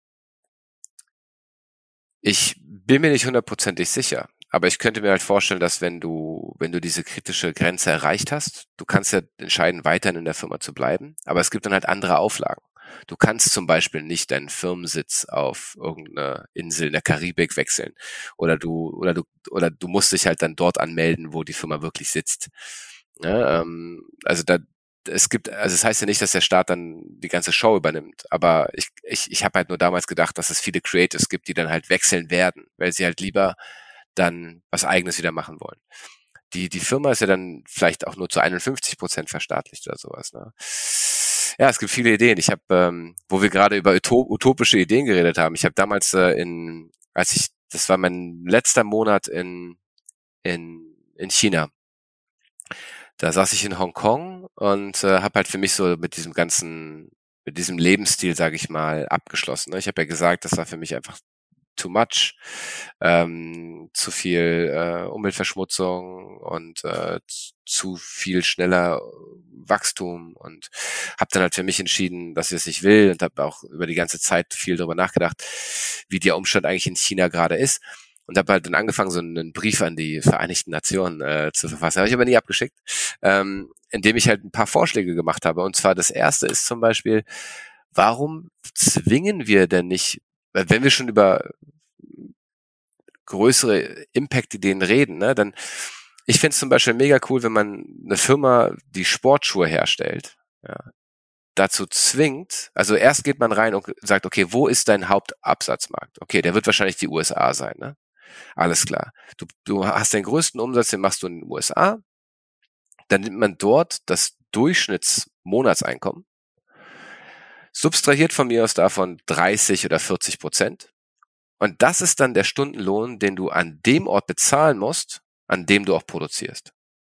ich bin mir nicht hundertprozentig sicher, aber ich könnte mir halt vorstellen, dass wenn du diese kritische Grenze erreicht hast, du kannst ja entscheiden, weiterhin in der Firma zu bleiben, aber es gibt dann halt andere Auflagen. Du kannst zum Beispiel nicht deinen Firmensitz auf irgendeine Insel in der Karibik wechseln oder du musst dich halt dann dort anmelden, wo die Firma wirklich sitzt. Ja, also es heißt ja nicht, dass der Staat dann die ganze Show übernimmt, aber ich habe halt nur damals gedacht, dass es viele Creatives gibt, die dann halt wechseln werden, weil sie halt lieber dann was Eigenes wieder machen wollen. Die Firma ist ja dann vielleicht auch nur zu 51% verstaatlicht oder sowas. Ne? Ja, es gibt viele Ideen. Ich habe, wo wir gerade über utopische Ideen geredet haben, ich habe damals das war mein letzter Monat in China. Da saß ich in Hongkong und habe halt für mich so mit diesem Lebensstil, sage ich mal, abgeschlossen. Ne? Ich habe ja gesagt, das war für mich einfach too much, zu viel Umweltverschmutzung und zu viel schneller Wachstum und habe dann halt für mich entschieden, dass ich das nicht will und habe auch über die ganze Zeit viel darüber nachgedacht, wie der Umstand eigentlich in China gerade ist und habe halt dann angefangen, so einen Brief an die Vereinigten Nationen zu verfassen. Habe ich aber nie abgeschickt, indem ich halt ein paar Vorschläge gemacht habe. Und zwar das erste ist zum Beispiel, warum zwingen wir denn nicht, wenn wir schon über größere Impact-Ideen reden, ne, dann ich finde es zum Beispiel mega cool, wenn man eine Firma, die Sportschuhe herstellt, ja, dazu zwingt, also erst geht man rein und sagt, okay, wo ist dein Hauptabsatzmarkt? Okay, der wird wahrscheinlich die USA sein, ne? Alles klar. Du hast den größten Umsatz, den machst du in den USA, dann nimmt man dort das Durchschnittsmonatseinkommen, subtrahiert von mir aus davon 30 oder 40%. Und das ist dann der Stundenlohn, den du an dem Ort bezahlen musst, an dem du auch produzierst.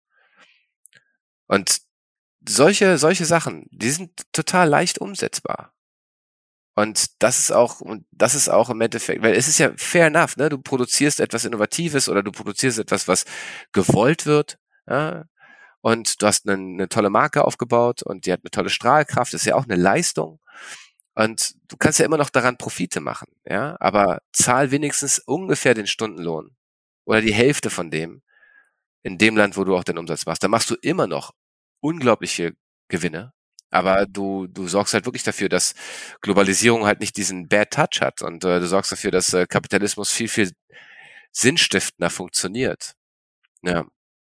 Und solche Sachen, die sind total leicht umsetzbar. Und das ist auch im Endeffekt, weil es ist ja fair enough, ne? Du produzierst etwas Innovatives oder du produzierst etwas, was gewollt wird, ja? Und du hast eine tolle Marke aufgebaut und die hat eine tolle Strahlkraft, das ist ja auch eine Leistung. Und du kannst ja immer noch daran Profite machen, ja, aber zahl wenigstens ungefähr den Stundenlohn oder die Hälfte von dem in dem Land, wo du auch den Umsatz machst. Da machst du immer noch unglaubliche Gewinne, aber du sorgst halt wirklich dafür, dass Globalisierung halt nicht diesen Bad Touch hat und du sorgst dafür, dass Kapitalismus viel, viel sinnstiftender funktioniert. Ja.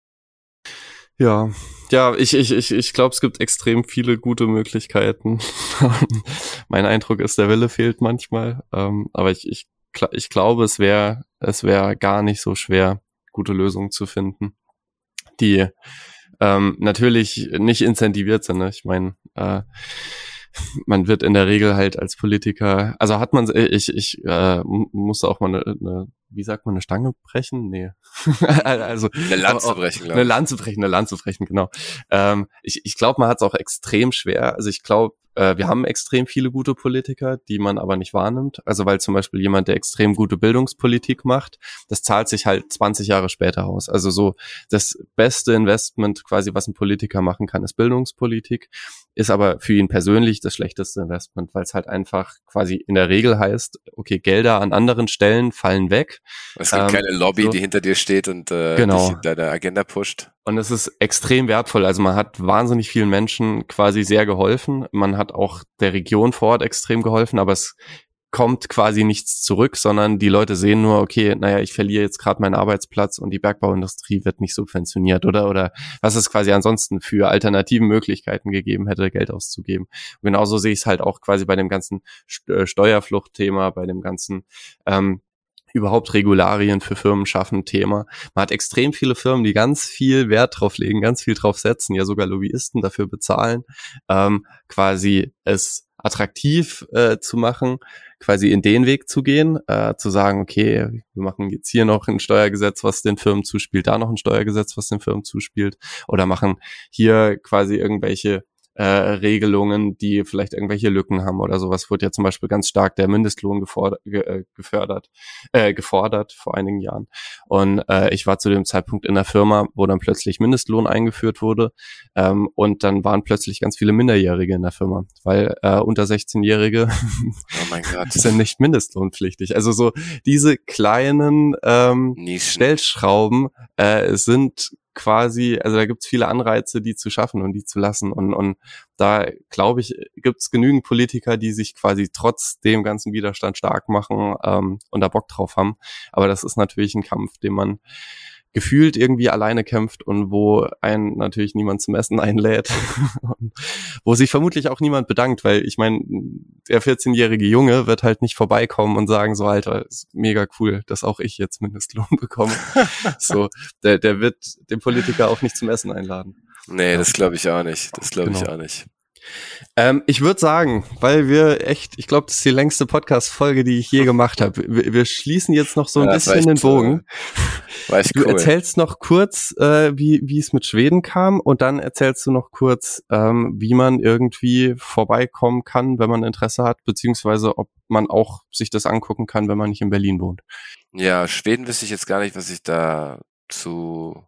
Ja, ich glaube, es gibt extrem viele gute Möglichkeiten. Mein Eindruck ist, der Wille fehlt manchmal. Aber ich glaube, es wäre gar nicht so schwer, gute Lösungen zu finden, die natürlich nicht incentiviert sind. Ne? Ich meine, man wird in der Regel halt als Politiker, also hat man, ich musste auch mal wie sagt man, eine Stange brechen? Nee. Also eine Lanze brechen, glaube ich. Eine Lanze brechen, genau. Ich glaube, man hat es auch extrem schwer. Also ich glaube, wir haben extrem viele gute Politiker, die man aber nicht wahrnimmt. Also weil zum Beispiel jemand, der extrem gute Bildungspolitik macht, das zahlt sich halt 20 Jahre später aus. Also so das beste Investment quasi, was ein Politiker machen kann, ist Bildungspolitik, ist aber für ihn persönlich das schlechteste Investment, weil es halt einfach quasi in der Regel heißt, okay, Gelder an anderen Stellen fallen weg. Es gibt keine Lobby, so, die hinter dir steht und genau. dich in deiner Agenda pusht. Und es ist extrem wertvoll. Also man hat wahnsinnig vielen Menschen quasi sehr geholfen. Man hat auch der Region vor Ort extrem geholfen, aber es kommt quasi nichts zurück, sondern die Leute sehen nur, okay, naja, ich verliere jetzt gerade meinen Arbeitsplatz und die Bergbauindustrie wird nicht subventioniert oder was es quasi ansonsten für alternativen Möglichkeiten gegeben hätte, Geld auszugeben. Und genauso sehe ich es halt auch quasi bei dem ganzen Steuerfluchtthema, bei dem ganzen überhaupt Regularien für Firmen schaffen Thema. Man hat extrem viele Firmen, die ganz viel Wert drauf legen, ganz viel drauf setzen, ja sogar Lobbyisten dafür bezahlen, quasi es attraktiv zu machen, quasi in den Weg zu gehen, zu sagen, okay, wir machen jetzt hier noch ein Steuergesetz, was den Firmen zuspielt, da noch ein Steuergesetz, was den Firmen zuspielt, oder machen hier quasi irgendwelche Regelungen, die vielleicht irgendwelche Lücken haben oder sowas, wurde ja zum Beispiel ganz stark der Mindestlohn gefordert vor einigen Jahren. Und ich war zu dem Zeitpunkt in der Firma, wo dann plötzlich Mindestlohn eingeführt wurde, und dann waren plötzlich ganz viele Minderjährige in der Firma, weil unter 16-Jährige oh mein Gott, sind nicht mindestlohnpflichtig. Also so diese kleinen Stellschrauben sind quasi, also da gibt's viele Anreize, die zu schaffen und die zu lassen. Und da, glaube ich, gibt's genügend Politiker, die sich quasi trotz dem ganzen Widerstand stark machen und da Bock drauf haben. Aber das ist natürlich ein Kampf, den man gefühlt irgendwie alleine kämpft und wo einen natürlich niemand zum Essen einlädt und wo sich vermutlich auch niemand bedankt, weil ich meine, der 14-jährige Junge wird halt nicht vorbeikommen und sagen so, Alter, ist mega cool, dass auch ich jetzt Mindestlohn bekomme. So, der wird den Politiker auch nicht zum Essen einladen. Nee, ja. Das glaube ich auch nicht. Ich würde sagen, weil wir echt, ich glaube, das ist die längste Podcast-Folge, die ich je gemacht habe. Wir schließen jetzt noch so ein bisschen den Bogen. Du erzählst noch kurz, wie es mit Schweden kam, und dann erzählst du noch kurz, wie man irgendwie vorbeikommen kann, wenn man Interesse hat, beziehungsweise ob man auch sich das angucken kann, wenn man nicht in Berlin wohnt. Ja, Schweden wüsste ich jetzt gar nicht, was ich da zu...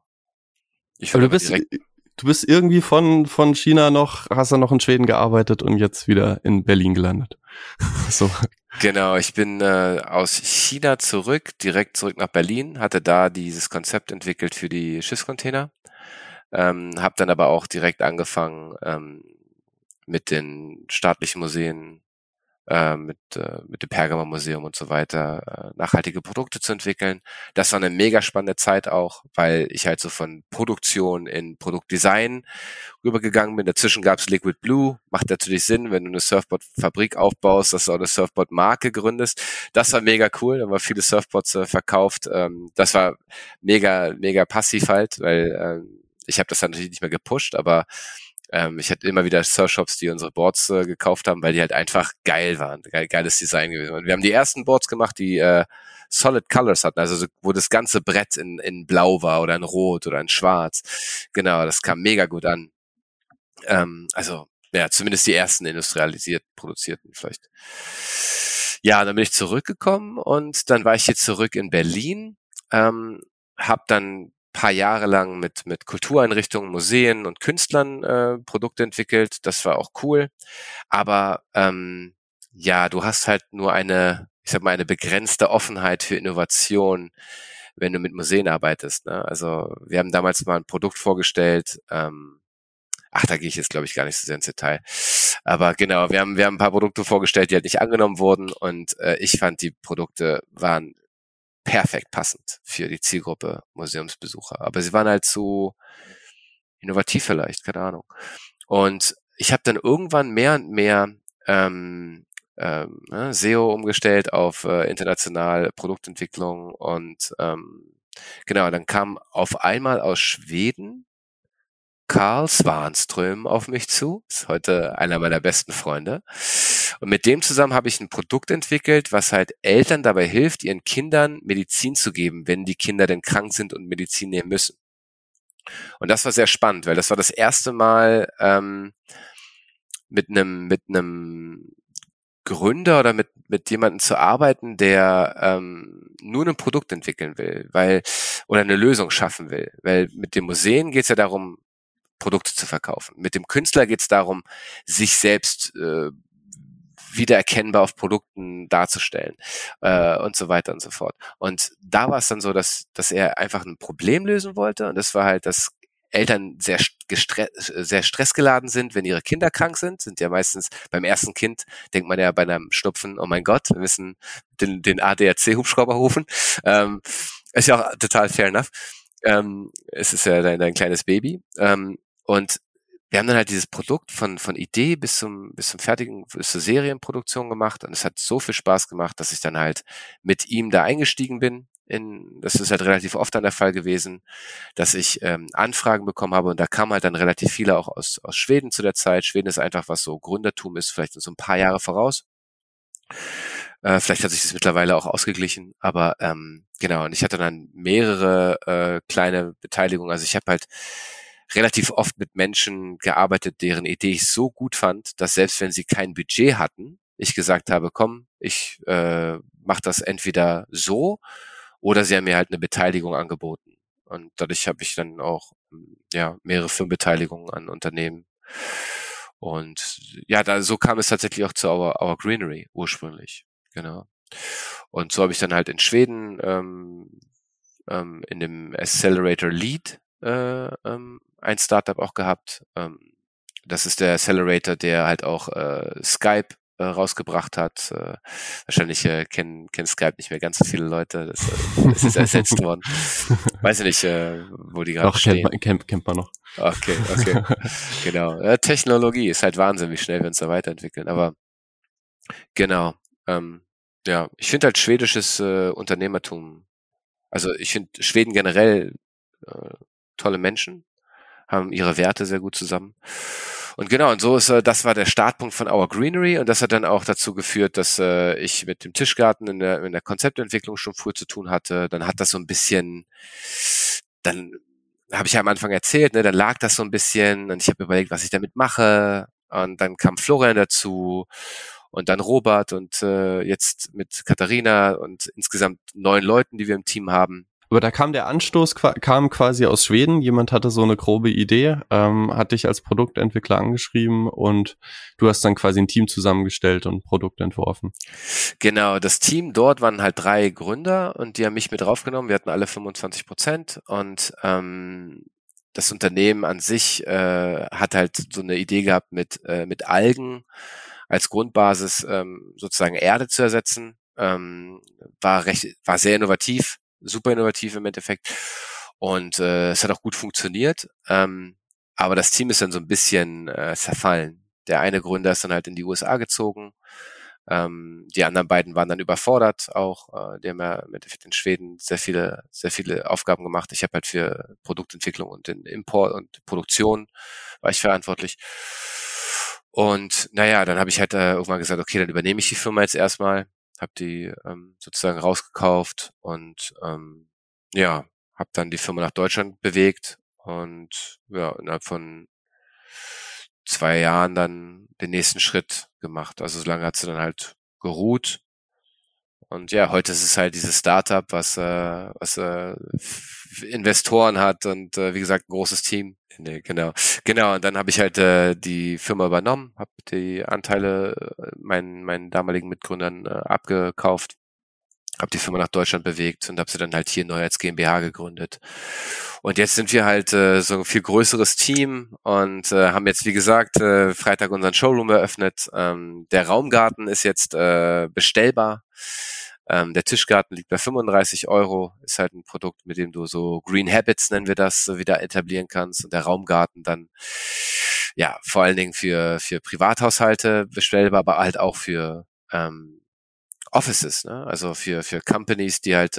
Du bist irgendwie von China hast du noch in Schweden gearbeitet und jetzt wieder in Berlin gelandet. So. Genau, ich bin aus China direkt zurück nach Berlin, hatte da dieses Konzept entwickelt für die Schiffscontainer, habe dann aber auch direkt angefangen mit den staatlichen Museen, mit dem Pergamon-Museum und so weiter, nachhaltige Produkte zu entwickeln. Das war eine mega spannende Zeit auch, weil ich halt so von Produktion in Produktdesign rübergegangen bin. Dazwischen gab's Liquid Blue. Macht natürlich Sinn, wenn du eine Surfboard-Fabrik aufbaust, dass du auch eine Surfboard-Marke gründest. Das war mega cool. Da haben wir viele Surfboards verkauft. Das war mega passiv halt, weil ich habe das dann natürlich nicht mehr gepusht, aber ich hatte immer wieder Surfshops, die unsere Boards gekauft haben, weil die halt einfach geil waren. Geiles Design gewesen. Und wir haben die ersten Boards gemacht, die Solid Colors hatten, also wo das ganze Brett in Blau war oder in Rot oder in Schwarz. Genau, das kam mega gut an. Also, ja, zumindest die ersten industrialisiert produzierten vielleicht. Ja, dann bin ich zurückgekommen und dann war ich hier zurück in Berlin, habe dann paar Jahre lang mit Kultureinrichtungen, Museen und Künstlern Produkte entwickelt. Das war auch cool. Aber ja, du hast halt nur eine begrenzte Offenheit für Innovation, wenn du mit Museen arbeitest. Ne? Also wir haben damals mal ein Produkt vorgestellt. Da gehe ich jetzt, glaube ich, gar nicht so sehr ins Detail. Aber genau, wir haben ein paar Produkte vorgestellt, die halt nicht angenommen wurden. Und ich fand, die Produkte waren perfekt passend für die Zielgruppe Museumsbesucher. Aber sie waren halt so innovativ vielleicht, keine Ahnung. Und ich habe dann irgendwann mehr und mehr SEO umgestellt auf internationale Produktentwicklung und genau, dann kam auf einmal aus Schweden Karl Svanström auf mich zu, ist heute einer meiner besten Freunde. Und mit dem zusammen habe ich ein Produkt entwickelt, was halt Eltern dabei hilft, ihren Kindern Medizin zu geben, wenn die Kinder denn krank sind und Medizin nehmen müssen. Und das war sehr spannend, weil das war das erste Mal, mit einem Gründer oder mit jemandem zu arbeiten, der nur ein Produkt entwickeln will, oder eine Lösung schaffen will. Weil mit dem Museen geht es ja darum, Produkte zu verkaufen. Mit dem Künstler geht es darum, sich selbst wiedererkennbar auf Produkten darzustellen und so weiter und so fort. Und da war es dann so, dass er einfach ein Problem lösen wollte, und das war halt, dass Eltern sehr stressgeladen sind, wenn ihre Kinder krank sind ja meistens beim ersten Kind, denkt man ja bei einem Schnupfen, oh mein Gott, wir müssen den ADAC-Hubschrauber rufen. Ist ja auch total fair enough. Es ist ja dein kleines Baby. Und wir haben dann halt dieses Produkt von Idee bis zur Serienproduktion gemacht, und es hat so viel Spaß gemacht, dass ich dann halt mit ihm da eingestiegen bin. Das ist halt relativ oft dann der Fall gewesen, dass ich Anfragen bekommen habe, und da kamen halt dann relativ viele auch aus Schweden zu der Zeit. Schweden ist einfach, was so Gründertum ist, vielleicht so ein paar Jahre voraus. Vielleicht hat sich das mittlerweile auch ausgeglichen, aber genau, und ich hatte dann mehrere kleine Beteiligungen. Also ich habe halt relativ oft mit Menschen gearbeitet, deren Idee ich so gut fand, dass selbst wenn sie kein Budget hatten, ich gesagt habe, komm, ich mache das entweder so, oder sie haben mir halt eine Beteiligung angeboten. Und dadurch habe ich dann auch mehrere Firmenbeteiligungen an Unternehmen. Und ja, so kam es tatsächlich auch zu Our Greenery ursprünglich. Genau. Und so habe ich dann halt in Schweden in dem Accelerator Lead ein Startup auch gehabt. Das ist der Accelerator, der halt auch Skype rausgebracht hat. Wahrscheinlich kennen Skype nicht mehr ganz so viele Leute. Das ist ersetzt worden. Weiß ich nicht, wo die gerade stehen. Kennt man noch. Okay. Genau. Technologie ist halt Wahnsinn, wie schnell wir uns da weiterentwickeln. Aber genau. Ich finde halt schwedisches Unternehmertum, also ich finde Schweden generell tolle Menschen, haben ihre Werte sehr gut zusammen. Und genau, und so das war der Startpunkt von Our Greenery, und das hat dann auch dazu geführt, dass ich mit dem Tischgarten in der Konzeptentwicklung schon früh zu tun hatte. Dann hat das so ein bisschen, dann habe ich ja am Anfang erzählt, ne, dann lag das so ein bisschen, und ich habe überlegt, was ich damit mache, und dann kam Florian dazu und dann Robert und jetzt mit Katharina und insgesamt 9 Leuten, die wir im Team haben. Aber da kam der Anstoß, kam quasi aus Schweden. Jemand hatte so eine grobe Idee, hat dich als Produktentwickler angeschrieben, und du hast dann quasi ein Team zusammengestellt und ein Produkt entworfen. Genau, das Team dort waren halt 3 Gründer, und die haben mich mit draufgenommen. Wir hatten alle 25%, und das Unternehmen an sich hat halt so eine Idee gehabt, mit Algen als Grundbasis sozusagen Erde zu ersetzen. War sehr innovativ, super innovativ im Endeffekt, und es hat auch gut funktioniert, aber das Team ist dann so ein bisschen zerfallen. Der eine Gründer ist dann halt in die USA gezogen, die anderen beiden waren dann überfordert auch, die haben ja im Endeffekt in Schweden sehr viele Aufgaben gemacht. Ich habe halt für Produktentwicklung und den Import und Produktion war ich verantwortlich. Und dann habe ich halt irgendwann gesagt, okay, dann übernehme ich die Firma jetzt erstmal, habe die sozusagen rausgekauft, und habe dann die Firma nach Deutschland bewegt, und innerhalb von 2 Jahren dann den nächsten Schritt gemacht. Also so lange hat sie dann halt geruht. Und ja, heute ist es halt dieses Startup, was Investoren hat, und wie gesagt, ein großes Team. Nee, genau. Und dann habe ich halt die Firma übernommen, habe die Anteile meinen damaligen Mitgründern abgekauft, habe die Firma nach Deutschland bewegt und habe sie dann halt hier neu als GmbH gegründet. Und jetzt sind wir halt so ein viel größeres Team, und haben jetzt, wie gesagt, Freitag unseren Showroom eröffnet. Der Raumgarten ist jetzt bestellbar. Der Tischgarten liegt bei 35 €, ist halt ein Produkt, mit dem du so Green Habits, nennen wir das, so wieder etablieren kannst. Und der Raumgarten dann vor allen Dingen für Privathaushalte bestellbar, aber halt auch für Offices, ne? Also für Companies, die halt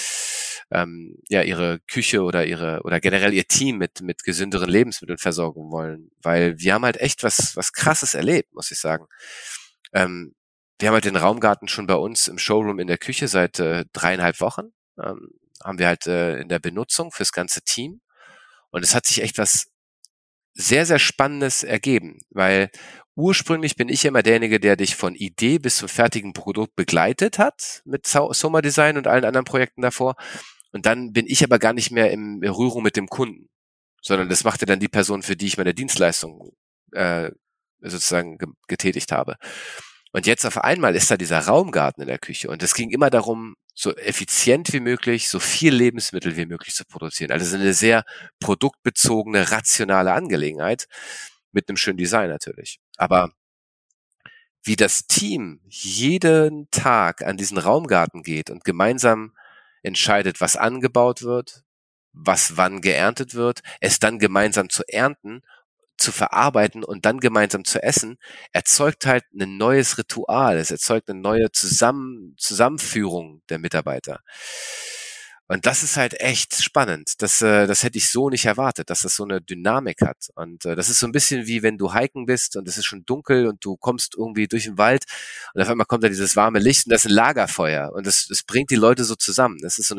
ihre Küche oder generell ihr Team mit gesünderen Lebensmitteln versorgen wollen, weil wir haben halt echt was Krasses erlebt, muss ich sagen. Wir haben halt den Raumgarten schon bei uns im Showroom in der Küche seit 3,5 Wochen. Haben wir halt in der Benutzung fürs ganze Team, und es hat sich echt was sehr, sehr Spannendes ergeben, weil ursprünglich bin ich immer derjenige, der dich von Idee bis zum fertigen Produkt begleitet hat mit Soma Design und allen anderen Projekten davor. Und dann bin ich aber gar nicht mehr in Berührung mit dem Kunden, sondern das machte dann die Person, für die ich meine Dienstleistung sozusagen getätigt habe. Und jetzt auf einmal ist da dieser Raumgarten in der Küche und es ging immer darum, so effizient wie möglich, so viel Lebensmittel wie möglich zu produzieren. Also eine sehr produktbezogene, rationale Angelegenheit mit einem schönen Design natürlich. Aber wie das Team jeden Tag an diesen Raumgarten geht und gemeinsam entscheidet, was angebaut wird, was wann geerntet wird, es dann gemeinsam zu ernten, zu verarbeiten und dann gemeinsam zu essen, erzeugt halt ein neues Ritual. Es erzeugt eine neue Zusammenführung der Mitarbeiter. Und das ist halt echt spannend. Das hätte ich so nicht erwartet, dass das so eine Dynamik hat. Und das ist so ein bisschen wie wenn du hiken bist und es ist schon dunkel und du kommst irgendwie durch den Wald und auf einmal kommt da dieses warme Licht und das ist ein Lagerfeuer und das bringt die Leute so zusammen. Das ist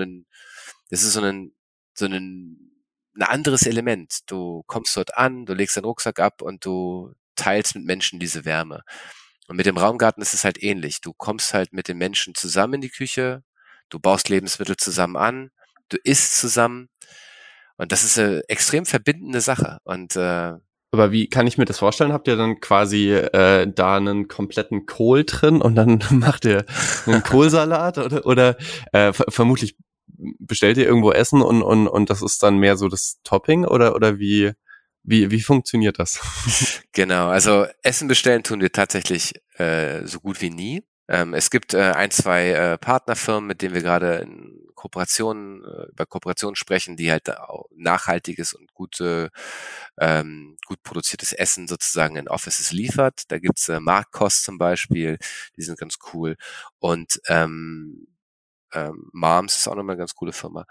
ein anderes Element. Du kommst dort an, du legst deinen Rucksack ab und du teilst mit Menschen diese Wärme. Und mit dem Raumgarten ist es halt ähnlich. Du kommst halt mit den Menschen zusammen in die Küche, du baust Lebensmittel zusammen an, du isst zusammen und das ist eine extrem verbindende Sache. Und aber wie kann ich mir das vorstellen? Habt ihr dann quasi da einen kompletten Kohl drin und dann macht ihr einen Kohlsalat oder vermutlich bestellt ihr irgendwo Essen und das ist dann mehr so das Topping oder wie funktioniert das? Genau, also Essen bestellen tun wir tatsächlich so gut wie nie. Es gibt ein, zwei Partnerfirmen, mit denen wir gerade in über Kooperationen sprechen, die halt auch nachhaltiges und gut produziertes Essen sozusagen in Offices liefert. Da gibt's Marktkost zum Beispiel, die sind ganz cool. Und Moms ist auch nochmal eine ganz coole Firma.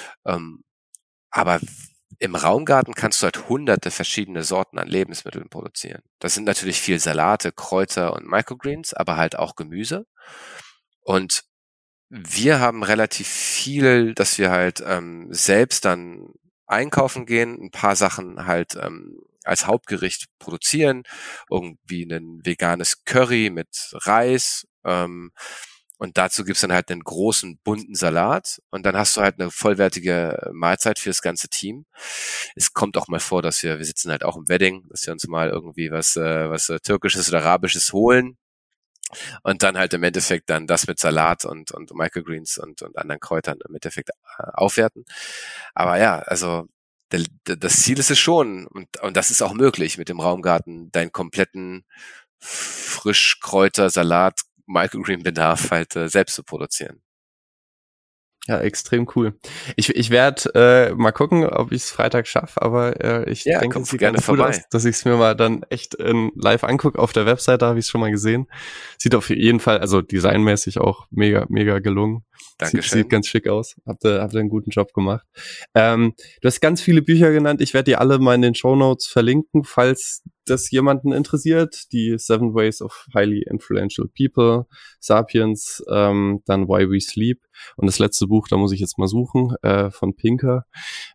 Aber im Raumgarten kannst du halt hunderte verschiedene Sorten an Lebensmitteln produzieren. Das sind natürlich viel Salate, Kräuter und Microgreens, aber halt auch Gemüse. Und wir haben relativ viel, dass wir halt selbst dann einkaufen gehen, ein paar Sachen halt als Hauptgericht produzieren, irgendwie ein veganes Curry mit Reis, und dazu gibt's dann halt einen großen, bunten Salat und dann hast du halt eine vollwertige Mahlzeit für das ganze Team. Es kommt auch mal vor, dass wir sitzen halt auch im Wedding, dass wir uns mal irgendwie was Türkisches oder Arabisches holen und dann halt im Endeffekt dann das mit Salat und Microgreens und anderen Kräutern im Endeffekt aufwerten. Aber ja, also das Ziel ist es schon und das ist auch möglich mit dem Raumgarten, deinen kompletten Frischkräuter, Salat, Microgreen-Bedarf halt selbst zu produzieren. Ja, extrem cool. Ich werde mal gucken, ob ich es Freitag schaffe, aber ich denke, es sieht gerne ganz gut vorbei. aus, dass ich es mir mal dann echt live angucke. Auf der Webseite habe ich es schon mal gesehen. Sieht auf jeden Fall, also designmäßig auch mega, mega gelungen. Dankeschön. Sieht ganz schick aus. Habt ihr einen guten Job gemacht. Du hast ganz viele Bücher genannt. Ich werde die alle mal in den Shownotes verlinken, falls das jemanden interessiert. Die 7 Ways of Highly Influential People, Sapiens, dann Why We Sleep und das letzte Buch, da muss ich jetzt mal suchen, von Pinker.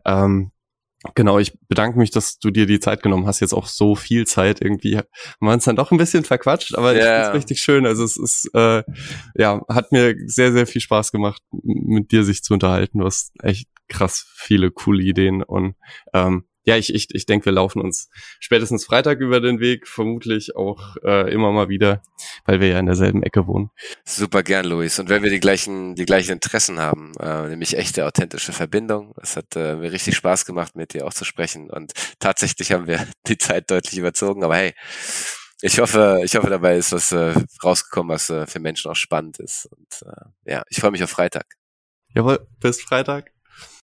Genau, ich bedanke mich, dass du dir die Zeit genommen hast, jetzt auch so viel Zeit irgendwie. Wir haben uns dann doch ein bisschen verquatscht, aber ich finde es richtig schön. Also es ist, hat mir sehr, sehr viel Spaß gemacht, mit dir sich zu unterhalten. Du hast echt krass viele coole Ideen und ich denke, wir laufen uns spätestens Freitag über den Weg, vermutlich auch immer mal wieder, weil wir ja in derselben Ecke wohnen. Super gern, Luis. Und wenn wir die gleichen Interessen haben, nämlich echte, authentische Verbindung. Es hat mir richtig Spaß gemacht, mit dir auch zu sprechen. Und tatsächlich haben wir die Zeit deutlich überzogen. Aber hey, ich hoffe, dabei ist was rausgekommen, was für Menschen auch spannend ist. Und ich freue mich auf Freitag. Jawohl, bis Freitag.